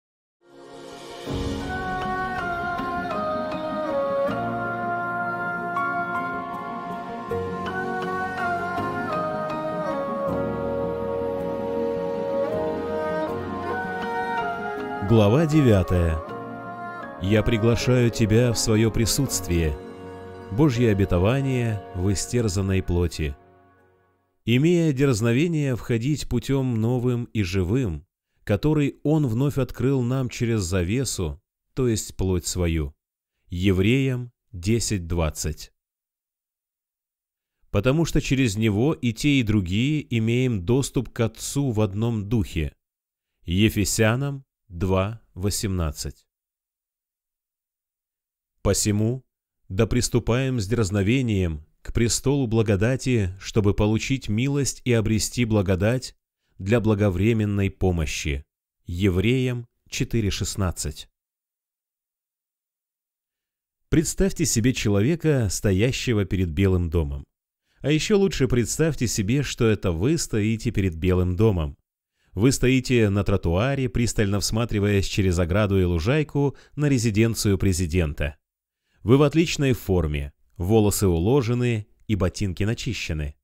[SPEAKER 2] Глава девятая. Я приглашаю тебя в свое присутствие. Божье обетование в истерзанной плоти. Имея дерзновение входить путем новым и живым, который Он вновь открыл нам через завесу, то есть плоть свою. Евреям десять двадцать. Потому что через Него и те, и другие имеем доступ к Отцу в одном духе. Ефесянам два восемнадцать. Посему да приступаем с дерзновением к престолу благодати, чтобы получить милость и обрести благодать для благовременной помощи. Евреям четыре шестнадцать. Представьте себе человека, стоящего перед Белым домом. А еще лучше представьте себе, что это вы стоите перед Белым домом. Вы стоите на тротуаре, пристально всматриваясь через ограду и лужайку на резиденцию президента. Вы в отличной форме, волосы уложены и ботинки начищены.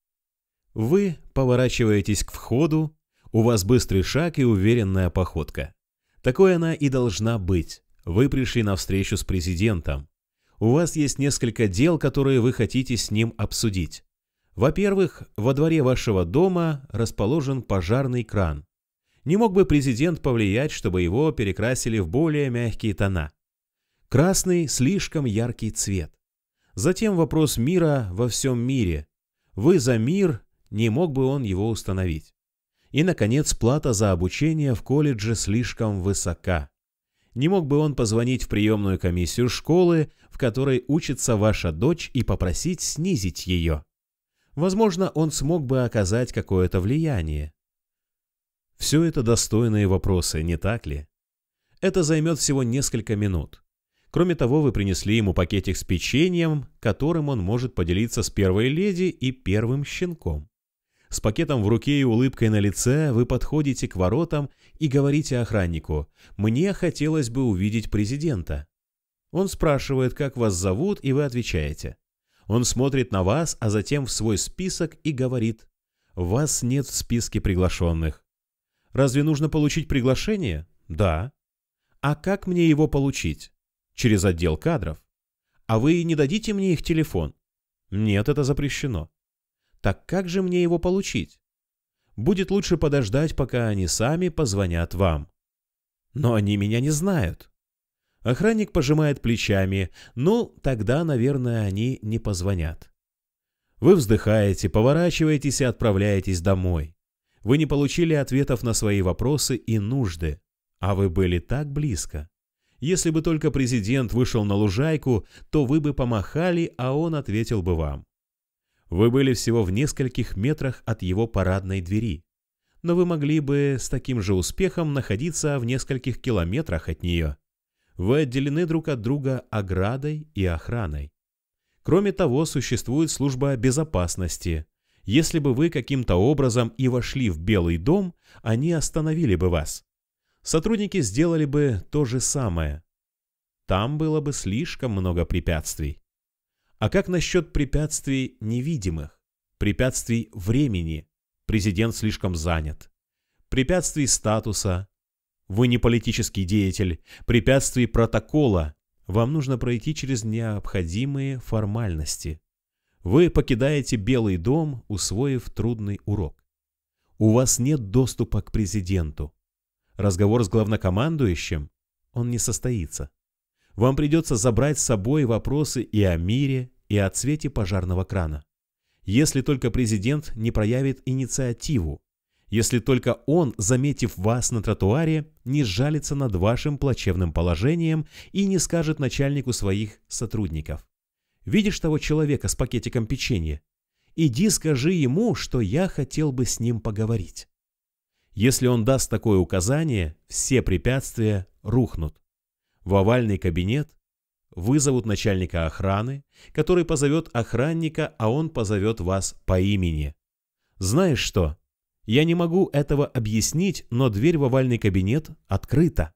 [SPEAKER 2] Вы поворачиваетесь к входу, у вас быстрый шаг и уверенная походка. Такой она и должна быть. Вы пришли на встречу с президентом. У вас есть несколько дел, которые вы хотите с ним обсудить. Во-первых, во дворе вашего дома расположен пожарный кран. Не мог бы президент повлиять, чтобы его перекрасили в более мягкие тона? Красный – слишком яркий цвет. Затем вопрос мира во всем мире. Вы за мир, не мог бы он его установить? И, наконец, плата за обучение в колледже слишком высока. Не мог бы он позвонить в приемную комиссию школы, в которой учится ваша дочь, и попросить снизить ее? Возможно, он смог бы оказать какое-то влияние. Все это достойные вопросы, не так ли? Это займет всего несколько минут. Кроме того, вы принесли ему пакетик с печеньем, которым он может поделиться с первой леди и первым щенком. С пакетом в руке и улыбкой на лице вы подходите к воротам и говорите охраннику: «Мне хотелось бы увидеть президента». Он спрашивает, как вас зовут, и вы отвечаете. Он смотрит на вас, а затем в свой список и говорит: «Вас нет в списке приглашенных». Разве нужно получить приглашение? Да. А как мне его получить? Через отдел кадров. А вы не дадите мне их телефон? Нет, это запрещено. Так как же мне его получить? Будет лучше подождать, пока они сами позвонят вам. Но они меня не знают. Охранник пожимает плечами. Ну, тогда, наверное, они не позвонят. Вы вздыхаете, поворачиваетесь и отправляетесь домой. Вы не получили ответов на свои вопросы и нужды, а вы были так близко. Если бы только президент вышел на лужайку, то вы бы помахали, а он ответил бы вам. Вы были всего в нескольких метрах от его парадной двери, но вы могли бы с таким же успехом находиться в нескольких километрах от нее. Вы отделены друг от друга оградой и охраной. Кроме того, существует служба безопасности. Если бы вы каким-то образом и вошли в Белый дом, они остановили бы вас. Сотрудники сделали бы то же самое. Там было бы слишком много препятствий. А как насчет препятствий невидимых? Препятствий времени? Президент слишком занят. Препятствий статуса? Вы не политический деятель. Препятствий протокола? Вам нужно пройти через необходимые формальности. Вы покидаете Белый дом, усвоив трудный урок. У вас нет доступа к президенту. Разговор с главнокомандующим, он не состоится. Вам придется забрать с собой вопросы и о мире, и о цвете пожарного крана. Если только президент не проявит инициативу, если только он, заметив вас на тротуаре, не сжалится над вашим плачевным положением и не скажет начальнику своих сотрудников: «Видишь того человека с пакетиком печенья? Иди скажи ему, что я хотел бы с ним поговорить». Если он даст такое указание, все препятствия рухнут. В овальный кабинет вызовут начальника охраны, который позовет охранника, а он позовет вас по имени. Знаешь что? Я не могу этого объяснить, но дверь в овальный кабинет открыта.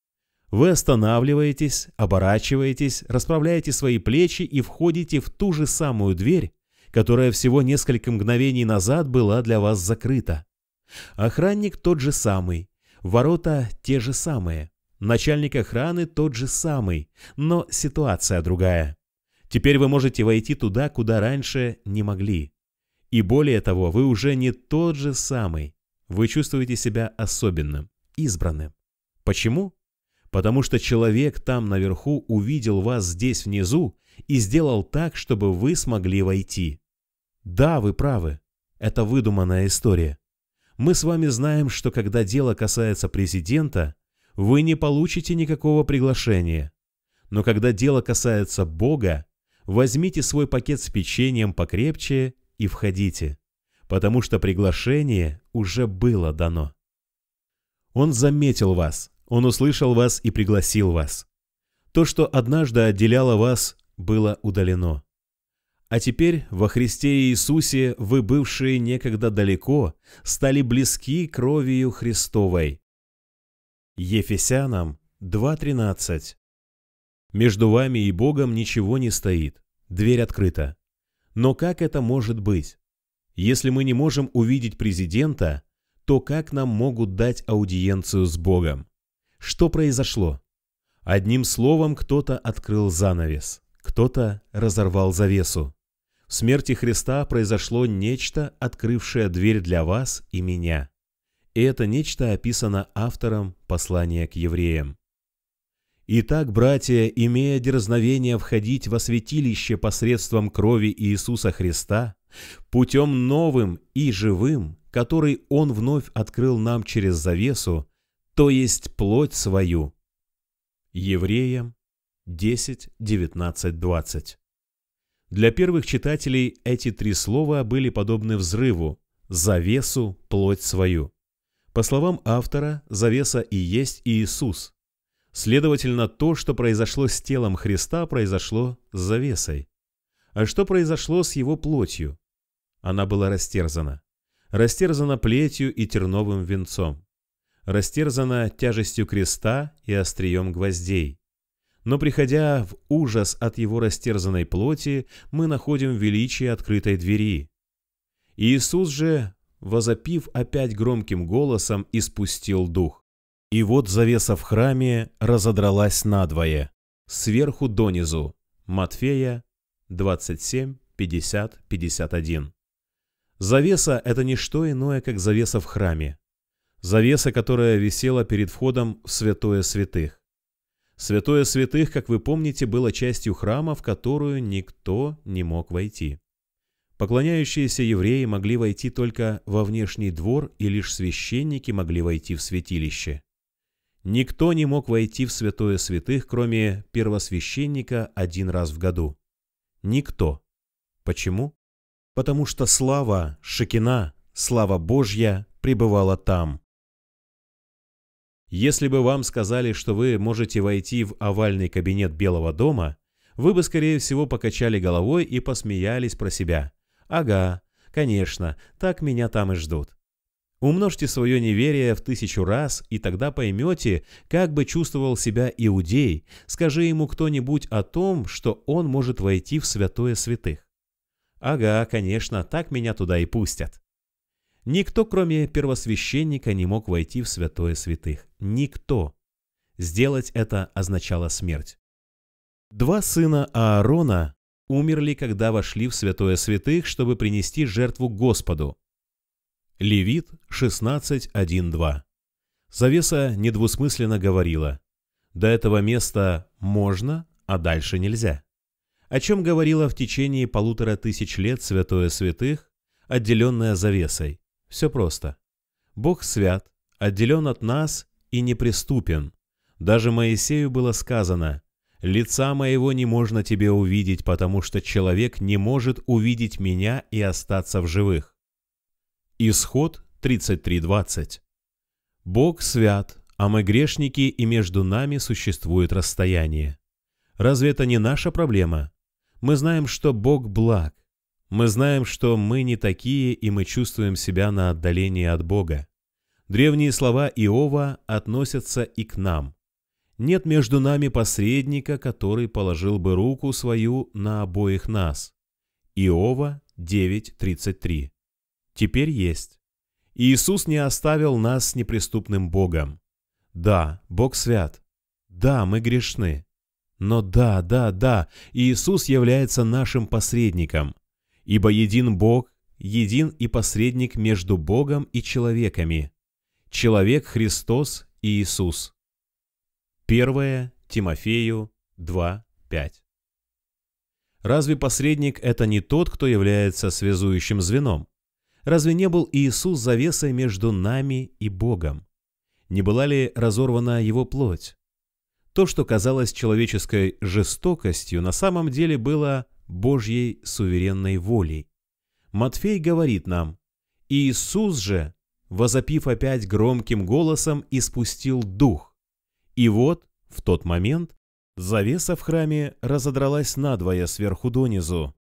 [SPEAKER 2] Вы останавливаетесь, оборачиваетесь, расправляете свои плечи и входите в ту же самую дверь, которая всего несколько мгновений назад была для вас закрыта. Охранник тот же самый, ворота те же самые, начальник охраны тот же самый, но ситуация другая. Теперь вы можете войти туда, куда раньше не могли. И более того, вы уже не тот же самый. Вы чувствуете себя особенным, избранным. Почему? Потому что человек там наверху увидел вас здесь внизу и сделал так, чтобы вы смогли войти. Да, вы правы. Это выдуманная история. Мы с вами знаем, что когда дело касается президента, вы не получите никакого приглашения. Но когда дело касается Бога, возьмите свой пакет с печеньем покрепче и входите, потому что приглашение уже было дано. Он заметил вас, он услышал вас и пригласил вас. То, что однажды отделяло вас, было удалено. А теперь во Христе Иисусе вы, бывшие некогда далеко, стали близки кровью Христовой. Ефесянам два тринадцать. Между вами и Богом ничего не стоит, дверь открыта. Но как это может быть? Если мы не можем увидеть президента, то как нам могут дать аудиенцию с Богом? Что произошло? Одним словом, кто-то открыл занавес, кто-то разорвал завесу. В смерти Христа произошло нечто, открывшее дверь для вас и меня. И это нечто описано автором послания к евреям. «Итак, братья, имея дерзновение входить во святилище посредством крови Иисуса Христа, путем новым и живым, который Он вновь открыл нам через завесу, то есть плоть свою». Евреям десять, девятнадцать, двадцать. Для первых читателей эти три слова были подобны взрыву: «завесу, плоть свою». По словам автора, завеса и есть Иисус. Следовательно, то, что произошло с телом Христа, произошло с завесой. А что произошло с его плотью? Она была растерзана. Растерзана плетью и терновым венцом. Растерзана тяжестью креста и острием гвоздей. Но, приходя в ужас от его растерзанной плоти, мы находим величие открытой двери. Иисус же, возопив опять громким голосом, испустил дух. И вот завеса в храме разодралась надвое, сверху донизу. Матфея двадцать семь, пятьдесят, пятьдесят один. Завеса – это не что иное, как завеса в храме. Завеса, которая висела перед входом в святое святых. Святое святых, как вы помните, было частью храма, в которую никто не мог войти. Поклоняющиеся евреи могли войти только во внешний двор, и лишь священники могли войти в святилище. Никто не мог войти в святое святых, кроме первосвященника, один раз в году. Никто. Почему? потому что слава Шекина, слава Божья, пребывала там. Если бы вам сказали, что вы можете войти в овальный кабинет Белого дома, вы бы, скорее всего, покачали головой и посмеялись про себя. Ага, конечно, так меня там и ждут. Умножьте свое неверие в тысячу раз, и тогда поймете, как бы чувствовал себя иудей, скажи ему кто-нибудь о том, что он может войти в святое святых. Ага, конечно, так меня туда и пустят. Никто, кроме первосвященника, не мог войти в святое святых. Никто. Сделать это означало смерть. Два сына Аарона умерли, когда вошли в святое святых, чтобы принести жертву Господу. Левит шестнадцать, один, два. Завеса недвусмысленно говорила: до этого места можно, а дальше нельзя. О чем говорила в течение полутора тысяч лет святое святых, отделенное завесой? Все просто. Бог свят, отделен от нас и неприступен. Даже Моисею было сказано: «Лица моего не можно тебе увидеть, потому что человек не может увидеть меня и остаться в живых». Исход тридцать три, двадцать. Бог свят, а мы грешники, и между нами существует расстояние. Разве это не наша проблема? Мы знаем, что Бог благ. Мы знаем, что мы не такие, и мы чувствуем себя на отдалении от Бога. Древние слова Иова относятся и к нам. Нет между нами посредника, который положил бы руку свою на обоих нас. Иова девять, тридцать три. Теперь есть. Иисус не оставил нас с неприступным Богом. Да, Бог свят. Да, мы грешны. Но да, да, да, Иисус является нашим посредником. Ибо един Бог, един и посредник между Богом и человеками. Человек Христос и Иисус. первое Тимофею два, пять. Разве посредник – это не тот, кто является связующим звеном? Разве не был Иисус завесой между нами и Богом? Не была ли разорвана Его плоть? То, что казалось человеческой жестокостью, на самом деле было Божьей суверенной волей. Матфей говорит нам: «Иисус же, возопив опять громким голосом, испустил дух». И вот, в тот момент, завеса в храме разодралась надвое сверху донизу.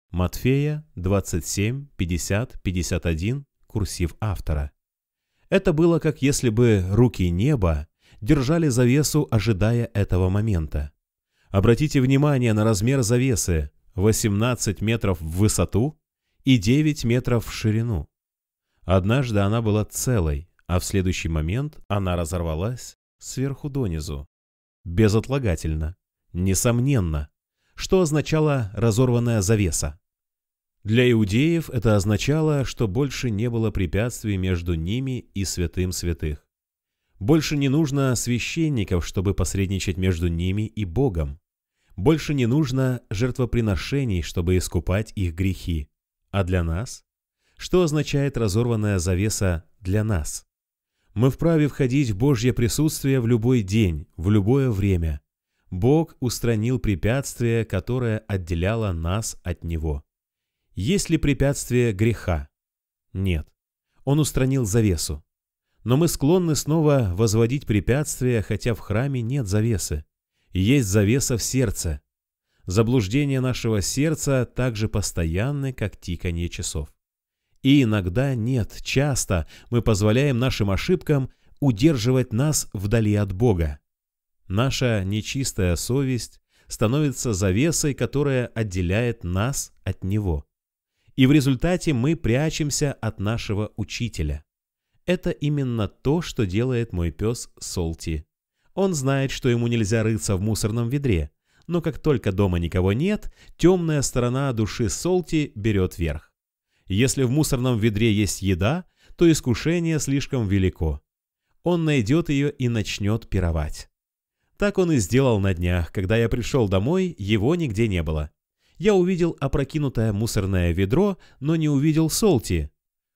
[SPEAKER 2] Матфея двадцать семь, пятьдесят, пятьдесят один, курсив автора. Это было как если бы руки неба держали завесу, ожидая этого момента. Обратите внимание на размер завесы: восемнадцать метров в высоту и девять метров в ширину. Однажды она была целой, а в следующий момент она разорвалась сверху донизу. Безотлагательно, несомненно. Что означала разорванная завеса? Для иудеев это означало, что больше не было препятствий между ними и святым святых. Больше не нужно священников, чтобы посредничать между ними и Богом. Больше не нужно жертвоприношений, чтобы искупать их грехи. А для нас? Что означает разорванная завеса для нас? Мы вправе входить в Божье присутствие в любой день, в любое время. Бог устранил препятствие, которое отделяло нас от Него. Есть ли препятствие греха? Нет. Он устранил завесу. Но мы склонны снова возводить препятствия, хотя в храме нет завесы. Есть завеса в сердце. Заблуждения нашего сердца так же постоянны, как тиканье часов. И иногда, нет, часто мы позволяем нашим ошибкам удерживать нас вдали от Бога. Наша нечистая совесть становится завесой, которая отделяет нас от Него. И в результате мы прячемся от нашего Учителя. Это именно то, что делает мой пес Солти. Он знает, что ему нельзя рыться в мусорном ведре, но как только дома никого нет, темная сторона души Солти берет верх. Если в мусорном ведре есть еда, то искушение слишком велико. Он найдет ее и начнет пировать. Так он и сделал на днях. Когда я пришел домой, его нигде не было. Я увидел опрокинутое мусорное ведро, но не увидел Солти.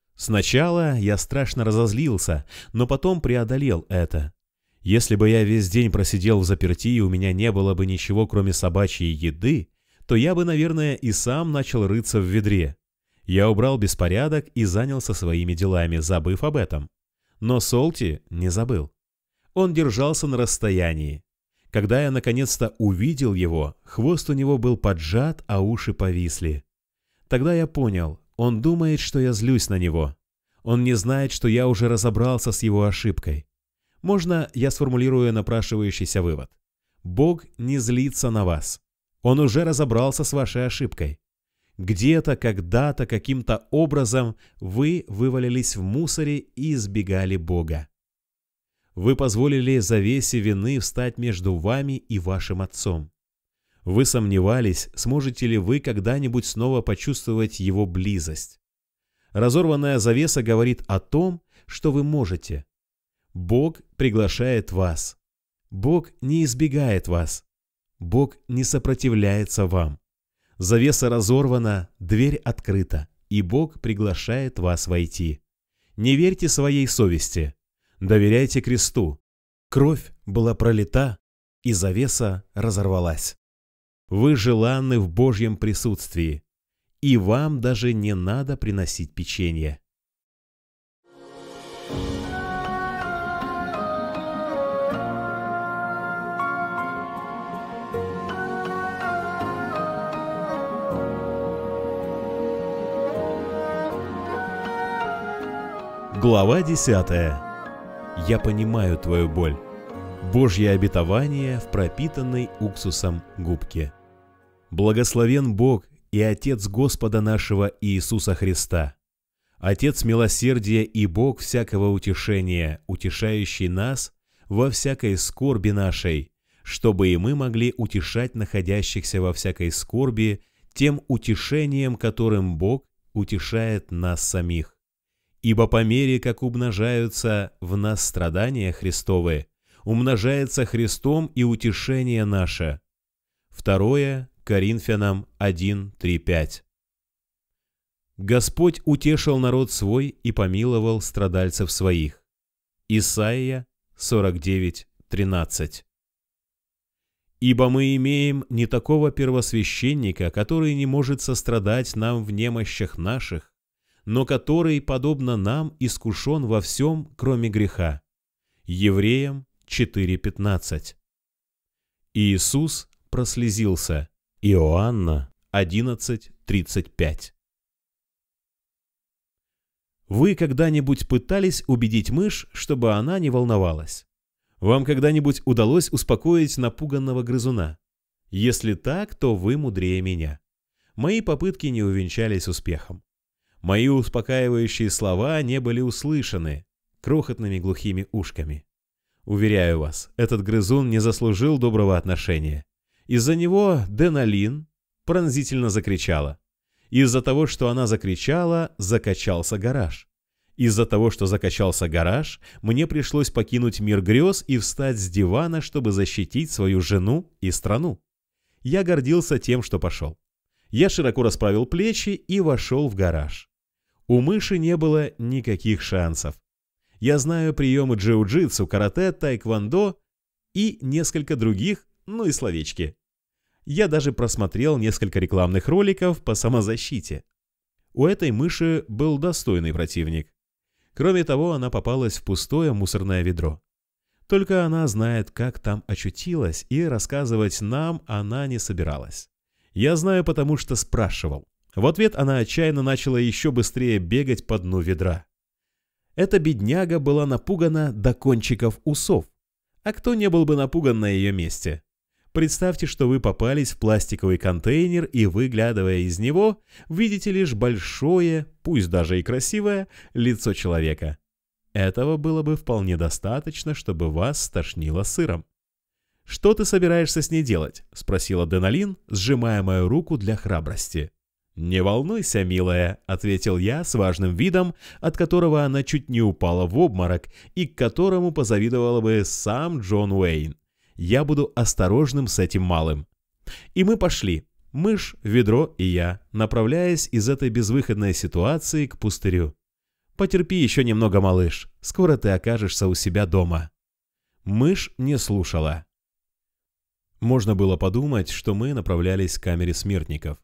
[SPEAKER 2] Сначала я страшно разозлился, но потом преодолел это. Если бы я весь день просидел взаперти и у меня не было бы ничего, кроме собачьей еды, то я бы, наверное, и сам начал рыться в ведре. Я убрал беспорядок и занялся своими делами, забыв об этом. Но Солти не забыл. Он держался на расстоянии. Когда я наконец-то увидел его, хвост у него был поджат, а уши повисли. Тогда я понял, он думает, что я злюсь на него. Он не знает, что я уже разобрался с его ошибкой. Можно я сформулирую напрашивающийся вывод? Бог не злится на вас. Он уже разобрался с вашей ошибкой. Где-то, когда-то, каким-то образом вы вывалились в мусоре и избегали Бога. Вы позволили завесе вины встать между вами и вашим Отцом. Вы сомневались, сможете ли вы когда-нибудь снова почувствовать Его близость. Разорванная завеса говорит о том, что вы можете. Бог приглашает вас. Бог не избегает вас. Бог не сопротивляется вам. Завеса разорвана, дверь открыта, и Бог приглашает вас войти. Не верьте своей совести. Доверяйте кресту. Кровь была пролита, и завеса разорвалась. Вы желанны в Божьем присутствии, и вам даже не надо приносить печенье. Глава десятая. Я понимаю твою боль. Божье обетование в пропитанной уксусом губке. Благословен Бог и Отец Господа нашего Иисуса Христа, Отец милосердия и Бог всякого утешения, утешающий нас во всякой скорби нашей, чтобы и мы могли утешать находящихся во всякой скорби тем утешением, которым Бог утешает нас самих. Ибо по мере, как умножаются в нас страдания Христовы, умножается Христом и утешение наше. Второе Коринфянам один, три, пять. Господь утешил народ свой и помиловал страдальцев своих. Исайя сорок девять, тринадцать. Ибо мы имеем не такого первосвященника, который не может сострадать нам в немощах наших, но который, подобно нам, искушен во всем, кроме греха. Евреям четыре, пятнадцать. Иисус прослезился. Иоанна одиннадцать, тридцать пять. Вы когда-нибудь пытались убедить мышь, чтобы она не волновалась? Вам когда-нибудь удалось успокоить напуганного грызуна? Если так, то вы мудрее меня. Мои попытки не увенчались успехом. Мои успокаивающие слова не были услышаны крохотными глухими ушками. Уверяю вас, этот грызун не заслужил доброго отношения. Из-за него Денолин пронзительно закричала. Из-за того, что она закричала, закачался гараж. Из-за того, что закачался гараж, мне пришлось покинуть мир грез и встать с дивана, чтобы защитить свою жену и страну. Я гордился тем, что пошел. Я широко расправил плечи и вошел в гараж. У мыши не было никаких шансов. Я знаю приемы джиу-джитсу, карате, тайквондо и несколько других, ну и словечки. Я даже просмотрел несколько рекламных роликов по самозащите. У этой мыши был достойный противник. Кроме того, она попалась в пустое мусорное ведро. Только она знает, как там очутилась, и рассказывать нам она не собиралась. Я знаю, потому что спрашивал. В ответ она отчаянно начала еще быстрее бегать по дну ведра. Эта бедняга была напугана до кончиков усов. А кто не был бы напуган на ее месте? Представьте, что вы попались в пластиковый контейнер и, выглядывая из него, видите лишь большое, пусть даже и красивое, лицо человека. Этого было бы вполне достаточно, чтобы вас стошнило сыром. «Что ты собираешься с ней делать?» — спросила Денолин, сжимая мою руку для храбрости. «Не волнуйся, милая», — ответил я с важным видом, от которого она чуть не упала в обморок и к которому позавидовал бы сам Джон Уэйн. «Я буду осторожным с этим малым». И мы пошли, мышь, ведро и я, направляясь из этой безвыходной ситуации к пустырю. «Потерпи еще немного, малыш, скоро ты окажешься у себя дома». Мышь не слушала. Можно было подумать, что мы направлялись к камере смертников.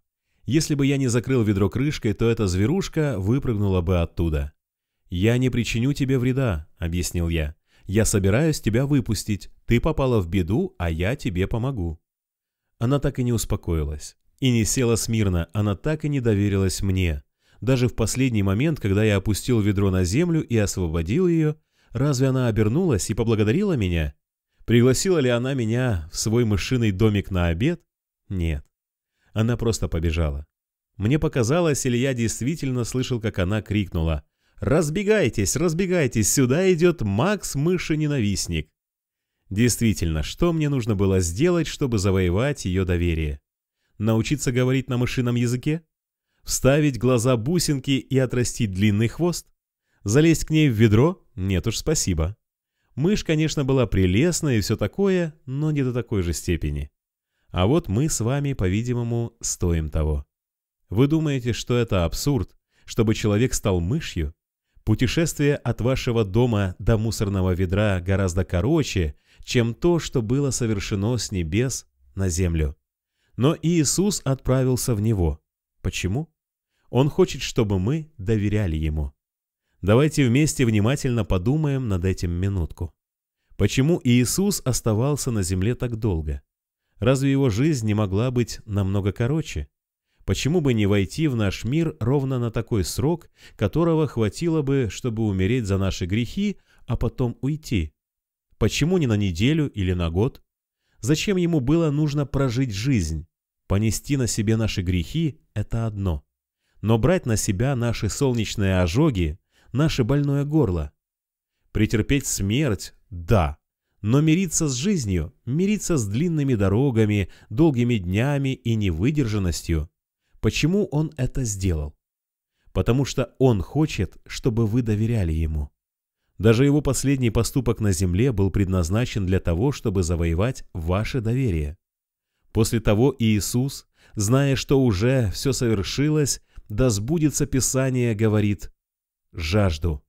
[SPEAKER 2] Если бы я не закрыл ведро крышкой, то эта зверушка выпрыгнула бы оттуда. «Я не причиню тебе вреда», — объяснил я. «Я собираюсь тебя выпустить. Ты попала в беду, а я тебе помогу». Она так и не успокоилась. И не села смирно, она так и не доверилась мне. Даже в последний момент, когда я опустил ведро на землю и освободил ее, разве она обернулась и поблагодарила меня? Пригласила ли она меня в свой мышиный домик на обед? Нет. Она просто побежала. Мне показалось, или я действительно слышал, как она крикнула: «Разбегайтесь, разбегайтесь, сюда идет Макс-мыши-ненавистник». Действительно, что мне нужно было сделать, чтобы завоевать ее доверие? Научиться говорить на мышином языке? Вставить глаза бусинки и отрастить длинный хвост? Залезть к ней в ведро? Нет уж, спасибо. Мышь, конечно, была прелестна и все такое, но не до такой же степени. А вот мы с вами, по-видимому, стоим того. Вы думаете, что это абсурд, чтобы человек стал мышью? Путешествие от вашего дома до мусорного ведра гораздо короче, чем то, что было совершено с небес на землю. Но Иисус отправился в него. Почему? Он хочет, чтобы мы доверяли Ему. Давайте вместе внимательно подумаем над этим минутку. Почему Иисус оставался на земле так долго? Разве Его жизнь не могла быть намного короче? Почему бы не войти в наш мир ровно на такой срок, которого хватило бы, чтобы умереть за наши грехи, а потом уйти? Почему не на неделю или на год? Зачем Ему было нужно прожить жизнь? Понести на себе наши грехи – это одно. Но брать на себя наши солнечные ожоги, наше больное горло. Претерпеть смерть – да. Но мириться с жизнью, мириться с длинными дорогами, долгими днями и невыдержанностью. Почему Он это сделал? Потому что Он хочет, чтобы вы доверяли Ему. Даже Его последний поступок на земле был предназначен для того, чтобы завоевать ваше доверие. После того Иисус, зная, что уже все совершилось, да сбудется Писание, говорит: «Жажду».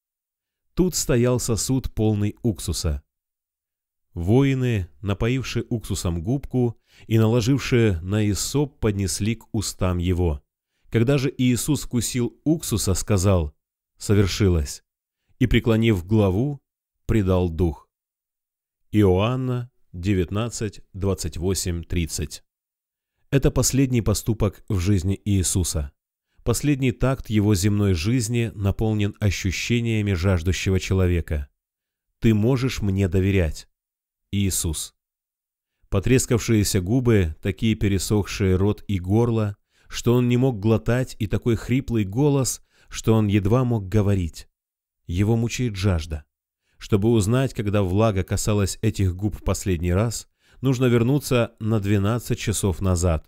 [SPEAKER 2] Тут стоял сосуд, полный уксуса. Воины, напоившие уксусом губку и наложившие на иссоп, поднесли к устам его. Когда же Иисус вкусил уксуса, сказал: «Совершилось», и, преклонив главу, предал дух. Иоанна девятнадцать, двадцать восемь, тридцать. Это последний поступок в жизни Иисуса. Последний такт Его земной жизни наполнен ощущениями жаждущего человека. «Ты можешь мне доверять». Иисус. Потрескавшиеся губы, такие пересохшие рот и горло, что он не мог глотать, и такой хриплый голос, что он едва мог говорить. Его мучает жажда. Чтобы узнать, когда влага касалась этих губ в последний раз, нужно вернуться на двенадцать часов назад,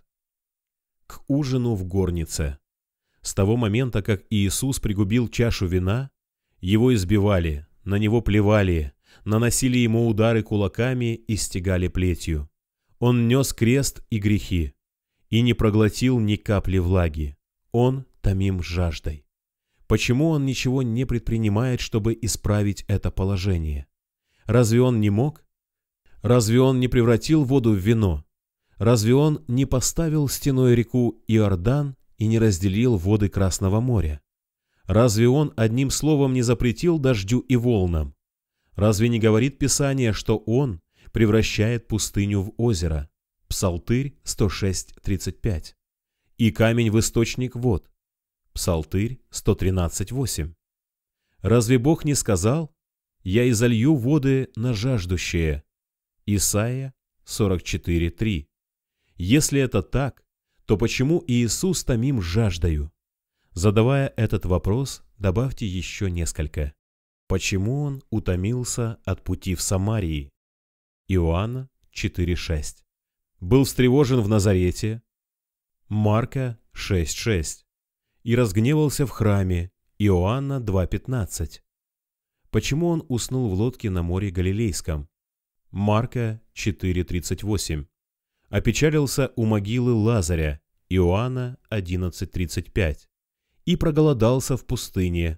[SPEAKER 2] к ужину в горнице. С того момента, как Иисус пригубил чашу вина, его избивали, на него плевали, наносили ему удары кулаками и стегали плетью. Он нес крест и грехи, и не проглотил ни капли влаги. Он томим жаждой. Почему он ничего не предпринимает, чтобы исправить это положение? Разве он не мог? Разве он не превратил воду в вино? Разве он не поставил стеной реку Иордан и не разделил воды Красного моря? Разве он одним словом не запретил дождю и волнам? Разве не говорит Писание, что он превращает пустыню в озеро? Псалтырь сто шесть, тридцать пять. И камень в источник вод. Псалтырь сто тринадцать, восемь. Разве Бог не сказал: «Я изолью воды на жаждущие»? Исайя сорок четыре, три. Если это так, то почему Иисус томим жаждою? Задавая этот вопрос, добавьте еще несколько. Почему он утомился от пути в Самарии? Иоанна четыре, шесть. Был встревожен в Назарете. Марка шесть, шесть. И разгневался в храме. Иоанна два, пятнадцать. Почему он уснул в лодке на море Галилейском? Марка четыре, тридцать восемь. Опечалился у могилы Лазаря. Иоанна одиннадцать, тридцать пять. И проголодался в пустыне.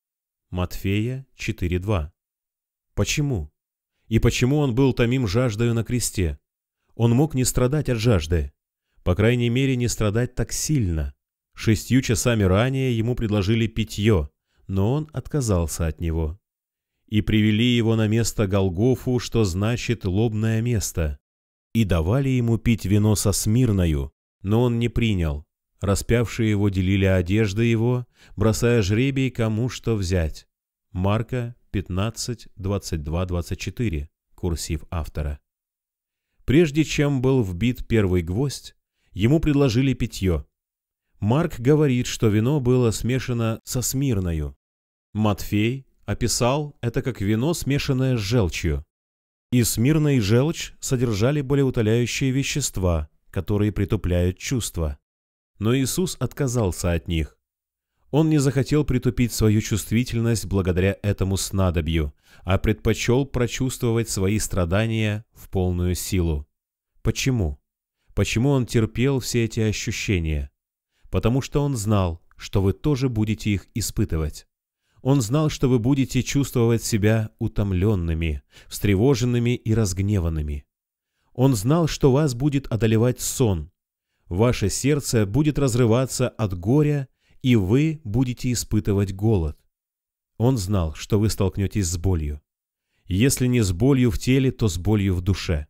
[SPEAKER 2] Матфея четыре, два. Почему? И почему он был томим жаждою на кресте? Он мог не страдать от жажды. По крайней мере, не страдать так сильно. Шестью часами ранее ему предложили питье, но он отказался от него. И привели его на место Голгофу, что значит «лобное место», и давали ему пить вино со смирною, но он не принял. Распявшие его делили одежды его, бросая жребий, кому что взять. Марка пятнадцать, двадцать два, двадцать четыре, курсив автора. Прежде чем был вбит первый гвоздь, ему предложили питье. Марк говорит, что вино было смешано со смирною. Матфей описал это как вино, смешанное с желчью. И смирна и желчь содержали болеутоляющие вещества, которые притупляют чувства. Но Иисус отказался от них. Он не захотел притупить свою чувствительность благодаря этому снадобью, а предпочел прочувствовать свои страдания в полную силу. Почему? Почему он терпел все эти ощущения? Потому что он знал, что вы тоже будете их испытывать. Он знал, что вы будете чувствовать себя утомленными, встревоженными и разгневанными. Он знал, что вас будет одолевать сон. Ваше сердце будет разрываться от горя, и вы будете испытывать голод. Он знал, что вы столкнетесь с болью. Если не с болью в теле, то с болью в душе.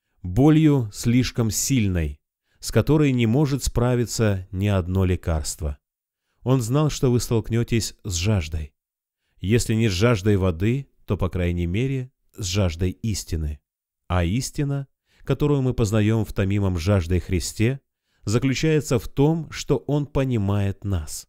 [SPEAKER 2] Болью слишком сильной, с которой не может справиться ни одно лекарство. Он знал, что вы столкнетесь с жаждой. Если не с жаждой воды, то, по крайней мере, с жаждой истины. А истина, которую мы познаем в томимом жаждой Христе, заключается в том, что Он понимает нас.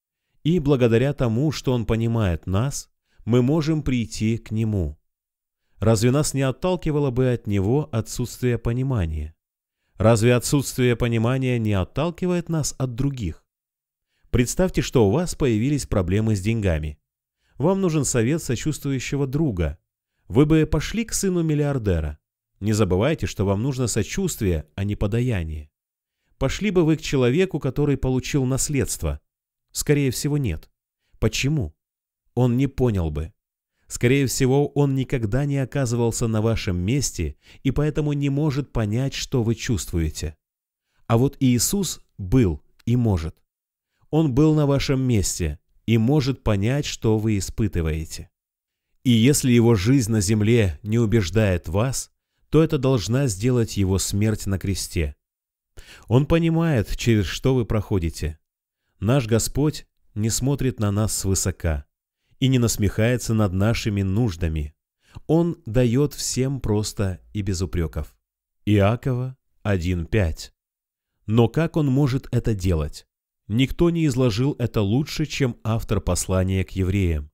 [SPEAKER 2] И благодаря тому, что Он понимает нас, мы можем прийти к Нему. Разве нас не отталкивало бы от Него отсутствие понимания? Разве отсутствие понимания не отталкивает нас от других? Представьте, что у вас появились проблемы с деньгами. Вам нужен совет сочувствующего друга. Вы бы пошли к сыну миллиардера. Не забывайте, что вам нужно сочувствие, а не подаяние. Пошли бы вы к человеку, который получил наследство? Скорее всего, нет. Почему? Он не понял бы. Скорее всего, он никогда не оказывался на вашем месте и поэтому не может понять, что вы чувствуете. А вот Иисус был и может. Он был на вашем месте и может понять, что вы испытываете. И если его жизнь на земле не убеждает вас, то это должна сделать его смерть на кресте. Он понимает, через что вы проходите. Наш Господь не смотрит на нас свысока и не насмехается над нашими нуждами. Он дает всем просто и без упреков. Иакова один пять. Но как он может это делать? Никто не изложил это лучше, чем автор послания к евреям.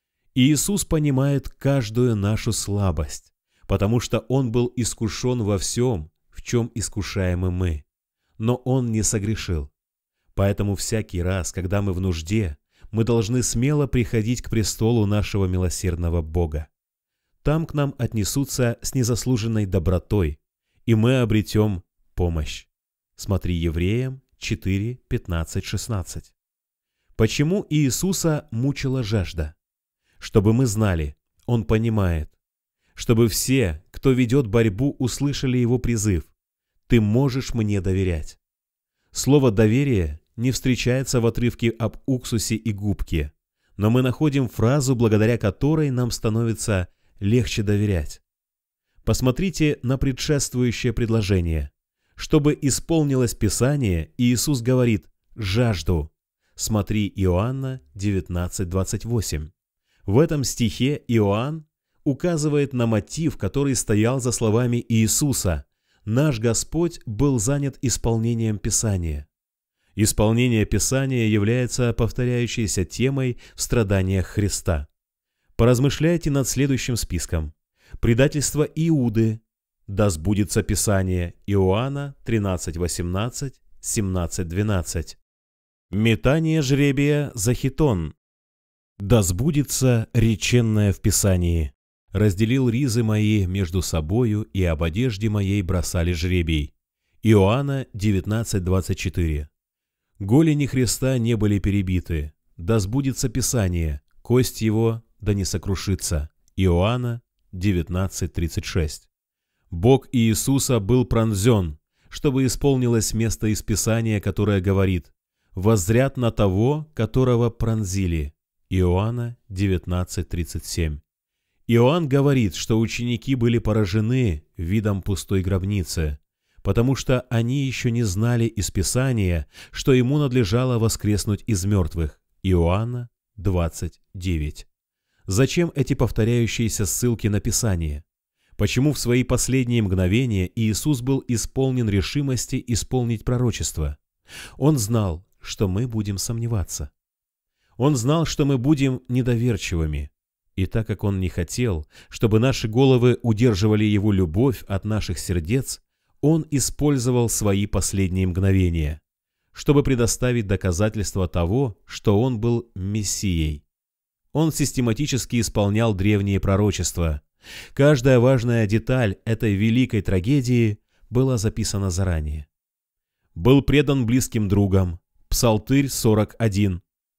[SPEAKER 2] Иисус понимает каждую нашу слабость, потому что Он был искушен во всем, в чем искушаемы мы. Но Он не согрешил. Поэтому всякий раз, когда мы в нужде, мы должны смело приходить к престолу нашего милосердного Бога. Там к нам отнесутся с незаслуженной добротой, и мы обретем помощь. Смотри Евреям четыре, пятнадцать, шестнадцать. Почему Иисуса мучила жажда? Чтобы мы знали, Он понимает. Чтобы все, кто ведет борьбу, услышали Его призыв: «Ты можешь мне доверять». Слово «доверие» не встречается в отрывке об уксусе и губке, но мы находим фразу, благодаря которой нам становится легче доверять. Посмотрите на предшествующее предложение. Чтобы исполнилось Писание, Иисус говорит «жажду». Смотри Иоанна девятнадцать, двадцать восемь. В этом стихе Иоанн указывает на мотив, который стоял за словами Иисуса. Наш Господь был занят исполнением Писания. Исполнение Писания является повторяющейся темой в страданиях Христа. Поразмышляйте над следующим списком. Предательство Иуды. Да сбудется Писание. Иоанна тринадцать, восемнадцать, семнадцать, двенадцать. Метание жребия за хитон. Да сбудется реченное в Писании. Разделил ризы мои между собою, и об одежде моей бросали жребий. Иоанна девятнадцать, двадцать четыре. Голени Христа не были перебиты. Да сбудется Писание. Кость его да не сокрушится. Иоанна девятнадцать, тридцать шесть. Бог Иисуса был пронзен, чтобы исполнилось место из Писания, которое говорит: «Воззрят на того, которого пронзили». Иоанна девятнадцать тридцать семь. Иоанн говорит, что ученики были поражены видом пустой гробницы, потому что они еще не знали из Писания, что ему надлежало воскреснуть из мертвых. Иоанна двадцать девять. Зачем эти повторяющиеся ссылки на Писание? Почему в свои последние мгновения Иисус был исполнен решимости исполнить пророчество? Он знал, что мы будем сомневаться. Он знал, что мы будем недоверчивыми. И так как Он не хотел, чтобы наши головы удерживали Его любовь от наших сердец, Он использовал свои последние мгновения, чтобы предоставить доказательство того, что Он был Мессией. Он систематически исполнял древние пророчества. Каждая важная деталь этой великой трагедии была записана заранее. Был предан близким другом. Псалтырь сорок один.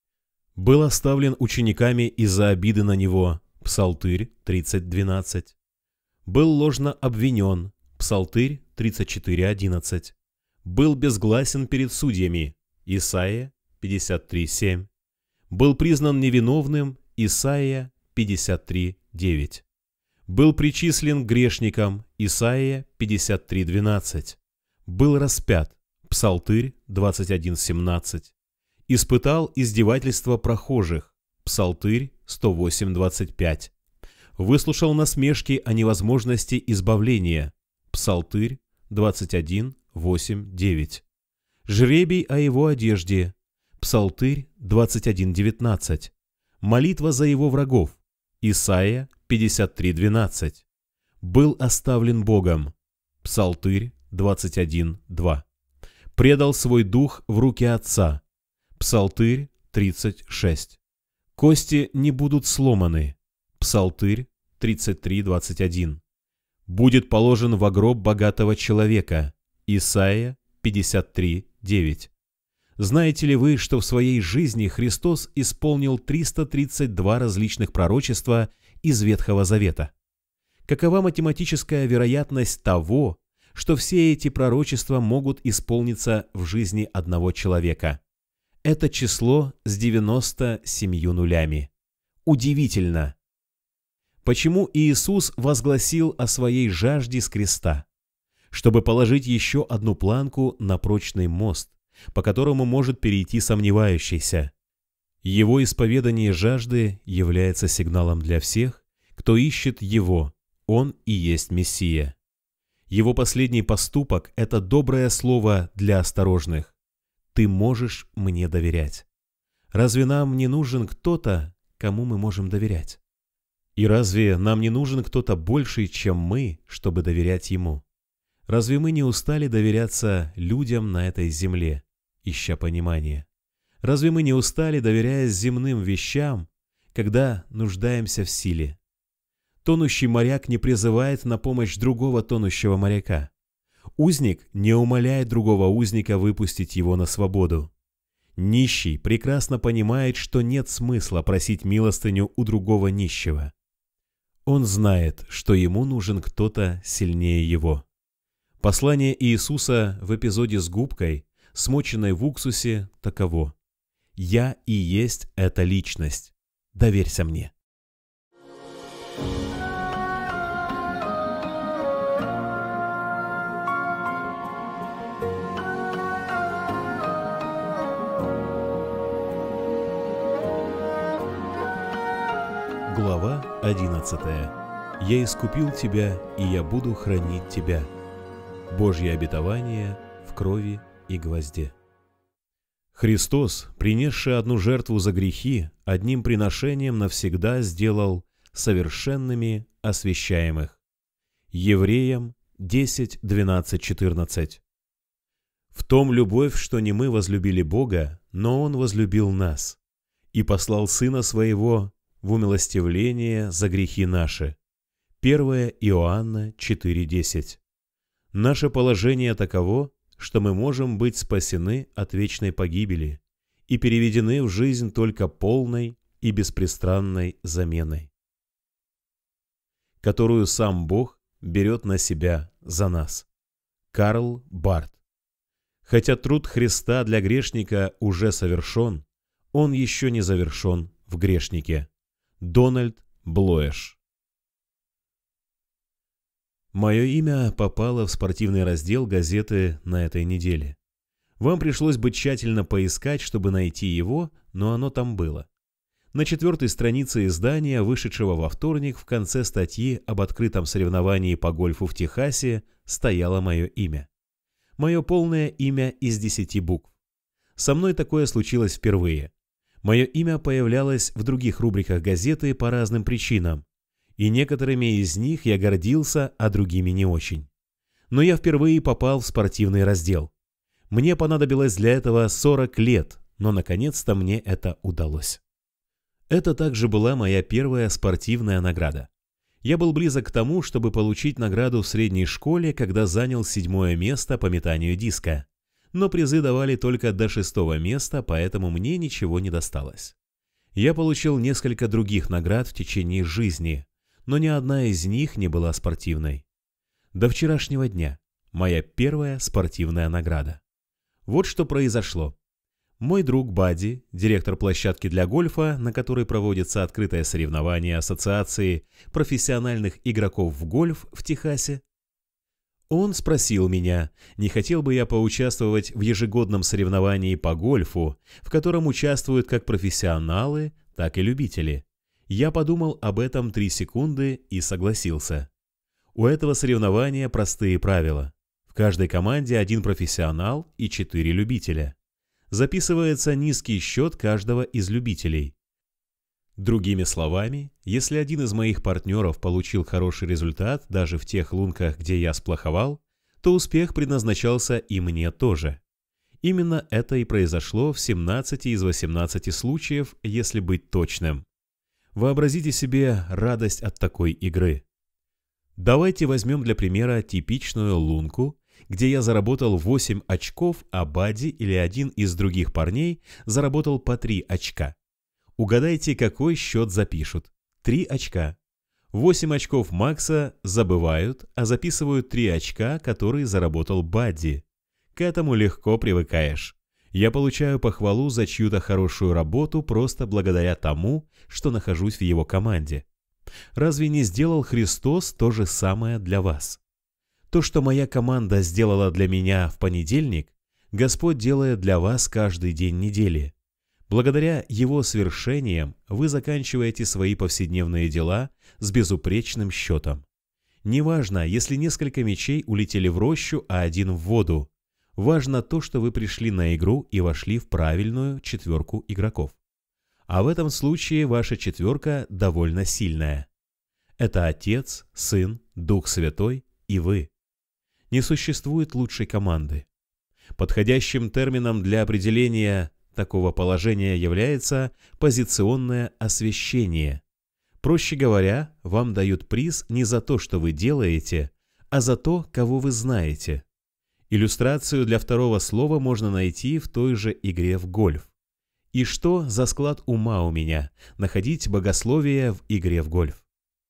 [SPEAKER 2] Был оставлен учениками из-за обиды на него. Псалтырь тридцать двенадцать. Был ложно обвинен. Псалтырь тридцать четыре одиннадцать. Был безгласен перед судьями. Исайя пятьдесят три семь. Был признан невиновным. Исайя пятьдесят три девять. Был причислен к грешникам. Исайя пятьдесят три двенадцать. Был распят. Псалтырь двадцать один семнадцать. Испытал издевательство прохожих. Псалтырь сто восемь двадцать пять. Выслушал насмешки о невозможности избавления. Псалтырь двадцать один восемь девять. Жребий о его одежде. Псалтырь двадцать один девятнадцать. Молитва за его врагов. Исайя пятьдесят три двенадцать. Был оставлен Богом. Псалтырь двадцать один два. Предал свой дух в руки Отца. Псалтырь тридцать шесть. Кости не будут сломаны. Псалтырь тридцать три двадцать один. Будет положен во гроб богатого человека. Исайя пятьдесят три девять. Знаете ли вы, что в своей жизни Христос исполнил триста тридцать два различных пророчества из Ветхого Завета? Какова математическая вероятность того, что все эти пророчества могут исполниться в жизни одного человека? Это число с девяноста семью нулями. Удивительно! Почему Иисус возгласил о своей жажде с креста? Чтобы положить еще одну планку на прочный мост, по которому может перейти сомневающийся. Его исповедание жажды является сигналом для всех, кто ищет Его. Он и есть Мессия. Его последний поступок – это доброе слово для осторожных. «Ты можешь мне доверять». Разве нам не нужен кто-то, кому мы можем доверять? И разве нам не нужен кто-то больший, чем мы, чтобы доверять Ему? Разве мы не устали доверяться людям на этой земле, ища понимания? Разве мы не устали, доверяясь земным вещам, когда нуждаемся в силе? Тонущий моряк не призывает на помощь другого тонущего моряка. Узник не умоляет другого узника выпустить его на свободу. Нищий прекрасно понимает, что нет смысла просить милостыню у другого нищего. Он знает, что ему нужен кто-то сильнее его. Послание Иисуса в эпизоде с губкой, смоченной в уксусе, таково: «Я и есть эта личность. Доверься мне». Глава одиннадцатая. «Я искупил тебя, и я буду хранить тебя». Божье обетование в крови и гвозде. Христос, принесший одну жертву за грехи, одним приношением навсегда сделал совершенными освящаемых. Евреям десять двенадцать четырнадцать. «В том любовь, что не мы возлюбили Бога, но Он возлюбил нас, и послал Сына Своего в умилостивление за грехи наши». первое Иоанна четыре десять. Наше положение таково, что мы можем быть спасены от вечной погибели и переведены в жизнь только полной и беспристрастной заменой, которую сам Бог берет на себя за нас. Карл Барт. Хотя труд Христа для грешника уже совершен, он еще не завершен в грешнике. Дональд Блоэш. Мое имя попало в спортивный раздел газеты на этой неделе. Вам пришлось бы тщательно поискать, чтобы найти его, но оно там было. На четвертой странице издания, вышедшего во вторник, в конце статьи об открытом соревновании по гольфу в Техасе, стояло мое имя. Мое полное имя из десяти букв. Со мной такое случилось впервые. Мое имя появлялось в других рубриках газеты по разным причинам, и некоторыми из них я гордился, а другими не очень. Но я впервые попал в спортивный раздел. Мне понадобилось для этого сорок лет, но наконец-то мне это удалось. Это также была моя первая спортивная награда. Я был близок к тому, чтобы получить награду в средней школе, когда занял седьмое место по метанию диска. Но призы давали только до шестого места, поэтому мне ничего не досталось. Я получил несколько других наград в течение жизни, но ни одна из них не была спортивной. До вчерашнего дня моя первая спортивная награда. Вот что произошло. Мой друг Бадди, директор площадки для гольфа, на которой проводится открытое соревнование Ассоциации профессиональных игроков в гольф в Техасе, он спросил меня, не хотел бы я поучаствовать в ежегодном соревновании по гольфу, в котором участвуют как профессионалы, так и любители. Я подумал об этом три секунды и согласился. У этого соревнования простые правила. В каждой команде один профессионал и четыре любителя. Записывается низкий счет каждого из любителей. Другими словами, если один из моих партнеров получил хороший результат даже в тех лунках, где я сплоховал, то успех предназначался и мне тоже. Именно это и произошло в семнадцати из восемнадцати случаев, если быть точным. Вообразите себе радость от такой игры. Давайте возьмем для примера типичную лунку, где я заработал восемь очков, а Бадди или один из других парней заработал по три очка. Угадайте, какой счет запишут. три очка. восемь очков Макса забывают, а записывают три очка, которые заработал Бадди. К этому легко привыкаешь. Я получаю похвалу за чью-то хорошую работу просто благодаря тому, что нахожусь в его команде. Разве не сделал Христос то же самое для вас? То, что моя команда сделала для меня в понедельник, Господь делает для вас каждый день недели. Благодаря Его свершениям вы заканчиваете свои повседневные дела с безупречным счетом. Неважно, если несколько мячей улетели в рощу, а один в воду. Важно то, что вы пришли на игру и вошли в правильную четверку игроков. А в этом случае ваша четверка довольно сильная. Это Отец, Сын, Дух Святой и вы. Не существует лучшей команды. Подходящим термином для определения такого положения является позиционное освящение. Проще говоря, вам дают приз не за то, что вы делаете, а за то, кого вы знаете. Иллюстрацию для второго слова можно найти в той же игре в гольф. И что за склад ума у меня находить богословие в игре в гольф?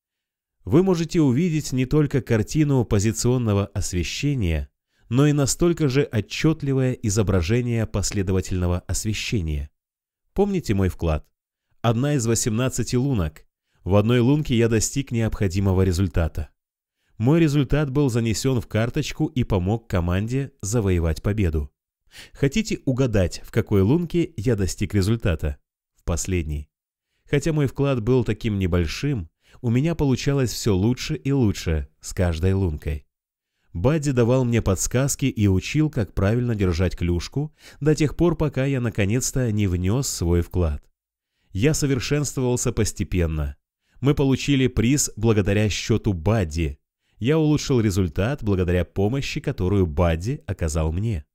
[SPEAKER 2] Вы можете увидеть не только картину позиционного освящения, но и настолько же отчетливое изображение последовательного освящения. Помните мой вклад? Одна из восемнадцати лунок. В одной лунке я достиг необходимого результата. Мой результат был занесен в карточку и помог команде завоевать победу. Хотите угадать, в какой лунке я достиг результата? В последней. Хотя мой вклад был таким небольшим, у меня получалось все лучше и лучше с каждой лункой. Бадди давал мне подсказки и учил, как правильно держать клюшку, до тех пор, пока я наконец-то не внес свой вклад. Я совершенствовался постепенно. Мы получили приз благодаря счету Бадди. Я улучшил результат благодаря помощи, которую Бадди оказал мне.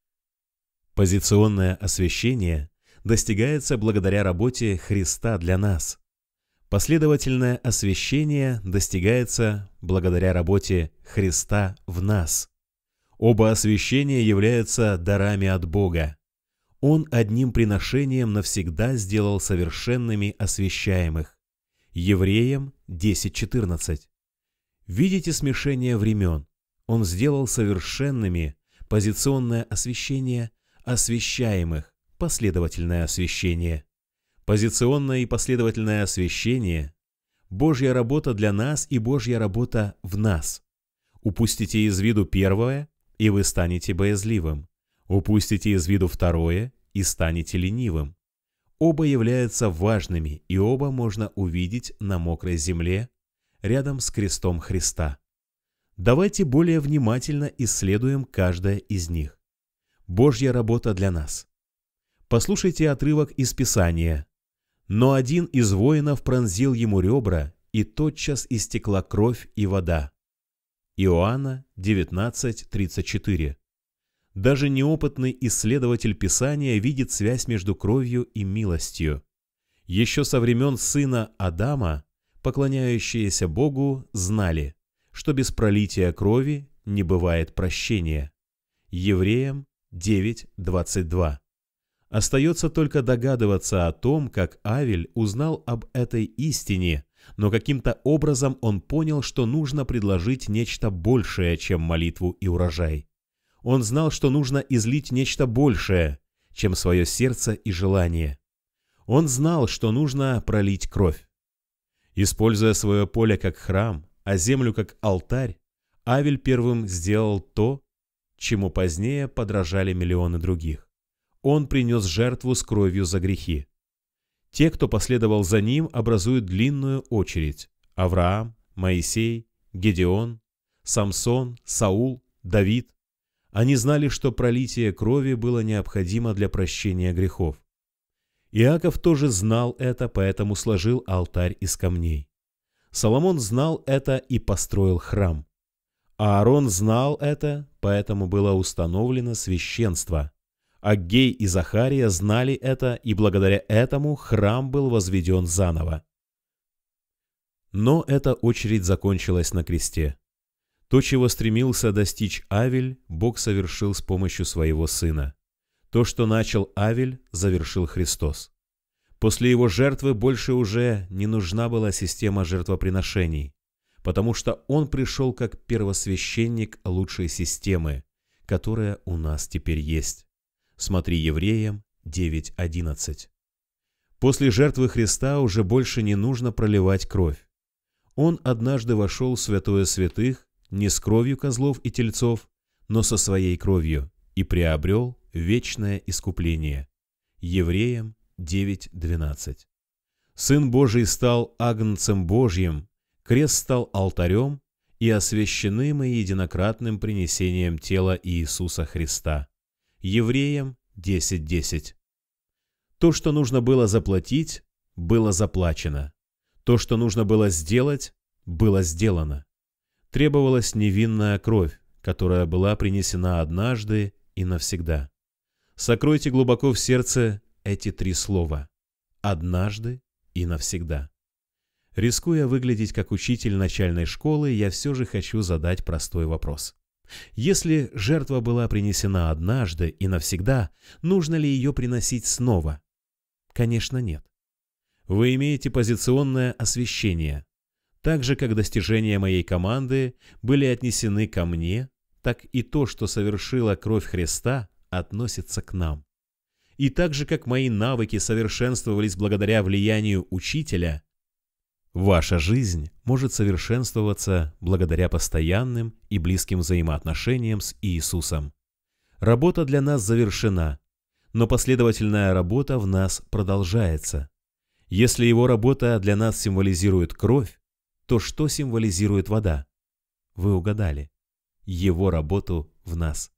[SPEAKER 2] Позиционное освящение достигается благодаря работе Христа для нас. Последовательное освящение достигается благодаря работе Христа в нас. Оба освящения являются дарами от Бога. Он одним приношением навсегда сделал совершенными освящаемых. Евреям десять четырнадцать. Видите смешение времен? Он сделал совершенными позиционное освящение освящаемых, последовательное освящение. Позиционное и последовательное освящение – Божья работа для нас и Божья работа в нас. Упустите из виду первое, и вы станете боязливым. Упустите из виду второе, и станете ленивым. Оба являются важными, и оба можно увидеть на мокрой земле, рядом с крестом Христа. Давайте более внимательно исследуем каждое из них. Божья работа для нас. Послушайте отрывок из Писания. «Но один из воинов пронзил ему ребра, и тотчас истекла кровь и вода». Иоанна девятнадцать тридцать четыре. Даже неопытный исследователь Писания видит связь между кровью и милостью. Еще со времен сына Адама поклоняющиеся Богу знали, что без пролития крови не бывает прощения. Евреям девять двадцать два. Остается только догадываться о том, как Авель узнал об этой истине, но каким-то образом он понял, что нужно предложить нечто большее, чем молитву и урожай. Он знал, что нужно излить нечто большее, чем свое сердце и желание. Он знал, что нужно пролить кровь. Используя свое поле как храм, а землю как алтарь, Авель первым сделал то, чему позднее подражали миллионы других. Он принес жертву с кровью за грехи. Те, кто последовал за ним, образуют длинную очередь: Авраам, Моисей, Гедеон, Самсон, Саул, Давид. Они знали, что пролитие крови было необходимо для прощения грехов. Иаков тоже знал это, поэтому сложил алтарь из камней. Соломон знал это и построил храм. Аарон знал это, поэтому было установлено священство. Аггей и Захария знали это, и благодаря этому храм был возведен заново. Но эта очередь закончилась на кресте. То, чего стремился достичь Авель, Бог совершил с помощью своего сына. То, что начал Авель, завершил Христос. После его жертвы больше уже не нужна была система жертвоприношений, потому что он пришел как первосвященник лучшей системы, которая у нас теперь есть. Смотри Евреям девять одиннадцать. После жертвы Христа уже больше не нужно проливать кровь. Он однажды вошел в святое святых не с кровью козлов и тельцов, но со своей кровью, и приобрел вечное искупление. Евреям девять двенадцать. Сын Божий стал агнцем Божьим, крест стал алтарем, и освящены мы единократным принесением тела Иисуса Христа. Евреям десять десять. То, что нужно было заплатить, было заплачено. То, что нужно было сделать, было сделано. Требовалась невинная кровь, которая была принесена однажды и навсегда. Сокройте глубоко в сердце эти три слова: однажды и навсегда. Рискуя выглядеть как учитель начальной школы, я все же хочу задать простой вопрос. Если жертва была принесена однажды и навсегда, нужно ли ее приносить снова? Конечно, нет. Вы имеете позиционное освящение. Так же, как достижения моей команды были отнесены ко мне, так и то, что совершила кровь Христа, относится к нам. И так же, как мои навыки совершенствовались благодаря влиянию учителя, ваша жизнь может совершенствоваться благодаря постоянным и близким взаимоотношениям с Иисусом. Работа для нас завершена, но последовательная работа в нас продолжается. Если его работа для нас символизирует кровь, то что символизирует вода? Вы угадали. Его работу в нас.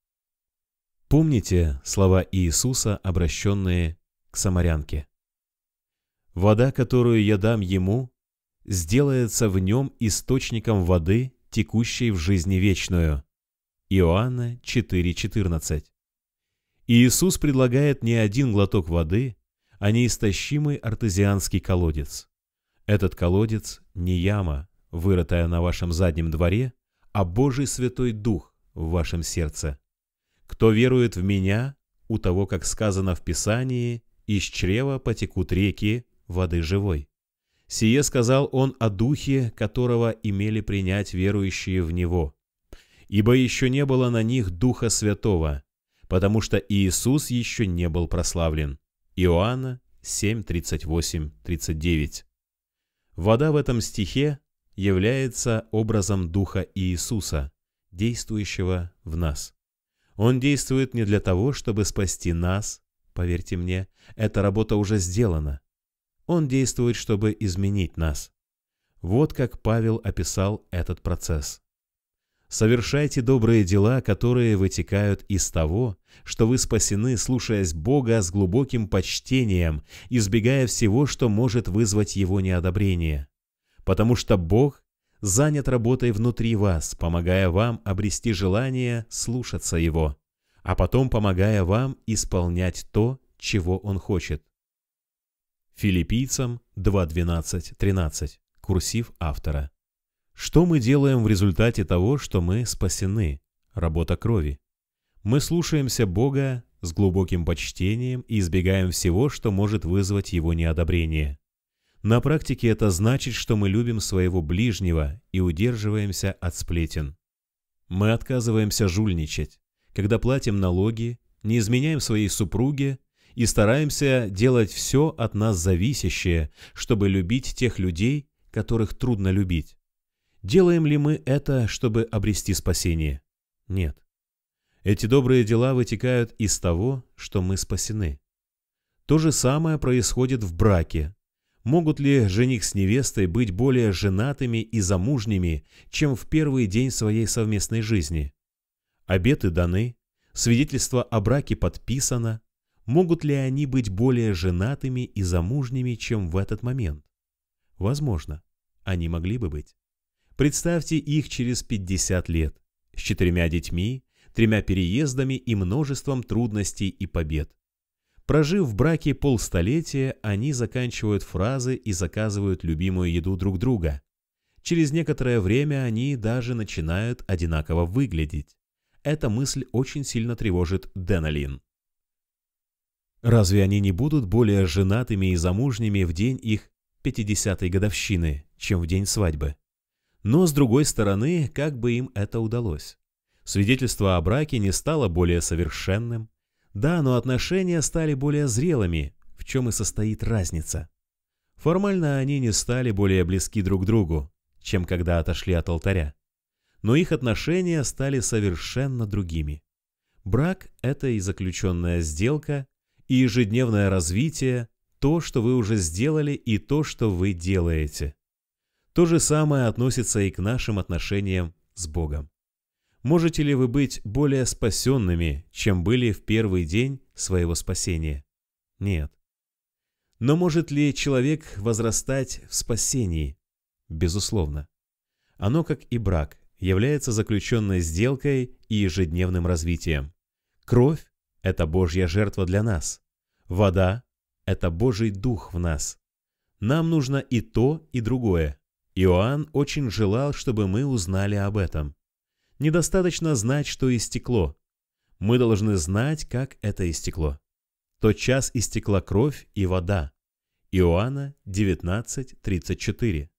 [SPEAKER 2] Помните слова Иисуса, обращенные к самарянке? «Вода, которую я дам ему, сделается в нем источником воды, текущей в жизни вечную». Иоанна четыре четырнадцать. Иисус предлагает не один глоток воды, а неистощимый артезианский колодец. Этот колодец не яма, вырытая на вашем заднем дворе, а Божий Святой Дух в вашем сердце. «Кто верует в Меня, у того, как сказано в Писании, из чрева потекут реки воды живой». Сие сказал Он о Духе, которого имели принять верующие в Него. ибо еще не было на них Духа Святого, потому что Иисус еще не был прославлен». Иоанна семь, тридцать восемь, тридцать девять. Вода в этом стихе является образом Духа Иисуса, действующего в нас. Он действует не для того, чтобы спасти нас, поверьте мне, эта работа уже сделана. Он действует, чтобы изменить нас. Вот как Павел описал этот процесс. «Совершайте добрые дела, которые вытекают из того, что вы спасены, слушаясь Бога с глубоким почтением, избегая всего, что может вызвать Его неодобрение. Потому что Бог занят работой внутри вас, помогая вам обрести желание слушаться Его, а потом помогая вам исполнять то, чего Он хочет». Филиппийцам два, двенадцать, тринадцать. Курсив автора. Что мы делаем в результате того, что мы спасены? Работа крови. Мы слушаемся Бога с глубоким почтением и избегаем всего, что может вызвать Его неодобрение. На практике это значит, что мы любим своего ближнего и удерживаемся от сплетен. Мы отказываемся жульничать, когда платим налоги, не изменяем своей супруге и стараемся делать все от нас зависящее, чтобы любить тех людей, которых трудно любить. Делаем ли мы это, чтобы обрести спасение? Нет. Эти добрые дела вытекают из того, что мы спасены. То же самое происходит в браке. Могут ли жених с невестой быть более женатыми и замужними, чем в первый день своей совместной жизни? Обеты даны, свидетельство о браке подписано. Могут ли они быть более женатыми и замужними, чем в этот момент? Возможно, они могли бы быть. Представьте их через пятьдесят лет, с четырьмя детьми, тремя переездами и множеством трудностей и побед. Прожив в браке полстолетия, они заканчивают фразы и заказывают любимую еду друг друга. Через некоторое время они даже начинают одинаково выглядеть. Эта мысль очень сильно тревожит Денолин. Разве они не будут более женатыми и замужними в день их пятидесятой годовщины, чем в день свадьбы? Но, с другой стороны, как бы им это удалось? Свидетельство о браке не стало более совершенным. Да, но отношения стали более зрелыми, в чем и состоит разница. Формально они не стали более близки друг к другу, чем когда отошли от алтаря. Но их отношения стали совершенно другими. Брак – это и заключенная сделка, и ежедневное развитие, то, что вы уже сделали, и то, что вы делаете. То же самое относится и к нашим отношениям с Богом. Можете ли вы быть более спасенными, чем были в первый день своего спасения? Нет. Но может ли человек возрастать в спасении? Безусловно. Оно, как и брак, является заключенной сделкой и ежедневным развитием. Кровь – это Божья жертва для нас. Вода – это Божий Дух в нас. Нам нужно и то, и другое. Иоанн очень желал, чтобы мы узнали об этом. Недостаточно знать, что истекло. Мы должны знать, как это истекло. Тот час истекла кровь и вода. Иоанна девятнадцать, тридцать четыре.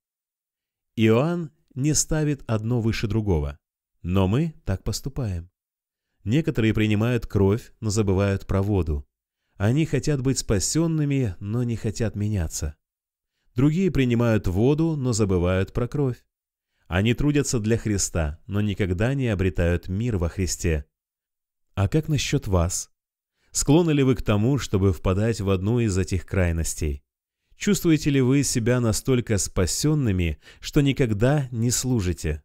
[SPEAKER 2] Иоанн не ставит одно выше другого, но мы так поступаем. Некоторые принимают кровь, но забывают про воду. Они хотят быть спасенными, но не хотят меняться. Другие принимают воду, но забывают про кровь. Они трудятся для Христа, но никогда не обретают мир во Христе. А как насчет вас? Склонны ли вы к тому, чтобы впадать в одну из этих крайностей? Чувствуете ли вы себя настолько спасенными, что никогда не служите?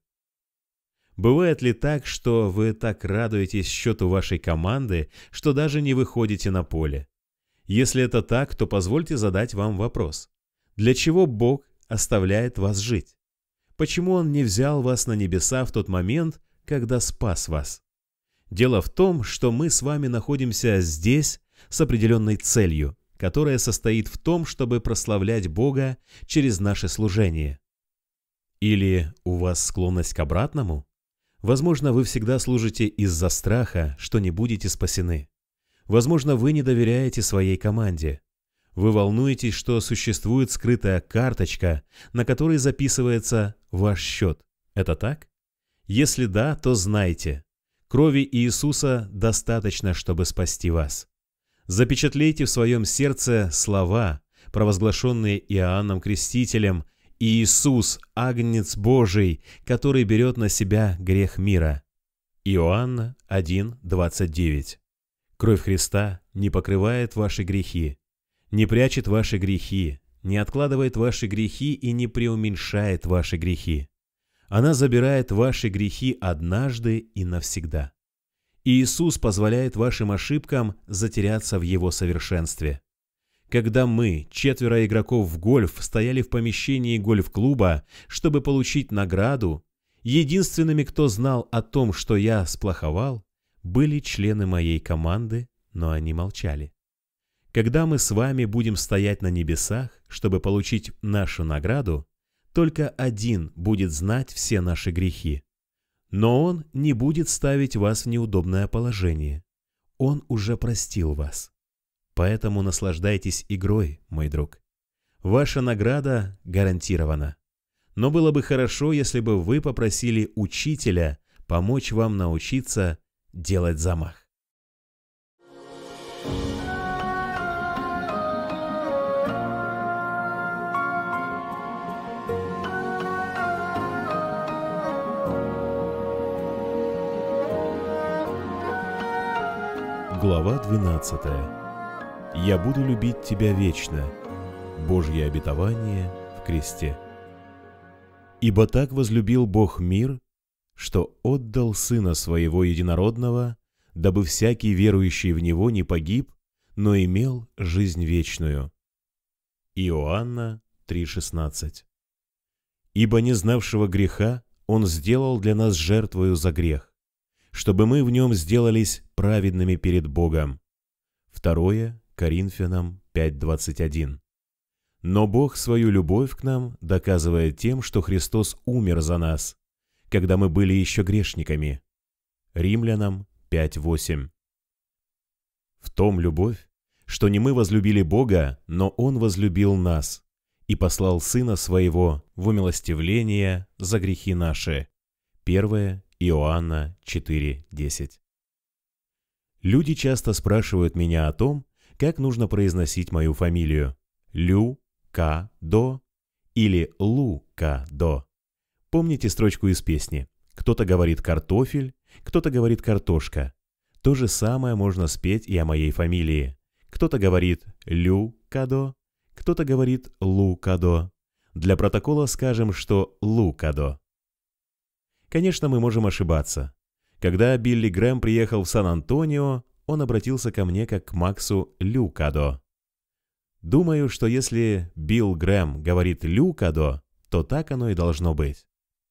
[SPEAKER 2] Бывает ли так, что вы так радуетесь счету вашей команды, что даже не выходите на поле? Если это так, то позвольте задать вам вопрос. Для чего Бог оставляет вас жить? Почему Он не взял вас на небеса в тот момент, когда спас вас? Дело в том, что мы с вами находимся здесь с определенной целью, которая состоит в том, чтобы прославлять Бога через наше служение. Или у вас склонность к обратному? Возможно, вы всегда служите из-за страха, что не будете спасены. Возможно, вы не доверяете своей команде. Вы волнуетесь, что существует скрытая карточка, на которой записывается ваш счет. Это так? Если да, то знайте, крови Иисуса достаточно, чтобы спасти вас. Запечатлейте в своем сердце слова, провозглашенные Иоанном Крестителем: «Иисус, Агнец Божий, который берет на себя грех мира». Иоанна один, двадцать девять. Кровь Христа не покрывает ваши грехи, не прячет ваши грехи, не откладывает ваши грехи и не преуменьшает ваши грехи. Она забирает ваши грехи однажды и навсегда. Иисус позволяет вашим ошибкам затеряться в Его совершенстве. Когда мы, четверо игроков в гольф, стояли в помещении гольф-клуба, чтобы получить награду, единственными, кто знал о том, что я сплоховал, были члены моей команды, но они молчали. Когда мы с вами будем стоять на небесах, чтобы получить нашу награду, только один будет знать все наши грехи. Но он не будет ставить вас в неудобное положение. Он уже простил вас. Поэтому наслаждайтесь игрой, мой друг. Ваша награда гарантирована. Но было бы хорошо, если бы вы попросили учителя помочь вам научиться делать замах. Глава двенадцатая. «Я буду любить тебя вечно». Божье обетование в кресте. «Ибо так возлюбил Бог мир, что отдал Сына Своего Единородного, дабы всякий верующий в Него не погиб, но имел жизнь вечную». Иоанна три шестнадцать. «Ибо не знавшего греха Он сделал для нас жертвою за грех, чтобы мы в Нем сделались праведными перед Богом». Второе Коринфянам пять двадцать один. «Но Бог свою любовь к нам доказывает тем, что Христос умер за нас, когда мы были еще грешниками». Римлянам пять восемь. «В том любовь, что не мы возлюбили Бога, но Он возлюбил нас и послал Сына Своего в умилостивление за грехи наши». Первое Иоанна четыре десять. Люди часто спрашивают меня о том, как нужно произносить мою фамилию. Лю-ка-до или Лу-ка-до. Помните строчку из песни? Кто-то говорит картофель, кто-то говорит картошка. То же самое можно спеть и о моей фамилии. Кто-то говорит Лю-ка-до, кто-то говорит Лу-ка-до. Для протокола скажем, что Лу-ка-до. Конечно, мы можем ошибаться. Когда Билли Грэм приехал в Сан-Антонио, он обратился ко мне как к Максу Лю-ка-до. Думаю, что если Билл Грэм говорит Лю-ка-до, то так оно и должно быть.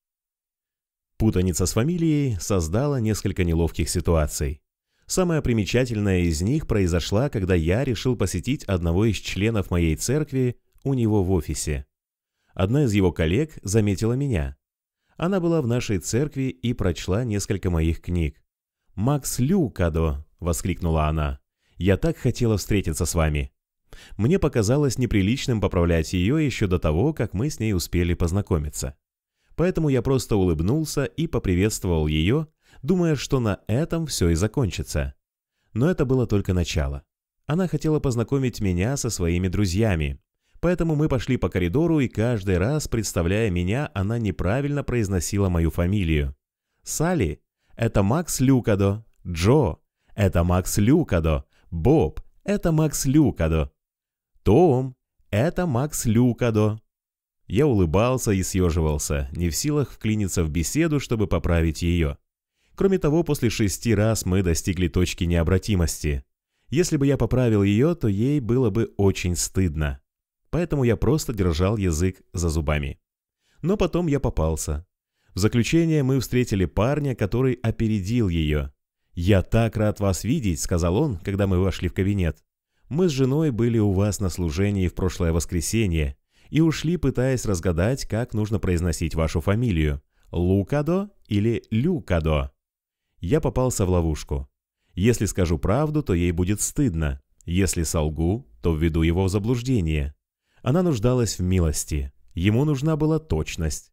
[SPEAKER 2] Путаница с фамилией создала несколько неловких ситуаций. Самая примечательная из них произошла, когда я решил посетить одного из членов моей церкви у него в офисе. Одна из его коллег заметила меня. Она была в нашей церкви и прочла несколько моих книг. «Макс Лю-ка-до!» — воскликнула она. «Я так хотела встретиться с вами!» Мне показалось неприличным поправлять ее еще до того, как мы с ней успели познакомиться. Поэтому я просто улыбнулся и поприветствовал ее, думая, что на этом все и закончится. Но это было только начало. Она хотела познакомить меня со своими друзьями. Поэтому мы пошли по коридору, и каждый раз, представляя меня, она неправильно произносила мою фамилию. «Салли — это Макс Лю-ка-до. Джо — это Макс Лю-ка-до. Боб — это Макс Лю-ка-до. Том — это Макс Лю-ка-до». Я улыбался и съеживался, не в силах вклиниться в беседу, чтобы поправить ее. Кроме того, после шести раз мы достигли точки необратимости. Если бы я поправил ее, то ей было бы очень стыдно. Поэтому я просто держал язык за зубами. Но потом я попался. В заключение мы встретили парня, который опередил ее. «Я так рад вас видеть», — сказал он, когда мы вошли в кабинет. «Мы с женой были у вас на служении в прошлое воскресенье и ушли, пытаясь разгадать, как нужно произносить вашу фамилию. Лу-ка-до или Лю-ка-до?» Я попался в ловушку. Если скажу правду, то ей будет стыдно. Если солгу, то введу его в заблуждение. Она нуждалась в милости. Ему нужна была точность.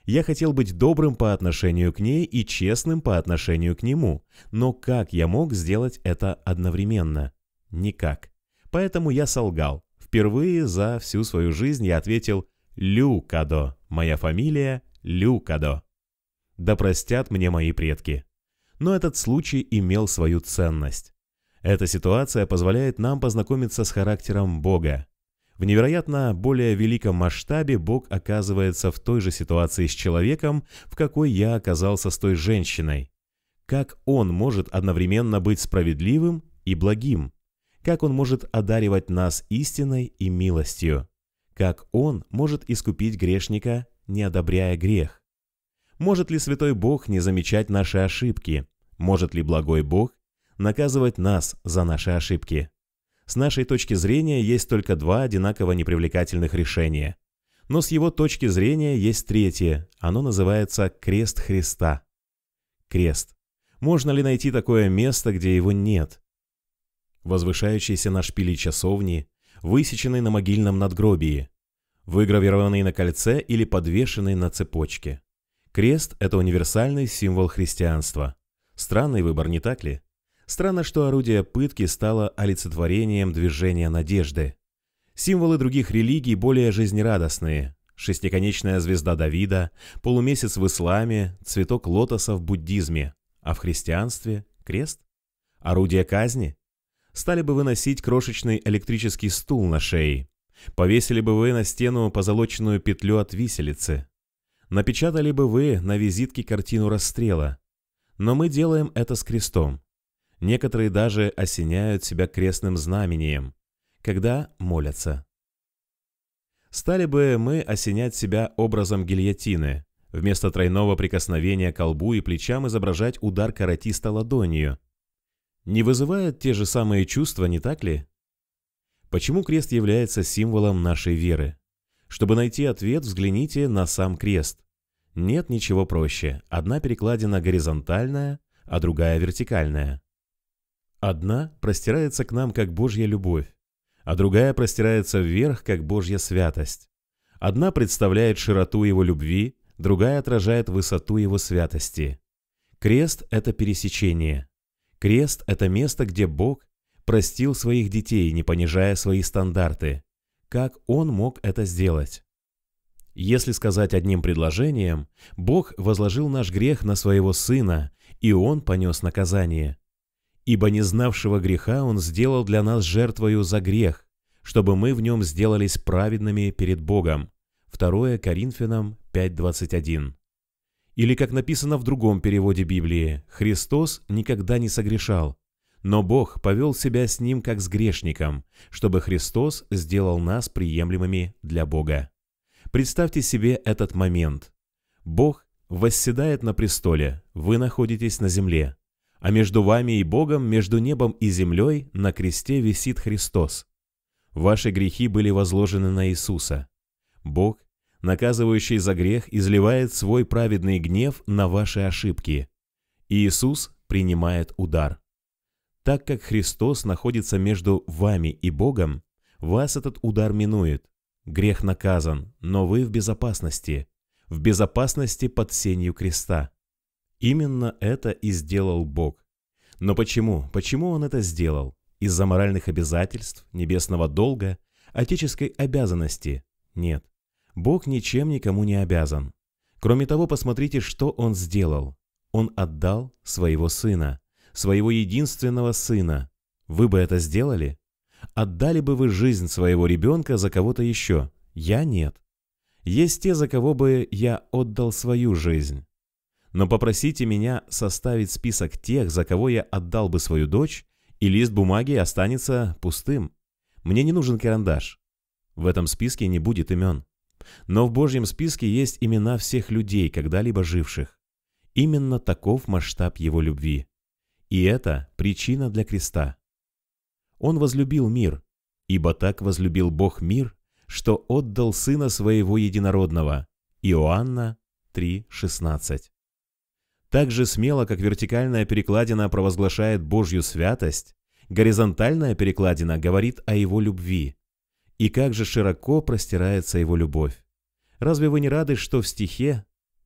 [SPEAKER 2] Я хотел быть добрым по отношению к ней и честным по отношению к нему, но как я мог сделать это одновременно? Никак. Поэтому я солгал. Впервые за всю свою жизнь я ответил «Люкадо». Моя фамилия Люкадо. Да простят мне мои предки. Но этот случай имел свою ценность. Эта ситуация позволяет нам познакомиться с характером Бога. В невероятно более великом масштабе Бог оказывается в той же ситуации с человеком, в какой я оказался с той женщиной. Как Он может одновременно быть справедливым и благим? Как Он может одаривать нас истиной и милостью? Как Он может искупить грешника, не одобряя грех? Может ли святой Бог не замечать наши ошибки? Может ли благой Бог наказывать нас за наши ошибки? С нашей точки зрения есть только два одинаково непривлекательных решения. Но с его точки зрения есть третье. Оно называется крест Христа. Крест. Можно ли найти такое место, где его нет? Возвышающийся на шпиле часовни, высеченный на могильном надгробии, выгравированный на кольце или подвешенный на цепочке. Крест – это универсальный символ христианства. Странный выбор, не так ли? Странно, что орудие пытки стало олицетворением движения надежды. Символы других религий более жизнерадостные. Шестиконечная звезда Давида, полумесяц в исламе, цветок лотоса в буддизме. А в христианстве – крест? Орудие казни? Стали бы вы носить крошечный электрический стул на шее? Повесили бы вы на стену позолоченную петлю от виселицы? Напечатали бы вы на визитке картину расстрела? Но мы делаем это с крестом. Некоторые даже осеняют себя крестным знамением, когда молятся. Стали бы мы осенять себя образом гильотины, вместо тройного прикосновения к колбу и плечам изображать удар каратиста ладонью? Не вызывают те же самые чувства, не так ли? Почему крест является символом нашей веры? Чтобы найти ответ, взгляните на сам крест. Нет ничего проще. Одна перекладина горизонтальная, а другая вертикальная. Одна простирается к нам, как Божья любовь, а другая простирается вверх, как Божья святость. Одна представляет широту Его любви, другая отражает высоту Его святости. Крест – это пересечение. Крест – это место, где Бог простил своих детей, не понижая свои стандарты. Как Он мог это сделать? Если сказать одним предложением, Бог возложил наш грех на Своего Сына, и Он понес наказание. Ибо не знавшего греха Он сделал для нас жертвою за грех, чтобы мы в нем сделались праведными перед Богом. второе Коринфянам пять двадцать один. Или, как написано в другом переводе Библии, Христос никогда не согрешал, но Бог повел себя с Ним как с грешником, чтобы Христос сделал нас приемлемыми для Бога. Представьте себе этот момент. Бог восседает на престоле, вы находитесь на земле, а между вами и Богом, между небом и землей, на кресте висит Христос. Ваши грехи были возложены на Иисуса. Бог, наказывающий за грех, изливает свой праведный гнев на ваши ошибки. И Иисус принимает удар. Так как Христос находится между вами и Богом, вас этот удар минует. Грех наказан, но вы в безопасности, в безопасности под сенью креста. Именно это и сделал Бог. Но почему? Почему Он это сделал? Из-за моральных обязательств, небесного долга, отеческой обязанности? Нет. Бог ничем никому не обязан. Кроме того, посмотрите, что Он сделал. Он отдал Своего Сына, Своего единственного Сына. Вы бы это сделали? Отдали бы вы жизнь своего ребенка за кого-то еще? Я нет. Есть те, за кого бы я отдал свою жизнь. Но попросите меня составить список тех, за кого я отдал бы свою дочь, и лист бумаги останется пустым. Мне не нужен карандаш. В этом списке не будет имен. Но в Божьем списке есть имена всех людей, когда-либо живших. Именно таков масштаб Его любви. И это причина для креста. Он возлюбил мир, ибо так возлюбил Бог мир, что отдал Сына Своего Единородного. Иоанна три шестнадцать. Так же смело, как вертикальная перекладина провозглашает Божью святость, горизонтальная перекладина говорит о Его любви. И как же широко простирается Его любовь. Разве вы не рады, что в стихе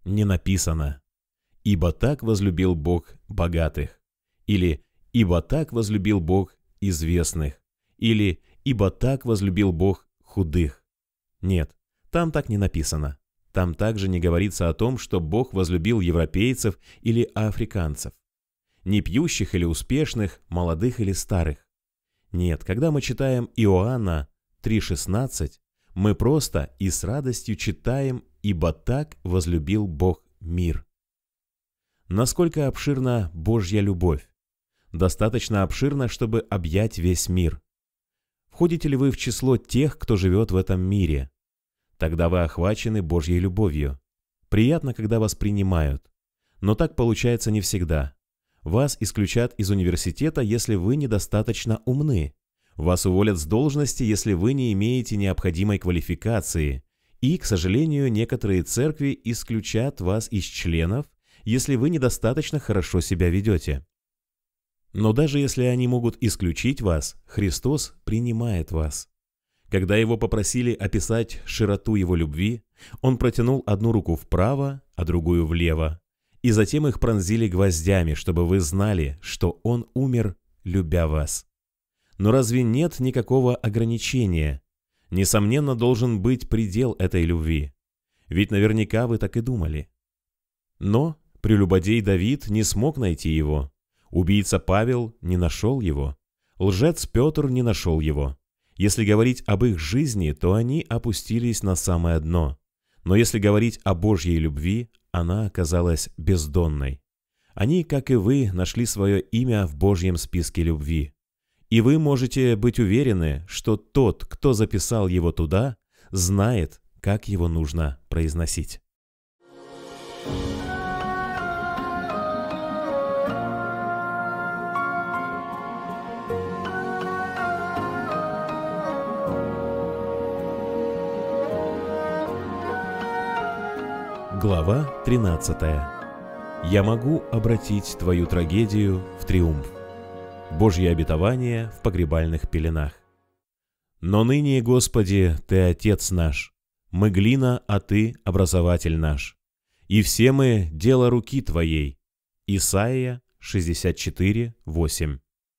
[SPEAKER 2] не написано «Ибо так возлюбил Бог богатых» или «Ибо так возлюбил Бог известных» или «Ибо так возлюбил Бог худых». Нет, там так не написано. Там также не говорится о том, что Бог возлюбил европейцев или африканцев, не пьющих или успешных, молодых или старых. Нет, когда мы читаем Иоанна три шестнадцать, мы просто и с радостью читаем «Ибо так возлюбил Бог мир». Насколько обширна Божья любовь? Достаточно обширна, чтобы объять весь мир. Входите ли вы в число тех, кто живет в этом мире? Тогда вы охвачены Божьей любовью. Приятно, когда вас принимают. Но так получается не всегда. Вас исключат из университета, если вы недостаточно умны. Вас уволят с должности, если вы не имеете необходимой квалификации. И, к сожалению, некоторые церкви исключат вас из членов, если вы недостаточно хорошо себя ведете. Но даже если они могут исключить вас, Христос принимает вас. Когда его попросили описать широту его любви, он протянул одну руку вправо, а другую влево, и затем их пронзили гвоздями, чтобы вы знали, что он умер, любя вас. Но разве нет никакого ограничения? Несомненно, должен быть предел этой любви. Ведь наверняка вы так и думали. Но прелюбодей Давид не смог найти его. Убийца Павел не нашел его. Лжец Петр не нашел его. Если говорить об их жизни, то они опустились на самое дно. Но если говорить о Божьей любви, она оказалась бездонной. Они, как и вы, нашли свое имя в Божьем списке любви. И вы можете быть уверены, что тот, кто записал его туда, знает, как его нужно произносить. Глава тринадцатая. Я могу обратить твою трагедию в триумф. Божье обетование в погребальных пеленах. Но ныне, Господи, Ты Отец наш, мы глина, а Ты образователь наш, и все мы дело руки Твоей. Исайя шестьдесят четыре, восемь.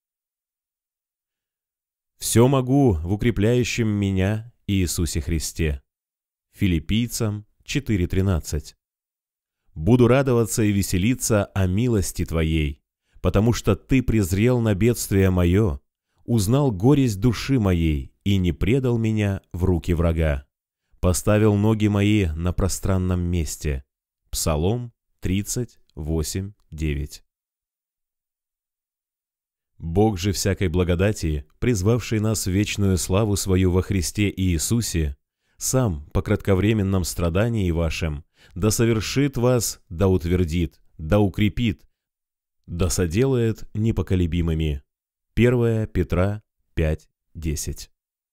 [SPEAKER 2] Все могу в укрепляющем меня Иисусе Христе. Филиппийцам четыре тринадцать. Буду радоваться и веселиться о милости Твоей, потому что Ты презрел на бедствие мое, узнал горесть души моей и не предал меня в руки врага. Поставил ноги мои на пространном месте. Псалом тридцать восемь, девять. Бог же всякой благодати, призвавший нас в вечную славу свою во Христе Иисусе, сам по кратковременном страдании вашем, да совершит вас, да утвердит, да укрепит, да соделает непоколебимыми. первое Петра пять, десять.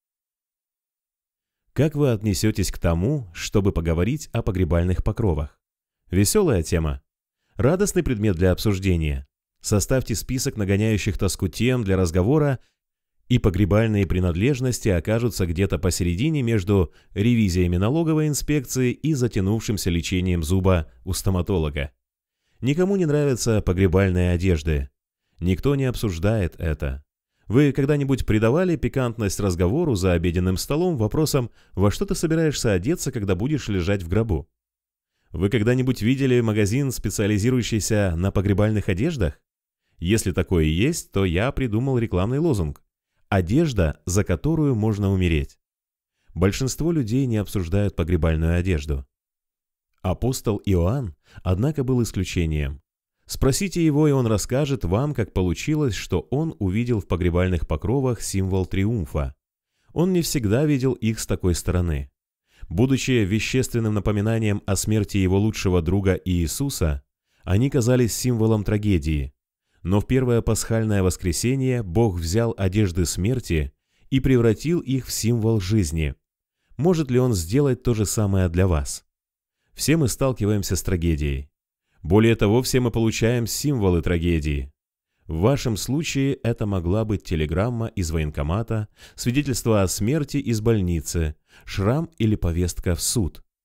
[SPEAKER 2] Как вы отнесетесь к тому, чтобы поговорить о погребальных покровах? Веселая тема. Радостный предмет для обсуждения. Составьте список нагоняющих тоску тем для разговора, и погребальные принадлежности окажутся где-то посередине между ревизиями налоговой инспекции и затянувшимся лечением зуба у стоматолога. Никому не нравятся погребальные одежды. Никто не обсуждает это. Вы когда-нибудь придавали пикантность разговору за обеденным столом вопросом «Во что ты собираешься одеться, когда будешь лежать в гробу?» Вы когда-нибудь видели магазин, специализирующийся на погребальных одеждах? Если такое есть, то я придумал рекламный лозунг «Одежда, за которую можно умереть». Большинство людей не обсуждают погребальную одежду. Апостол Иоанн, однако, был исключением. Спросите его, и он расскажет вам, как получилось, что он увидел в погребальных покровах символ триумфа. Он не всегда видел их с такой стороны. Будучи вещественным напоминанием о смерти его лучшего друга Иисуса, они казались символом трагедии. Но в первое пасхальное воскресенье Бог взял одежды смерти и превратил их в символ жизни. Может ли Он сделать то же самое для вас? Все мы сталкиваемся с трагедией. Более того, все мы получаем символы трагедии. В вашем случае это могла быть телеграмма из военкомата, свидетельство о смерти из больницы, шрам или повестка в суд.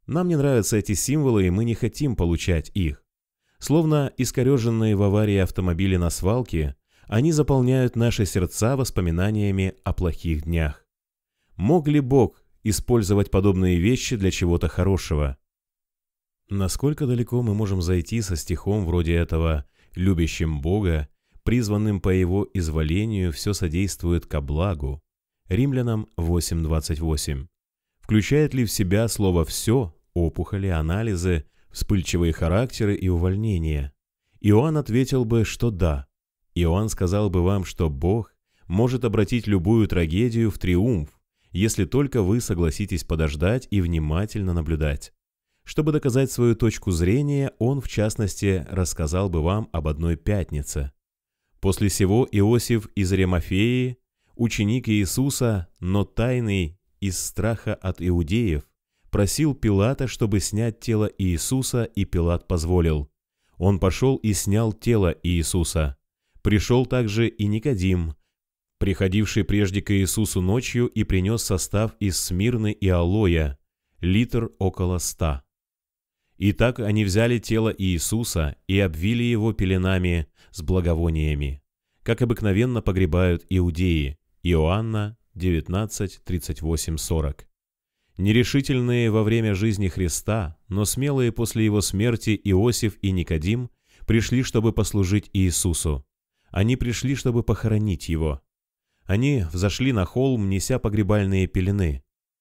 [SPEAKER 2] Нам не нравятся эти символы, и мы не хотим получать их. Словно искореженные в аварии автомобили на свалке, они заполняют наши сердца воспоминаниями о плохих днях. Мог ли Бог использовать подобные вещи для чего-то хорошего? Насколько далеко мы можем зайти со стихом вроде этого «любящим Бога, призванным по Его изволению, все содействует ко благу»? Римлянам восемь двадцать восемь. Включает ли в себя слово «все», опухоли, анализы, вспыльчивые характеры и увольнения? Иоанн ответил бы, что да. Иоанн сказал бы вам, что Бог может обратить любую трагедию в триумф, если только вы согласитесь подождать и внимательно наблюдать. Чтобы доказать свою точку зрения, он, в частности, рассказал бы вам об одной пятнице. После сего Иосиф из Аримафеи, ученик Иисуса, но тайный из страха от иудеев, просил Пилата, чтобы снять тело Иисуса, и Пилат позволил. Он пошел и снял тело Иисуса. Пришел также и Никодим, приходивший прежде к Иисусу ночью, и принес состав из смирны и алоя, литр около ста. Итак, они взяли тело Иисуса и обвили его пеленами с благовониями, как обыкновенно погребают иудеи. Иоанна девятнадцать тридцать восемь сорок. Нерешительные во время жизни Христа, но смелые после его смерти Иосиф и Никодим пришли, чтобы послужить Иисусу. Они пришли, чтобы похоронить его. Они взошли на холм, неся погребальные пелены.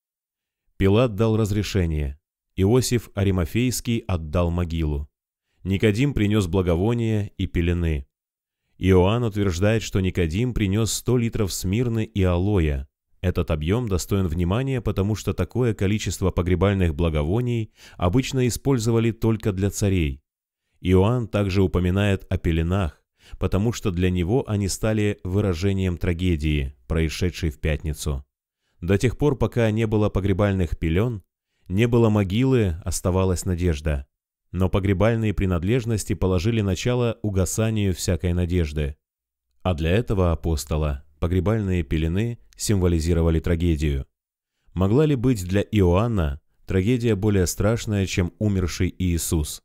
[SPEAKER 2] Пилат дал разрешение. Иосиф Аримафейский отдал могилу. Никодим принес благовония и пелены. Иоанн утверждает, что Никодим принес сто литров смирны и алоя. Этот объем достоин внимания, потому что такое количество погребальных благовоний обычно использовали только для царей. Иоанн также упоминает о пеленах, потому что для него они стали выражением трагедии, происшедшей в пятницу. До тех пор, пока не было погребальных пелен, не было могилы, оставалась надежда. Но погребальные принадлежности положили начало угасанию всякой надежды. А для этого апостола погребальные пелены символизировали трагедию. Могла ли быть для Иоанна трагедия более страшная, чем умерший Иисус?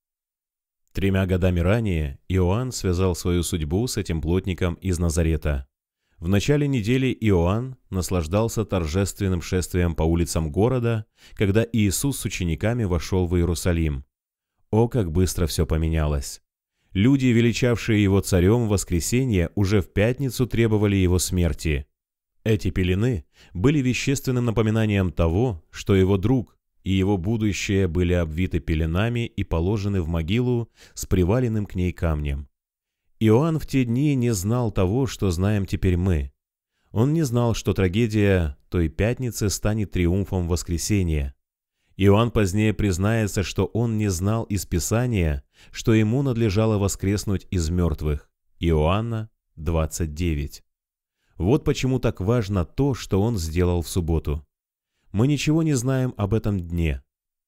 [SPEAKER 2] Тремя годами ранее Иоанн связал свою судьбу с этим плотником из Назарета. В начале недели Иоанн наслаждался торжественным шествием по улицам города, когда Иисус с учениками вошел в Иерусалим. О, как быстро все поменялось! Люди, величавшие его царем в воскресенье, уже в пятницу требовали его смерти. Эти пелены были вещественным напоминанием того, что его друг и его будущее были обвиты пеленами и положены в могилу с приваленным к ней камнем. Иоанн в те дни не знал того, что знаем теперь мы. Он не знал, что трагедия той пятницы станет триумфом воскресения. Иоанн позднее признается, что он не знал из Писания, что ему надлежало воскреснуть из мертвых. Иоанна двадцать девять. Вот почему так важно то, что он сделал в субботу. Мы ничего не знаем об этом дне.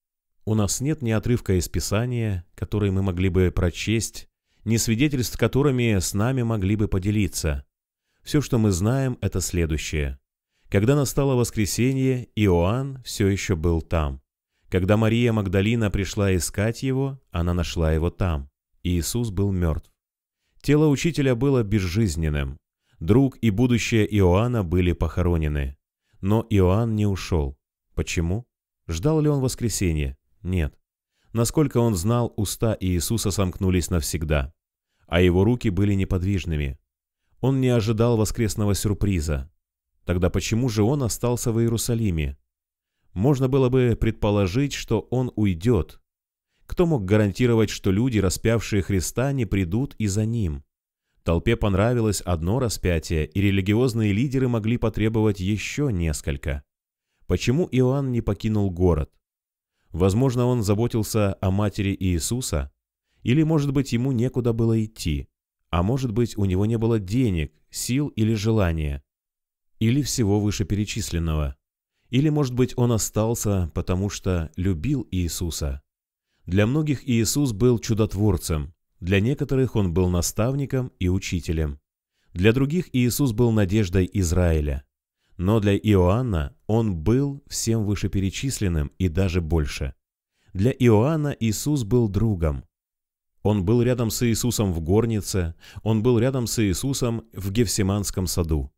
[SPEAKER 2] У нас нет ни отрывка из Писания, который мы могли бы прочесть, ни свидетельств, которыми с нами могли бы поделиться. Все, что мы знаем, это следующее. Когда настало воскресенье, Иоанн все еще был там. Когда Мария Магдалина пришла искать его, она нашла его там. Иисус был мертв. Тело учителя было безжизненным. Друг и будущее Иоанна были похоронены. Но Иоанн не ушел. Почему? Ждал ли он воскресенья? Нет. Насколько он знал, уста Иисуса сомкнулись навсегда, а его руки были неподвижными. Он не ожидал воскресного сюрприза. Тогда почему же он остался в Иерусалиме? Можно было бы предположить, что он уйдет. Кто мог гарантировать, что люди, распявшие Христа, не придут и за ним? Толпе понравилось одно распятие, и религиозные лидеры могли потребовать еще несколько. Почему Иоанн не покинул город? Возможно, он заботился о матери Иисуса, или, может быть, ему некуда было идти, а может быть, у него не было денег, сил или желания, или всего вышеперечисленного. Или, может быть, он остался, потому что любил Иисуса. Для многих Иисус был чудотворцем, для некоторых он был наставником и учителем. Для других Иисус был надеждой Израиля. Но для Иоанна он был всем вышеперечисленным и даже больше. Для Иоанна Иисус был другом. Он был рядом с Иисусом в горнице, он был рядом с Иисусом в Гефсиманском саду.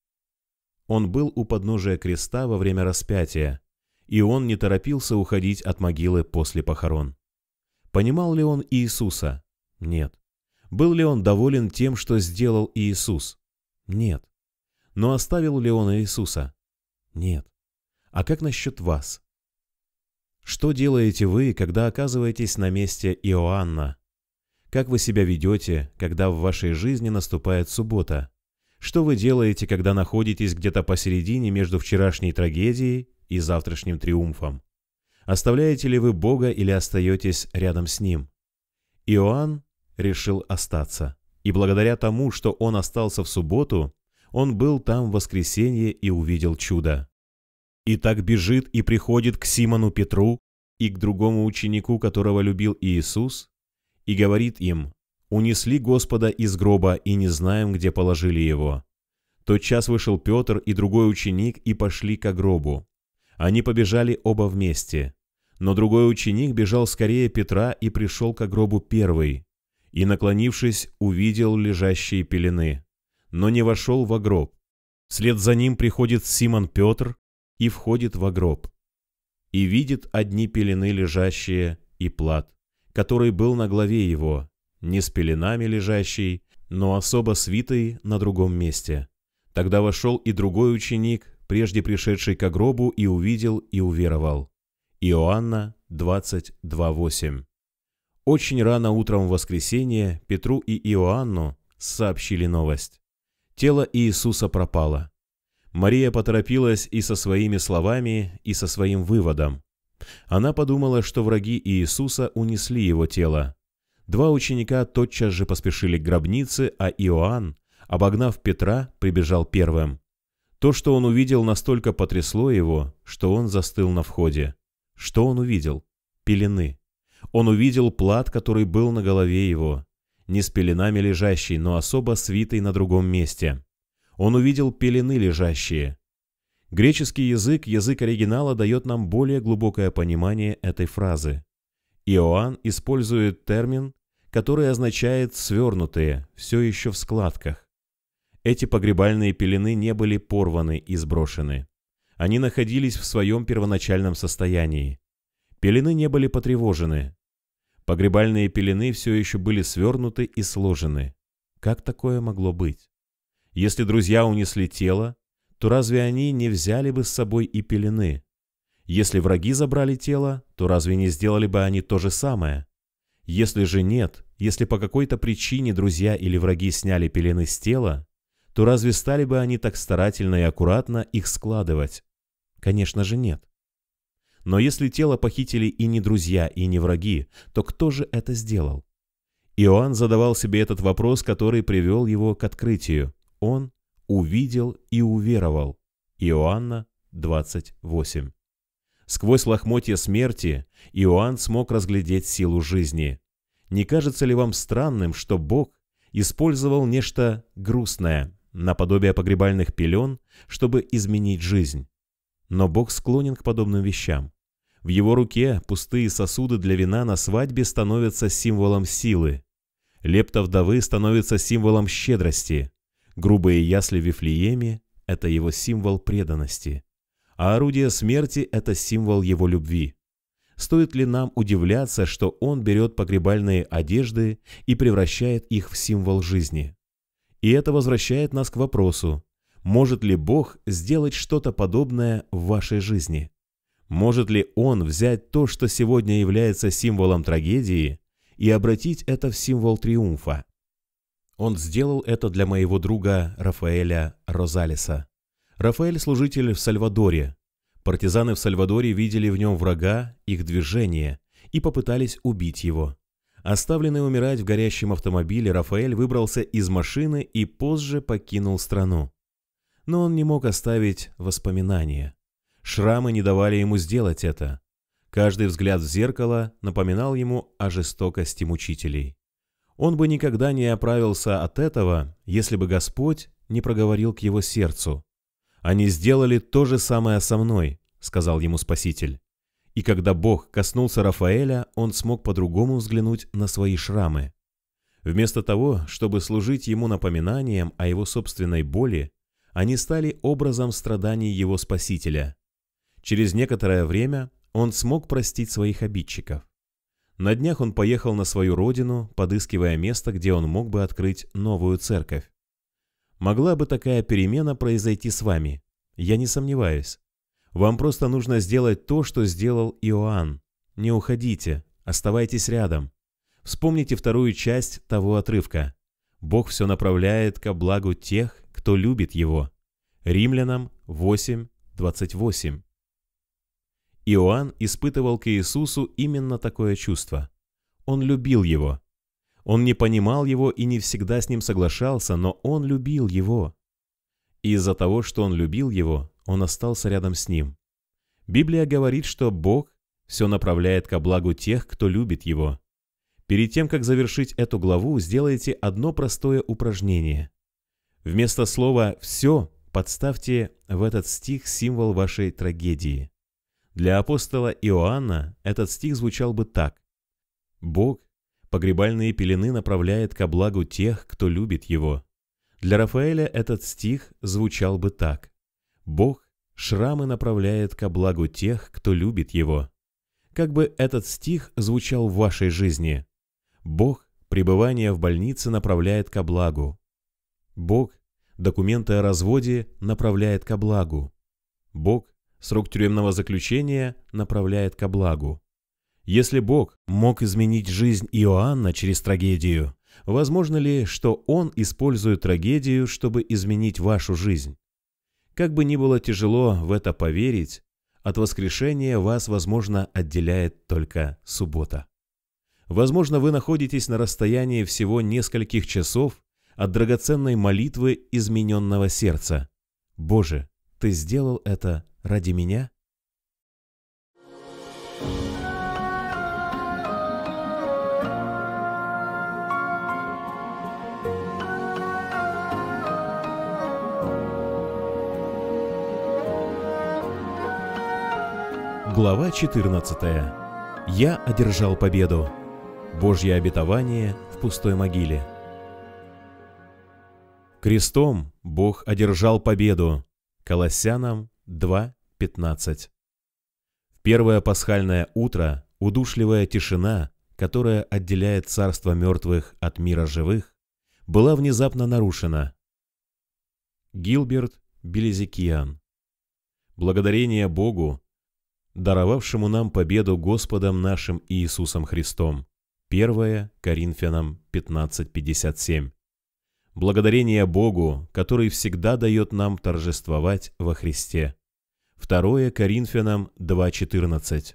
[SPEAKER 2] Он был у подножия креста во время распятия, и он не торопился уходить от могилы после похорон. Понимал ли он Иисуса? Нет. Был ли он доволен тем, что сделал Иисус? Нет. Но оставил ли он Иисуса? Нет. А как насчет вас? Что делаете вы, когда оказываетесь на месте Иоанна? Как вы себя ведете, когда в вашей жизни наступает суббота? Что вы делаете, когда находитесь где-то посередине между вчерашней трагедией и завтрашним триумфом? Оставляете ли вы Бога или остаетесь рядом с Ним? Иоанн решил остаться, и благодаря тому, что он остался в субботу, он был там в воскресенье и увидел чудо. И так бежит и приходит к Симону Петру и к другому ученику, которого любил Иисус, и говорит им: «Унесли Господа из гроба, и не знаем, где положили Его». Тотчас вышел Петр и другой ученик и пошли ко гробу. Они побежали оба вместе. Но другой ученик бежал скорее Петра и пришел ко гробу первый, и, наклонившись, увидел лежащие пелены, но не вошел во гроб. Вслед за ним приходит Симон Петр и входит во гроб, и видит одни пелены лежащие и плат, который был на главе его, не с пеленами лежащий, но особо свитый на другом месте. Тогда вошел и другой ученик, прежде пришедший ко гробу, и увидел и уверовал. Иоанна двадцать два восемь. Очень рано утром в воскресенье Петру и Иоанну сообщили новость. Тело Иисуса пропало. Мария поторопилась и со своими словами, и со своим выводом. Она подумала, что враги Иисуса унесли его тело. Два ученика тотчас же поспешили к гробнице, а Иоанн, обогнав Петра, прибежал первым. То, что он увидел, настолько потрясло его, что он застыл на входе. Что он увидел? Пелены. Он увидел плат, который был на голове его, не с пеленами лежащий, но особо свитый на другом месте. Он увидел пелены лежащие. Греческий язык, язык оригинала, дает нам более глубокое понимание этой фразы. Иоанн использует термин, который означает «свернутые», все еще в складках. Эти погребальные пелены не были порваны и сброшены. Они находились в своем первоначальном состоянии. Пелены не были потревожены. Погребальные пелены все еще были свернуты и сложены. Как такое могло быть? Если друзья унесли тело, то разве они не взяли бы с собой и пелены? Если враги забрали тело, то разве не сделали бы они то же самое? Если же нет, если по какой-то причине друзья или враги сняли пелены с тела, то разве стали бы они так старательно и аккуратно их складывать? Конечно же нет. Но если тело похитили и не друзья, и не враги, то кто же это сделал? Иоанн задавал себе этот вопрос, который привел его к открытию. Он увидел и уверовал. Иоанна двадцать восемь. Сквозь лохмотья смерти Иоанн смог разглядеть силу жизни. Не кажется ли вам странным, что Бог использовал нечто грустное, наподобие погребальных пелен, чтобы изменить жизнь? Но Бог склонен к подобным вещам. В его руке пустые сосуды для вина на свадьбе становятся символом силы. Лепта вдовы становится символом щедрости. Грубые ясли в Вифлееме – это его символ преданности. А орудие смерти – это символ его любви. Стоит ли нам удивляться, что он берет погребальные одежды и превращает их в символ жизни? И это возвращает нас к вопросу: может ли Бог сделать что-то подобное в вашей жизни? Может ли Он взять то, что сегодня является символом трагедии, и обратить это в символ триумфа? Он сделал это для моего друга Рафаэля Розалеса. Рафаэль – служитель в Сальвадоре. Партизаны в Сальвадоре видели в нем врага, их движение, и попытались убить его. Оставленный умирать в горящем автомобиле, Рафаэль выбрался из машины и позже покинул страну. Но он не мог оставить воспоминания. Шрамы не давали ему сделать это. Каждый взгляд в зеркало напоминал ему о жестокости мучителей. Он бы никогда не оправился от этого, если бы Господь не проговорил к его сердцу: «Они сделали то же самое со мной», — сказал ему Спаситель. И когда Бог коснулся Рафаэля, он смог по-другому взглянуть на свои шрамы. Вместо того, чтобы служить ему напоминанием о его собственной боли, они стали образом страданий его Спасителя. Через некоторое время он смог простить своих обидчиков. На днях он поехал на свою родину, подыскивая место, где он мог бы открыть новую церковь. Могла бы такая перемена произойти с вами? Я не сомневаюсь. Вам просто нужно сделать то, что сделал Иоанн. Не уходите, оставайтесь рядом. Вспомните вторую часть того отрывка. Бог все направляет ко благу тех, кто любит Его. Римлянам восемь двадцать восемь. Иоанн испытывал к Иисусу именно такое чувство. Он любил Его. Он не понимал Его и не всегда с Ним соглашался, но он любил Его. И из-за того, что он любил Его, он остался рядом с Ним. Библия говорит, что Бог все направляет ко благу тех, кто любит Его. Перед тем, как завершить эту главу, сделайте одно простое упражнение. Вместо слова «все» подставьте в этот стих символ вашей трагедии. Для апостола Иоанна этот стих звучал бы так. Бог погребальные пелены направляет ко благу тех, кто любит Его. Для Рафаэля этот стих звучал бы так. Бог шрамы направляет ко благу тех, кто любит Его. Как бы этот стих звучал в вашей жизни? Бог пребывание в больнице направляет ко благу. Бог документы о разводе направляет ко благу. Бог срок тюремного заключения направляет ко благу. Если Бог мог изменить жизнь Иоанна через трагедию, возможно ли, что Он использует трагедию, чтобы изменить вашу жизнь? Как бы ни было тяжело в это поверить, от воскрешения вас, возможно, отделяет только суббота. Возможно, вы находитесь на расстоянии всего нескольких часов от драгоценной молитвы измененного сердца. Боже, Ты сделал это ради меня? Глава четырнадцатая. Я одержал победу. Божье обетование в пустой могиле. Крестом Бог одержал победу. Колоссянам два пятнадцать. В первое пасхальное утро удушливая тишина, которая отделяет царство мертвых от мира живых, была внезапно нарушена. Гилберт Белезикиан. Благодарение Богу, даровавшему нам победу Господом нашим Иисусом Христом. первое Коринфянам пятнадцать пятьдесят семь. Благодарение Богу, который всегда дает нам торжествовать во Христе. второе Коринфянам два четырнадцать.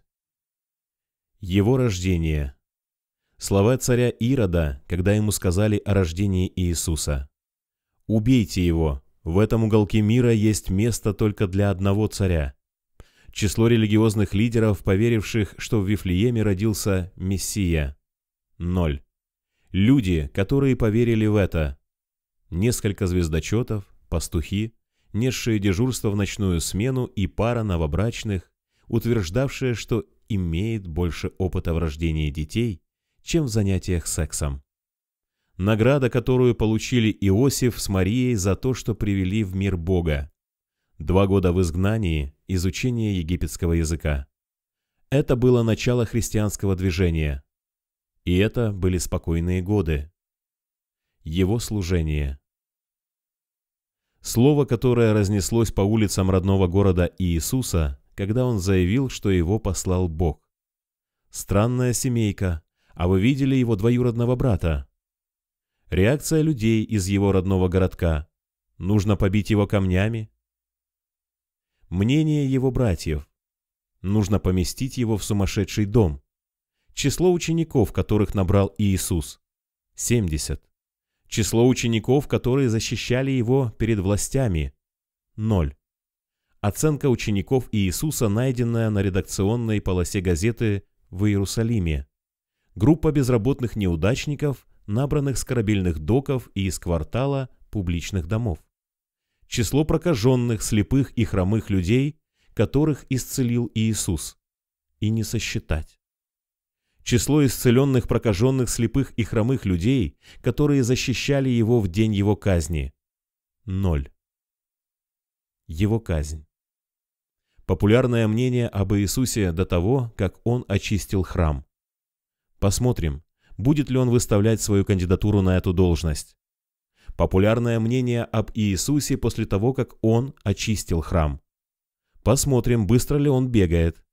[SPEAKER 2] Его рождение. Слова царя Ирода, когда ему сказали о рождении Иисуса. «Убейте его, в этом уголке мира есть место только для одного царя». Число религиозных лидеров, поверивших, что в Вифлееме родился Мессия. Ноль. Люди, которые поверили в это. Несколько звездочетов, пастухи, несшие дежурство в ночную смену и пара новобрачных, утверждавшая, что имеет больше опыта в рождении детей, чем в занятиях сексом. Награда, которую получили Иосиф с Марией за то, что привели в мир Бога. Два года в изгнании, изучение египетского языка. Это было начало христианского движения. И это были спокойные годы. Его служение. Слово, которое разнеслось по улицам родного города Иисуса, когда он заявил, что его послал Бог. «Странная семейка, а вы видели его двоюродного брата?» Реакция людей из его родного городка. «Нужно побить его камнями?» Мнение его братьев. Нужно поместить его в сумасшедший дом. Число учеников, которых набрал Иисус. семьдесят. Число учеников, которые защищали его перед властями. Ноль. Оценка учеников Иисуса, найденная на редакционной полосе газеты в Иерусалиме. Группа безработных неудачников, набранных с корабельных доков и из квартала публичных домов. Число прокаженных, слепых и хромых людей, которых исцелил Иисус. и не сосчитать. Число исцеленных, прокаженных, слепых и хромых людей, которые защищали его в день его казни – ноль. Его казнь. Популярное мнение об Иисусе до того, как он очистил храм. Посмотрим, будет ли он выставлять свою кандидатуру на эту должность. Популярное мнение об Иисусе после того, как он очистил храм. Посмотрим, быстро ли он бегает.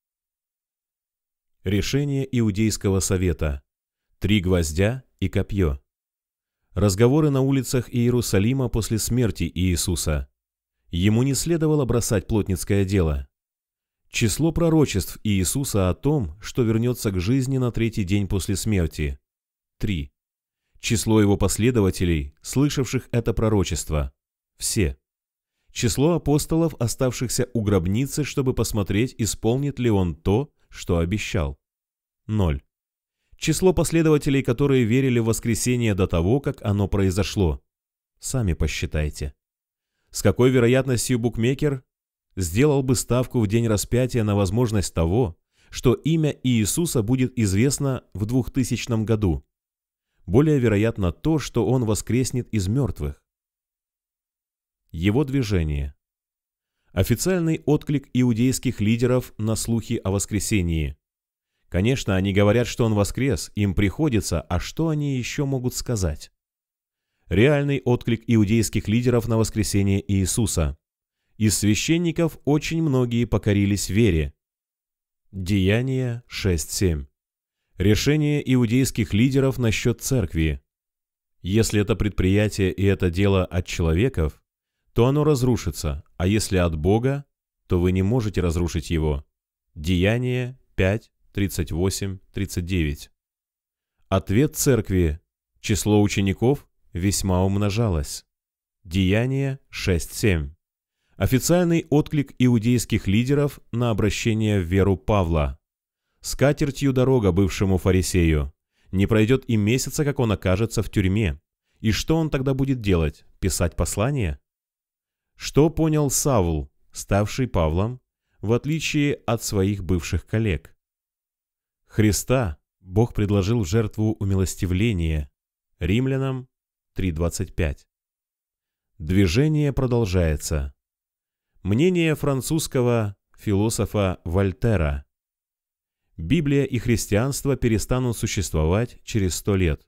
[SPEAKER 2] Решение Иудейского совета. Три гвоздя и копье. Разговоры на улицах Иерусалима после смерти Иисуса. Ему не следовало бросать плотницкое дело. Число пророчеств Иисуса о том, что вернется к жизни на третий день после смерти – три. Число его последователей, слышавших это пророчество – все. Число апостолов, оставшихся у гробницы, чтобы посмотреть, исполнит ли он то, что обещал – ноль. Число последователей, которые верили в воскресение до того, как оно произошло – сами посчитайте. С какой вероятностью букмекер сделал бы ставку в день распятия на возможность того, что имя Иисуса будет известно в двухтысячном году? Более вероятно то, что он воскреснет из мертвых. Его движение. Официальный отклик иудейских лидеров на слухи о воскресении. Конечно, они говорят, что он воскрес, им приходится, а что они еще могут сказать? Реальный отклик иудейских лидеров на воскресение Иисуса. Из священников очень многие покорились вере. Деяния шесть семь. Решение иудейских лидеров насчет церкви. Если это предприятие и это дело от человеков, то оно разрушится, а если от Бога, то вы не можете разрушить его. Деяния пять тридцать восемь тридцать девять. Ответ церкви. Число учеников весьма умножалось. Деяния шесть семь. Официальный отклик иудейских лидеров на обращение в веру Павла. С катертью дорога бывшему фарисею. Не пройдет и месяца, как он окажется в тюрьме. И что он тогда будет делать? Писать послание? Что понял Савл, ставший Павлом, в отличие от своих бывших коллег? Христа Бог предложил в жертву умилостивления. Римлянам три двадцать пять. Движение продолжается. Мнение французского философа Вольтера. Библия и христианство перестанут существовать через сто лет.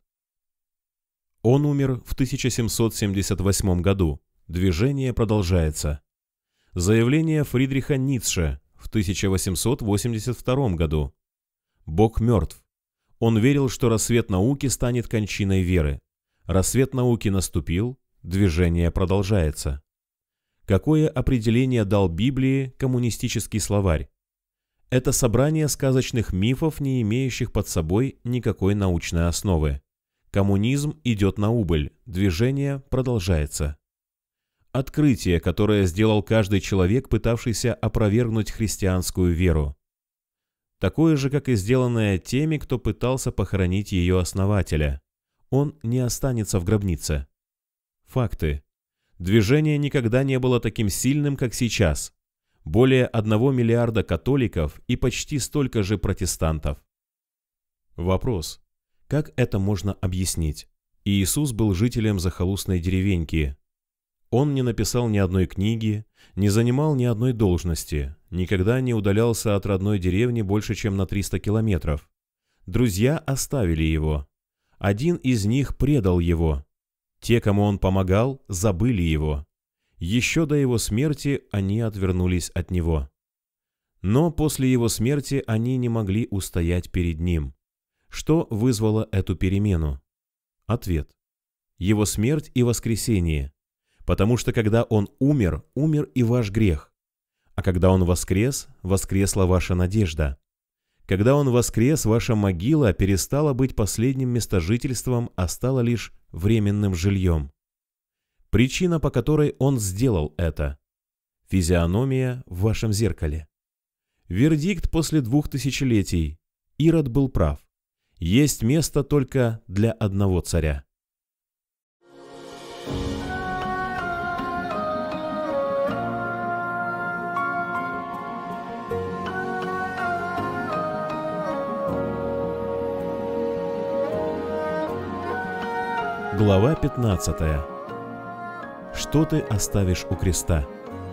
[SPEAKER 2] Он умер в тысяча семьсот семьдесят восьмом году. Движение продолжается. Заявление Фридриха Ницше в тысяча восемьсот восемьдесят втором году. Бог мертв. Он верил, что рассвет науки станет кончиной веры. Рассвет науки наступил, движение продолжается. Какое определение дал Библии коммунистический словарь? Это собрание сказочных мифов, не имеющих под собой никакой научной основы. Коммунизм идет на убыль, движение продолжается. Открытие, которое сделал каждый человек, пытавшийся опровергнуть христианскую веру. Такое же, как и сделанное теми, кто пытался похоронить ее основателя. Он не останется в гробнице. Факты. Движение никогда не было таким сильным, как сейчас. Более одного миллиарда католиков и почти столько же протестантов. Вопрос. Как это можно объяснить? Иисус был жителем захолустной деревеньки. Он не написал ни одной книги, не занимал ни одной должности, никогда не удалялся от родной деревни больше, чем на триста километров. Друзья оставили его. Один из них предал его. Те, кому он помогал, забыли его. Еще до его смерти они отвернулись от него. Но после его смерти они не могли устоять перед ним. Что вызвало эту перемену? Ответ. Его смерть и воскресение. Потому что когда он умер, умер и ваш грех. А когда он воскрес, воскресла ваша надежда. Когда он воскрес, ваша могила перестала быть последним местожительством, а стала лишь временным жильем. Причина, по которой он сделал это. Физиономия в вашем зеркале. Вердикт после двух тысячелетий. Ирод был прав. Есть место только для одного царя. Глава пятнадцатая. Что ты оставишь у креста?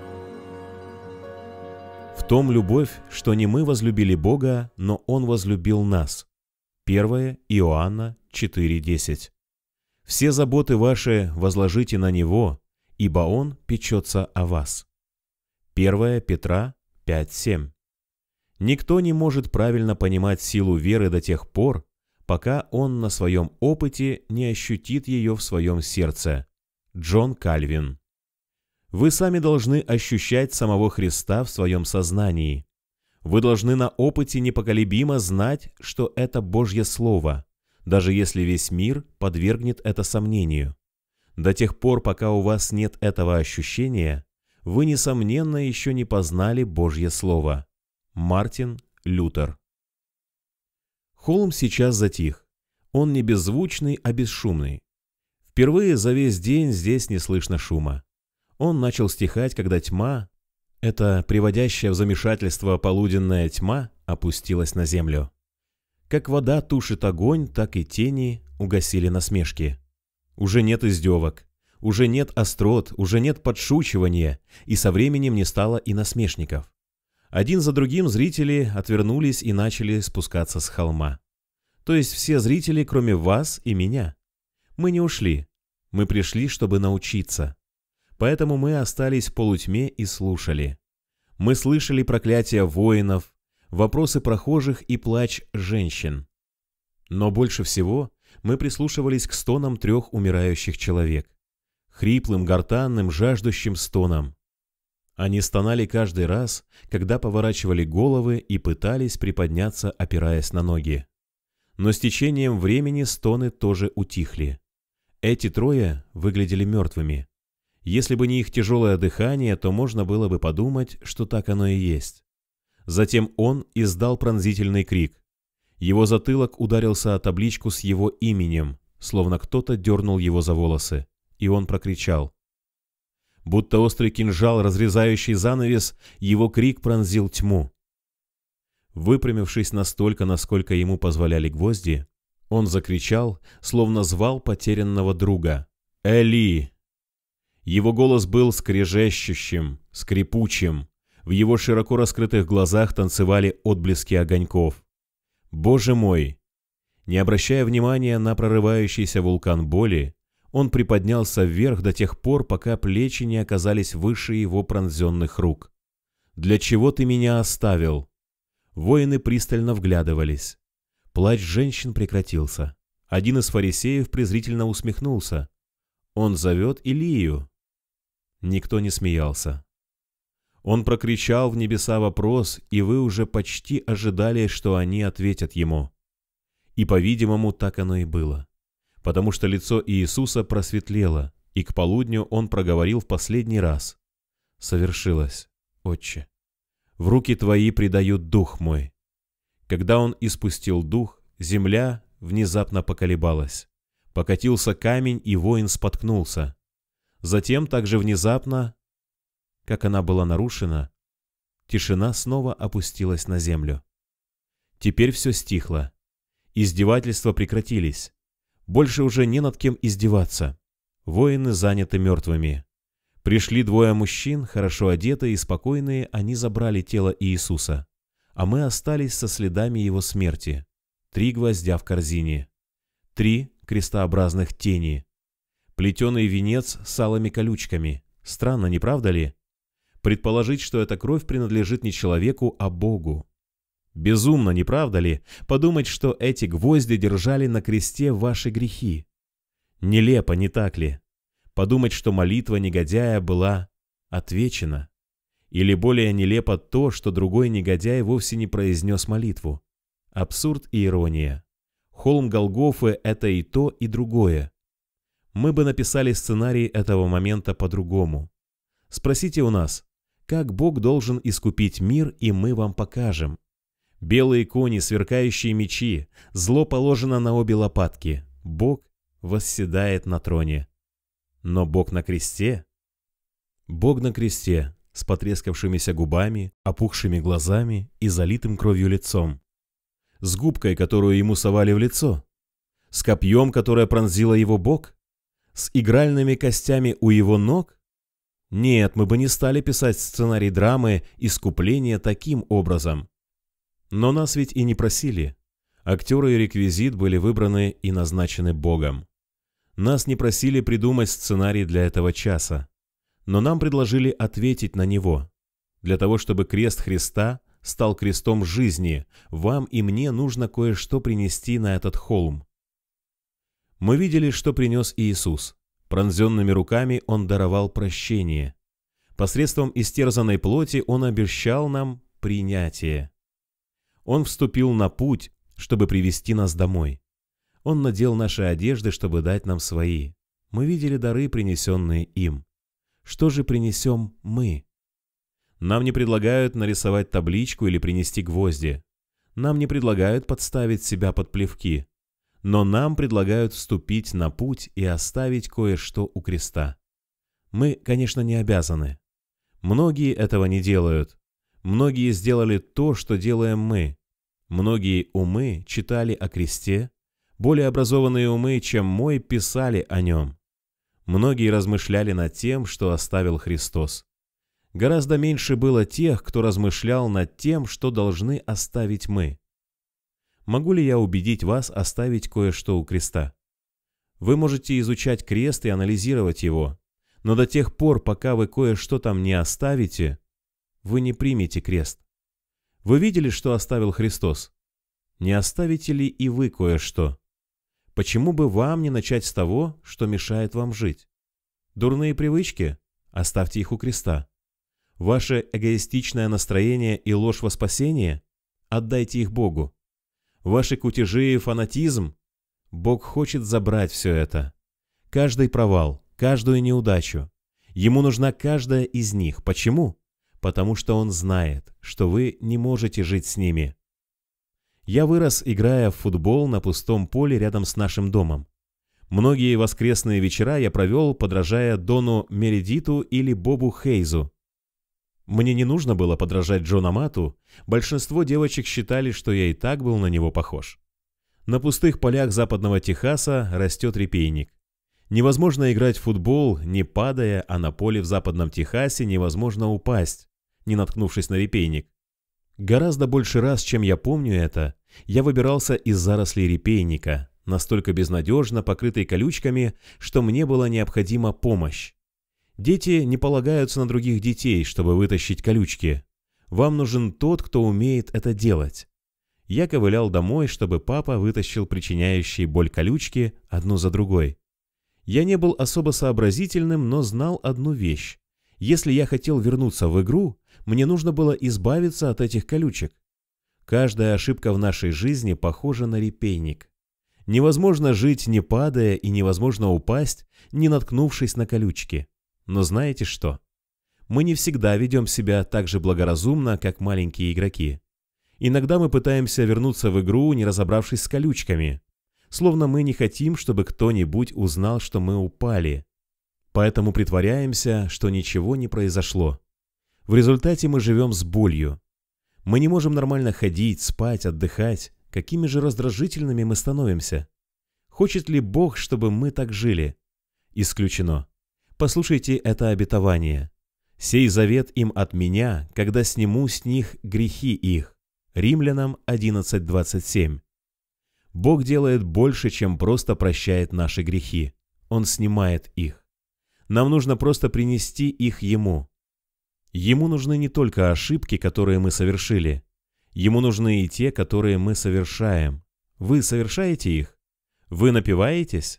[SPEAKER 2] В том любовь, что не мы возлюбили Бога, но Он возлюбил нас. первое Иоанна четыре десять. Все заботы ваши возложите на Него, ибо Он печется о вас. первое Петра пять семь. Никто не может правильно понимать силу веры до тех пор, пока он на своем опыте не ощутит ее в своем сердце. Джон Кальвин. Вы сами должны ощущать самого Христа в своем сознании. Вы должны на опыте непоколебимо знать, что это Божье Слово, даже если весь мир подвергнет это сомнению. До тех пор, пока у вас нет этого ощущения, вы, несомненно, еще не познали Божье Слово. Мартин Лютер. Холм сейчас затих. Он не беззвучный, а бесшумный. Впервые за весь день здесь не слышно шума. Он начал стихать, когда тьма, эта приводящая в замешательство полуденная тьма, опустилась на землю. Как вода тушит огонь, так и тени угасили насмешки. Уже нет издевок, уже нет острот, уже нет подшучивания, и со временем не стало и насмешников. Один за другим зрители отвернулись и начали спускаться с холма. То есть все зрители, кроме вас и меня. Мы не ушли. Мы пришли, чтобы научиться. Поэтому мы остались в полутьме и слушали. Мы слышали проклятия воинов, вопросы прохожих и плач женщин. Но больше всего мы прислушивались к стонам трех умирающих человек. Хриплым, гортанным, жаждущим стонам. Они стонали каждый раз, когда поворачивали головы и пытались приподняться, опираясь на ноги. Но с течением времени стоны тоже утихли. Эти трое выглядели мертвыми. Если бы не их тяжелое дыхание, то можно было бы подумать, что так оно и есть. Затем он издал пронзительный крик. Его затылок ударился о табличку с его именем, словно кто-то дернул его за волосы, и он прокричал. Будто острый кинжал, разрезающий занавес, его крик пронзил тьму. Выпрямившись настолько, насколько ему позволяли гвозди, он закричал, словно звал потерянного друга. «Эли!» Его голос был скрежещущим, скрипучим. В его широко раскрытых глазах танцевали отблески огоньков. «Боже мой!» Не обращая внимания на прорывающийся вулкан боли, он приподнялся вверх до тех пор, пока плечи не оказались выше его пронзенных рук. «Для чего ты меня оставил?» Воины пристально вглядывались. Плач женщин прекратился. Один из фарисеев презрительно усмехнулся. «Он зовет Илию». Никто не смеялся. Он прокричал в небеса вопрос, и вы уже почти ожидали, что они ответят ему. И, по-видимому, так оно и было. Потому что лицо Иисуса просветлело, и к полудню он проговорил в последний раз. «Совершилось, Отче. В руки Твои предают дух мой». Когда он испустил дух, земля внезапно поколебалась. Покатился камень, и воин споткнулся. Затем, также внезапно, как она была нарушена, тишина снова опустилась на землю. Теперь все стихло. Издевательства прекратились. Больше уже не над кем издеваться. Воины заняты мертвыми. Пришли двое мужчин, хорошо одетые и спокойные, они забрали тело Иисуса. А мы остались со следами его смерти. Три гвоздя в корзине. Три крестообразных тени. Плетеный венец с алыми колючками. Странно, не правда ли? Предположить, что эта кровь принадлежит не человеку, а Богу. Безумно, не правда ли, подумать, что эти гвозди держали на кресте ваши грехи? Нелепо, не так ли? Подумать, что молитва негодяя была отвечена. Или более нелепо то, что другой негодяй вовсе не произнес молитву. Абсурд и ирония. Холм Голгофы — это и то, и другое. Мы бы написали сценарий этого момента по-другому. Спросите у нас, как Бог должен искупить мир, и мы вам покажем. Белые кони, сверкающие мечи, зло положено на обе лопатки. Бог восседает на троне. Но Бог на кресте? Бог на кресте, с потрескавшимися губами, опухшими глазами и залитым кровью лицом. С губкой, которую ему совали в лицо. С копьем, которое пронзило его бок. С игральными костями у его ног? Нет, мы бы не стали писать сценарий драмы «Искупление» таким образом. Но нас ведь и не просили. Актеры и реквизит были выбраны и назначены Богом. Нас не просили придумать сценарий для этого часа, но нам предложили ответить на него. Для того, чтобы крест Христа стал крестом жизни, вам и мне нужно кое-что принести на этот холм. Мы видели, что принес Иисус. Пронзенными руками Он даровал прощение. Посредством истерзанной плоти Он обещал нам принятие. Он вступил на путь, чтобы привести нас домой. Он надел наши одежды, чтобы дать нам свои. Мы видели дары, принесенные им. Что же принесем мы? Нам не предлагают нарисовать табличку или принести гвозди. Нам не предлагают подставить себя под плевки. Но нам предлагают вступить на путь и оставить кое-что у креста. Мы, конечно, не обязаны. Многие этого не делают. Многие сделали то, что делаем мы. Многие умы читали о кресте. Более образованные умы, чем мой, писали о нем. Многие размышляли над тем, что оставил Христос. Гораздо меньше было тех, кто размышлял над тем, что должны оставить мы. Могу ли я убедить вас оставить кое-что у креста? Вы можете изучать крест и анализировать его, но до тех пор, пока вы кое-что там не оставите, вы не примете крест. Вы видели, что оставил Христос? Не оставите ли и вы кое-что? Почему бы вам не начать с того, что мешает вам жить? Дурные привычки? Оставьте их у креста. Ваше эгоистичное настроение и ложь во спасение? Отдайте их Богу. Ваши кутежи и фанатизм? Бог хочет забрать все это. Каждый провал, каждую неудачу. Ему нужна каждая из них. Почему? Потому что Он знает, что вы не можете жить с ними. Я вырос, играя в футбол на пустом поле рядом с нашим домом. Многие воскресные вечера я провел, подражая Дону Мередиту или Бобу Хейзу. Мне не нужно было подражать Джону Мату, большинство девочек считали, что я и так был на него похож. На пустых полях западного Техаса растет репейник. Невозможно играть в футбол, не падая, а на поле в западном Техасе невозможно упасть, не наткнувшись на репейник. Гораздо больше раз, чем я помню это, я выбирался из зарослей репейника, настолько безнадежно покрытой колючками, что мне была необходима помощь. Дети не полагаются на других детей, чтобы вытащить колючки. Вам нужен тот, кто умеет это делать. Я ковылял домой, чтобы папа вытащил причиняющие боль колючки одну за другой. Я не был особо сообразительным, но знал одну вещь. Если я хотел вернуться в игру, мне нужно было избавиться от этих колючек. Каждая ошибка в нашей жизни похожа на репейник. Невозможно жить, не падая, и невозможно упасть, не наткнувшись на колючки. Но знаете что? Мы не всегда ведем себя так же благоразумно, как маленькие игроки. Иногда мы пытаемся вернуться в игру, не разобравшись с колючками. Словно мы не хотим, чтобы кто-нибудь узнал, что мы упали. Поэтому притворяемся, что ничего не произошло. В результате мы живем с болью. Мы не можем нормально ходить, спать, отдыхать. Какими же раздражительными мы становимся? Хочет ли Бог, чтобы мы так жили? Исключено. Послушайте это обетование. «Сей завет им от меня, когда сниму с них грехи их». Римлянам одиннадцать двадцать семь. Бог делает больше, чем просто прощает наши грехи. Он снимает их. Нам нужно просто принести их Ему. Ему нужны не только ошибки, которые мы совершили. Ему нужны и те, которые мы совершаем. Вы совершаете их? Вы напиваетесь?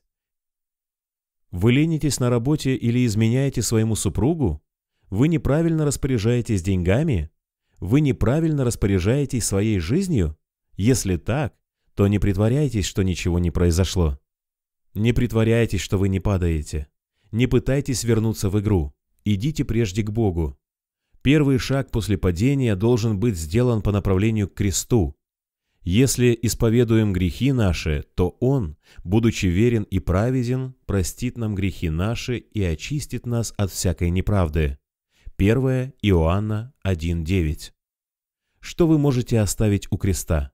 [SPEAKER 2] Вы ленитесь на работе или изменяете своему супругу? Вы неправильно распоряжаетесь деньгами? Вы неправильно распоряжаетесь своей жизнью? Если так, то не притворяйтесь, что ничего не произошло. Не притворяйтесь, что вы не падаете. Не пытайтесь вернуться в игру. Идите прежде к Богу. Первый шаг после падения должен быть сделан по направлению к кресту. Если исповедуем грехи наши, то Он, будучи верен и праведен, простит нам грехи наши и очистит нас от всякой неправды. первое Иоанна один девять. Что вы можете оставить у креста?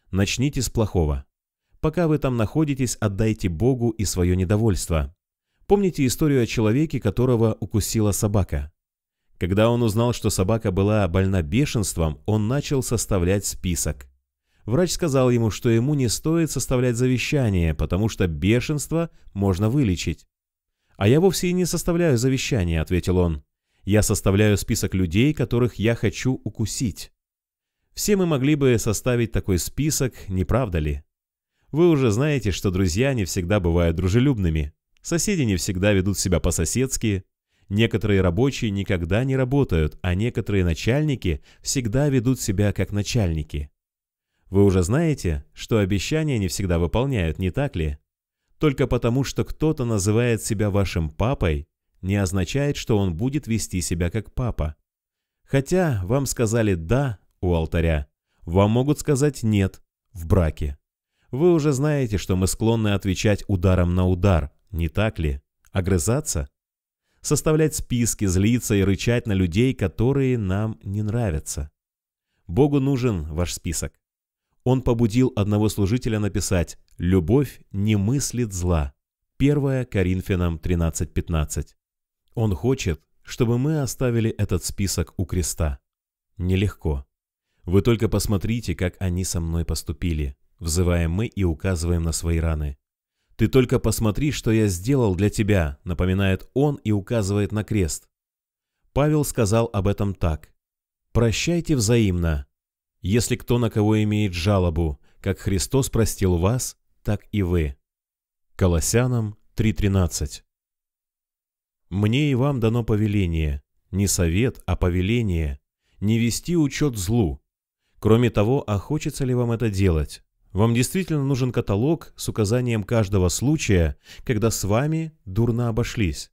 [SPEAKER 2] Начните с плохого. Пока вы там находитесь, отдайте Богу и свое недовольство. Помните историю о человеке, которого укусила собака? Когда он узнал, что собака была больна бешенством, он начал составлять список. Врач сказал ему, что ему не стоит составлять завещание, потому что бешенство можно вылечить. «А я вовсе и не составляю завещание», — ответил он. «Я составляю список людей, которых я хочу укусить». Все мы могли бы составить такой список, не правда ли? Вы уже знаете, что друзья не всегда бывают дружелюбными, соседи не всегда ведут себя по-соседски, некоторые рабочие никогда не работают, а некоторые начальники всегда ведут себя как начальники. Вы уже знаете, что обещания не всегда выполняют, не так ли? Только потому, что кто-то называет себя вашим папой, не означает, что он будет вести себя как папа. Хотя вам сказали «да» у алтаря, вам могут сказать «нет» в браке. Вы уже знаете, что мы склонны отвечать ударом на удар, не так ли? Огрызаться? Составлять списки, злиться и рычать на людей, которые нам не нравятся. Богу нужен ваш список. Он побудил одного служителя написать «Любовь не мыслит зла». первое Коринфянам тринадцать пятнадцать. Он хочет, чтобы мы оставили этот список у креста. Нелегко. Вы только посмотрите, как они со мной поступили. Взываем мы и указываем на свои раны. «Ты только посмотри, что я сделал для тебя», напоминает он и указывает на крест. Павел сказал об этом так. «Прощайте взаимно. Если кто на кого имеет жалобу, как Христос простил вас, так и вы». Колоссянам три тринадцать. «Мне и вам дано повеление, не совет, а повеление, не вести учет злу. Кроме того, а хочется ли вам это делать? Вам действительно нужен каталог с указанием каждого случая, когда с вами дурно обошлись.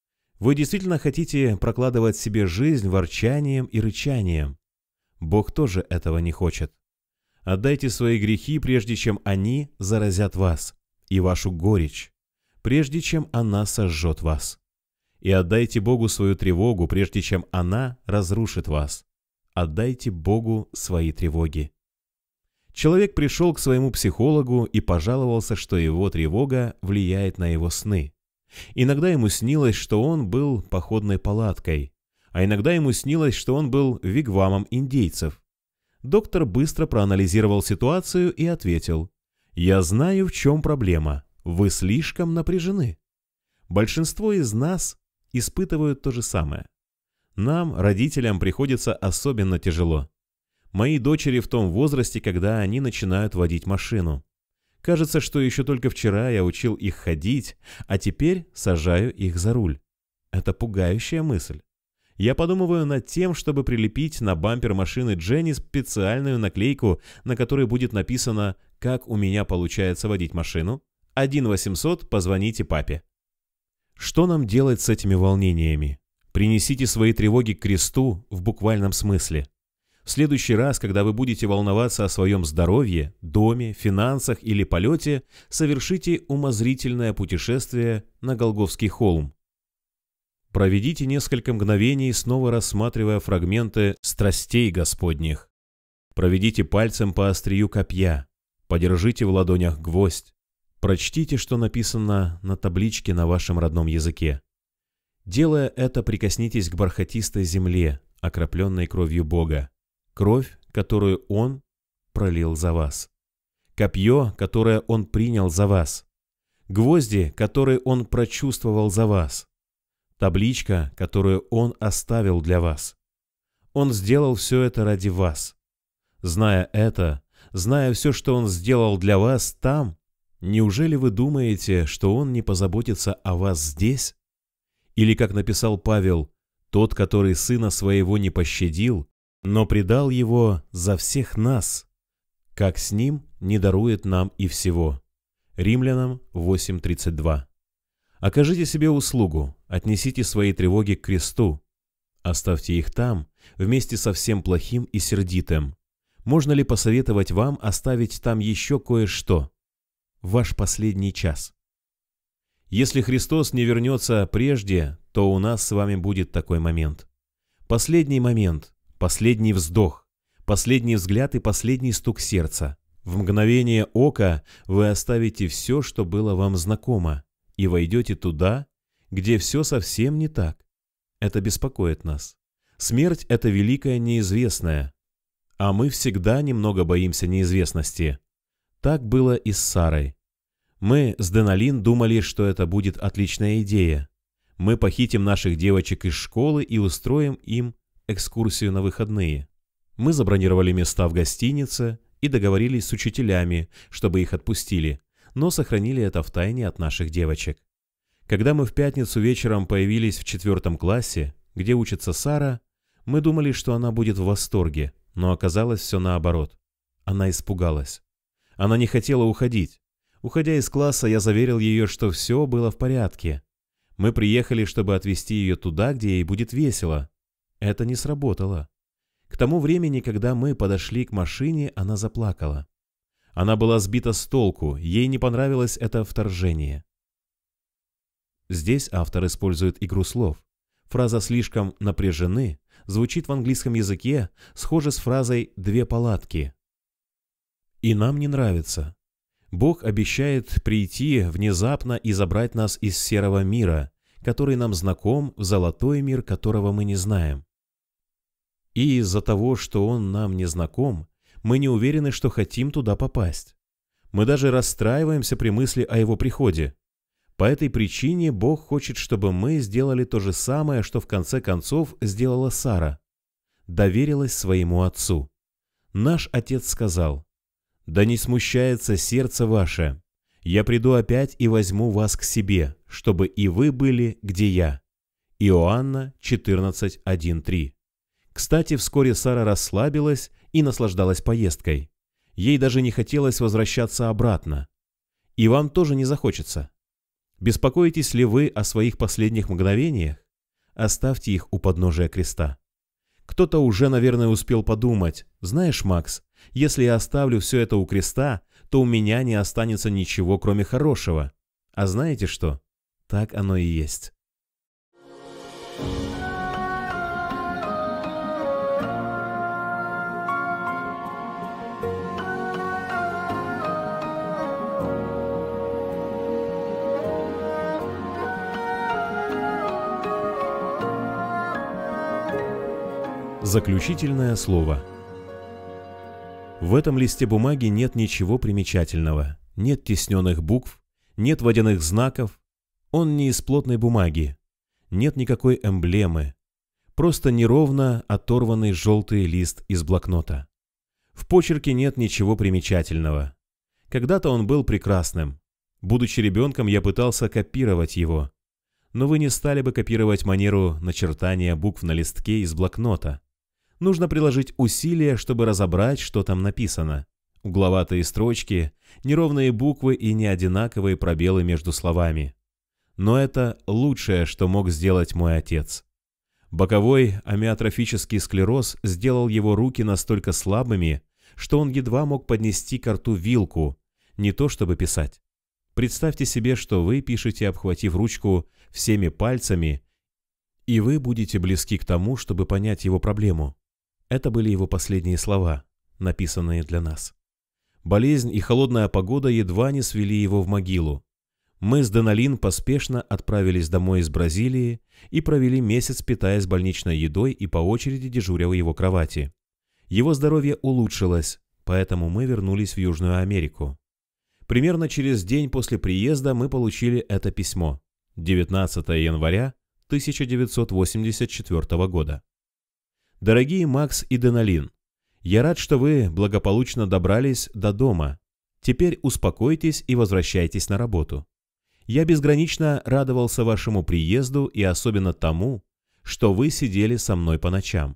[SPEAKER 2] Вы действительно хотите прокладывать себе жизнь ворчанием и рычанием. Бог тоже этого не хочет. Отдайте свои грехи, прежде чем они заразят вас, и вашу горечь, прежде чем она сожжет вас. И отдайте Богу свою тревогу, прежде чем она разрушит вас. Отдайте Богу свои тревоги». Человек пришел к своему психологу и пожаловался, что его тревога влияет на его сны. Иногда ему снилось, что он был походной палаткой, а иногда ему снилось, что он был вигвамом индейцев. Доктор быстро проанализировал ситуацию и ответил: «Я знаю, в чем проблема. Вы слишком напряжены». Большинство из нас испытывают то же самое. Нам, родителям, приходится особенно тяжело. Мои дочери в том возрасте, когда они начинают водить машину. Кажется, что еще только вчера я учил их ходить, а теперь сажаю их за руль. Это пугающая мысль. Я подумываю над тем, чтобы прилепить на бампер машины Дженни специальную наклейку, на которой будет написано «Как у меня получается водить машину? один восемьсот, позвоните папе». Что нам делать с этими волнениями? Принесите свои тревоги к кресту в буквальном смысле. В следующий раз, когда вы будете волноваться о своем здоровье, доме, финансах или полете, совершите умозрительное путешествие на Голгофский холм. Проведите несколько мгновений, снова рассматривая фрагменты страстей Господних. Проведите пальцем по острию копья, подержите в ладонях гвоздь, прочтите, что написано на табличке на вашем родном языке. Делая это, прикоснитесь к бархатистой земле, окропленной кровью Бога. Кровь, которую Он пролил за вас. Копье, которое Он принял за вас. Гвозди, которые Он прочувствовал за вас. Табличка, которую Он оставил для вас. Он сделал все это ради вас. Зная это, зная все, что Он сделал для вас там, неужели вы думаете, что Он не позаботится о вас здесь? Или, как написал Павел, «Тот, который Сына Своего не пощадил, но предал Его за всех нас, как с Ним не дарует нам и всего». Римлянам восемь тридцать два. Окажите себе услугу, отнесите свои тревоги к кресту. Оставьте их там, вместе со всем плохим и сердитым. Можно ли посоветовать вам оставить там еще кое-что? Ваш последний час. Если Христос не вернется прежде, то у нас с вами будет такой момент. Последний момент, последний вздох, последний взгляд и последний стук сердца. В мгновение ока вы оставите все, что было вам знакомо, и войдете туда, где все совсем не так. Это беспокоит нас. Смерть — это великое неизвестное, а мы всегда немного боимся неизвестности. Так было и с Сарой. Мы с Денолин думали, что это будет отличная идея. Мы похитим наших девочек из школы и устроим им экскурсию на выходные. Мы забронировали места в гостинице и договорились с учителями, чтобы их отпустили, но сохранили это в тайне от наших девочек. Когда мы в пятницу вечером появились в четвертом классе, где учится Сара, мы думали, что она будет в восторге, но оказалось все наоборот. Она испугалась. Она не хотела уходить. Уходя из класса, я заверил ее, что все было в порядке. Мы приехали, чтобы отвезти ее туда, где ей будет весело. Это не сработало. К тому времени, когда мы подошли к машине, она заплакала. Она была сбита с толку, ей не понравилось это вторжение. Здесь автор использует игру слов. Фраза «слишком напряжены» звучит в английском языке схоже с фразой «две палатки». И нам не нравится. Бог обещает прийти внезапно и забрать нас из серого мира, который нам знаком, в золотой мир, которого мы не знаем. И из-за того, что Он нам не знаком, мы не уверены, что хотим туда попасть. Мы даже расстраиваемся при мысли о Его приходе. По этой причине Бог хочет, чтобы мы сделали то же самое, что в конце концов сделала Сара. Доверилась своему отцу. Наш отец сказал: «Да не смущается сердце ваше. Я приду опять и возьму вас к себе, чтобы и вы были, где я». Иоанна четырнадцать, один, три. Кстати, вскоре Сара расслабилась и наслаждалась поездкой. Ей даже не хотелось возвращаться обратно. И вам тоже не захочется. Беспокоитесь ли вы о своих последних мгновениях? Оставьте их у подножия креста. Кто-то уже, наверное, успел подумать: «Знаешь, Макс, если я оставлю все это у креста, то у меня не останется ничего, кроме хорошего». А знаете что? Так оно и есть. Заключительное слово. В этом листе бумаги нет ничего примечательного, нет тисненных букв, нет водяных знаков, он не из плотной бумаги, нет никакой эмблемы, просто неровно оторванный желтый лист из блокнота. В почерке нет ничего примечательного. Когда-то он был прекрасным. Будучи ребенком, я пытался копировать его. Но вы не стали бы копировать манеру начертания букв на листке из блокнота. Нужно приложить усилия, чтобы разобрать, что там написано. Угловатые строчки, неровные буквы и неодинаковые пробелы между словами. Но это лучшее, что мог сделать мой отец. Боковой амиотрофический склероз сделал его руки настолько слабыми, что он едва мог поднести ко рту вилку, не то чтобы писать. Представьте себе, что вы пишете, обхватив ручку всеми пальцами, и вы будете близки к тому, чтобы понять его проблему. Это были его последние слова, написанные для нас. Болезнь и холодная погода едва не свели его в могилу. Мы с Денолин поспешно отправились домой из Бразилии и провели месяц, питаясь больничной едой и по очереди дежуря у его кровати. Его здоровье улучшилось, поэтому мы вернулись в Южную Америку. Примерно через день после приезда мы получили это письмо. девятнадцатого января тысяча девятьсот восемьдесят четвёртого года. Дорогие Макс и Денолин, я рад, что вы благополучно добрались до дома. Теперь успокойтесь и возвращайтесь на работу. Я безгранично радовался вашему приезду и особенно тому, что вы сидели со мной по ночам.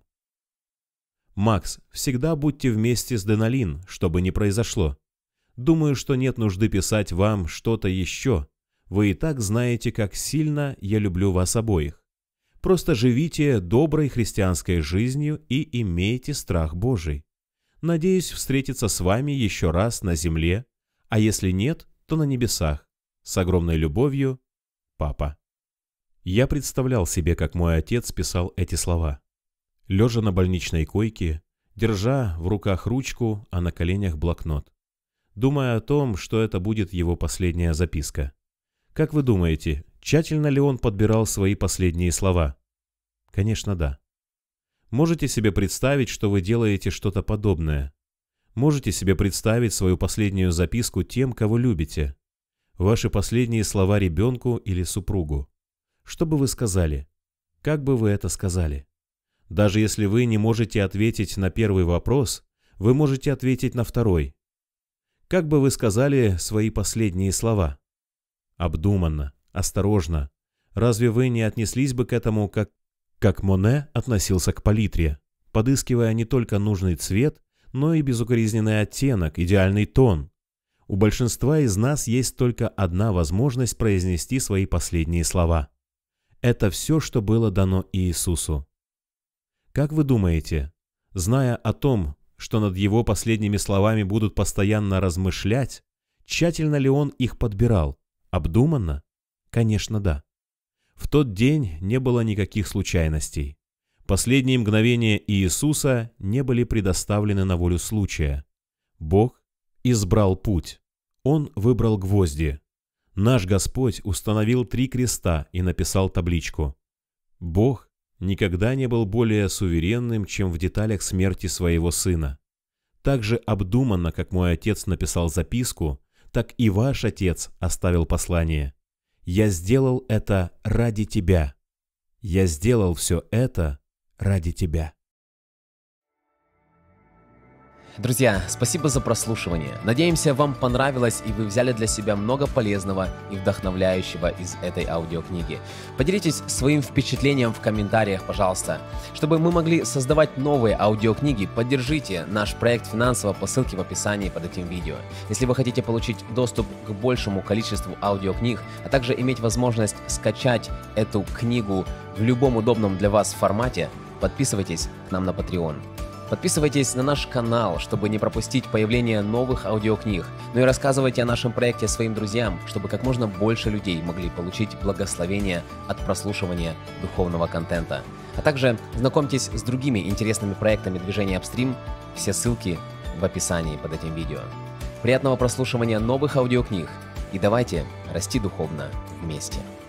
[SPEAKER 2] Макс, всегда будьте вместе с Денолин, что бы ни произошло. Думаю, что нет нужды писать вам что-то еще. Вы и так знаете, как сильно я люблю вас обоих. Просто живите доброй христианской жизнью и имейте страх Божий. Надеюсь встретиться с вами еще раз на земле, а если нет, то на небесах. С огромной любовью, папа. Я представлял себе, как мой отец писал эти слова. Лежа на больничной койке, держа в руках ручку, а на коленях блокнот. Думая о том, что это будет его последняя записка. Как вы думаете, Тщательно ли он подбирал свои последние слова? Конечно, да. Можете себе представить, что вы делаете что-то подобное? Можете себе представить свою последнюю записку тем, кого любите? Ваши последние слова ребенку или супругу? Что бы вы сказали? Как бы вы это сказали? Даже если вы не можете ответить на первый вопрос, вы можете ответить на второй. Как бы вы сказали свои последние слова? Обдуманно, осторожно. Разве вы не отнеслись бы к этому, как, как Моне относился к палитре, подыскивая не только нужный цвет, но и безукоризненный оттенок, идеальный тон? У большинства из нас есть только одна возможность произнести свои последние слова. Это все, что было дано Иисусу. Как вы думаете, зная о том, что над его последними словами будут постоянно размышлять, тщательно ли он их подбирал? Обдуманно? Конечно, да. В тот день не было никаких случайностей. Последние мгновения Иисуса не были предоставлены на волю случая. Бог избрал путь. Он выбрал гвозди. Наш Господь установил три креста и написал табличку. Бог никогда не был более суверенным, чем в деталях смерти своего Сына. Так же обдуманно, как мой Отец написал записку, так и ваш Отец оставил послание. Я сделал это ради тебя. Я сделал все это ради тебя.
[SPEAKER 1] Друзья, спасибо за прослушивание. Надеемся, вам понравилось и вы взяли для себя много полезного и вдохновляющего из этой аудиокниги. Поделитесь своим впечатлением в комментариях, пожалуйста. Чтобы мы могли создавать новые аудиокниги, поддержите наш проект финансово по ссылке в описании под этим видео. Если вы хотите получить доступ к большему количеству аудиокниг, а также иметь возможность скачать эту книгу в любом удобном для вас формате, подписывайтесь к нам на Patreon. Подписывайтесь на наш канал, чтобы не пропустить появление новых аудиокниг. Ну и рассказывайте о нашем проекте своим друзьям, чтобы как можно больше людей могли получить благословение от прослушивания духовного контента. А также знакомьтесь с другими интересными проектами движения Upstream. Все ссылки в описании под этим видео. Приятного прослушивания новых аудиокниг и давайте расти духовно вместе.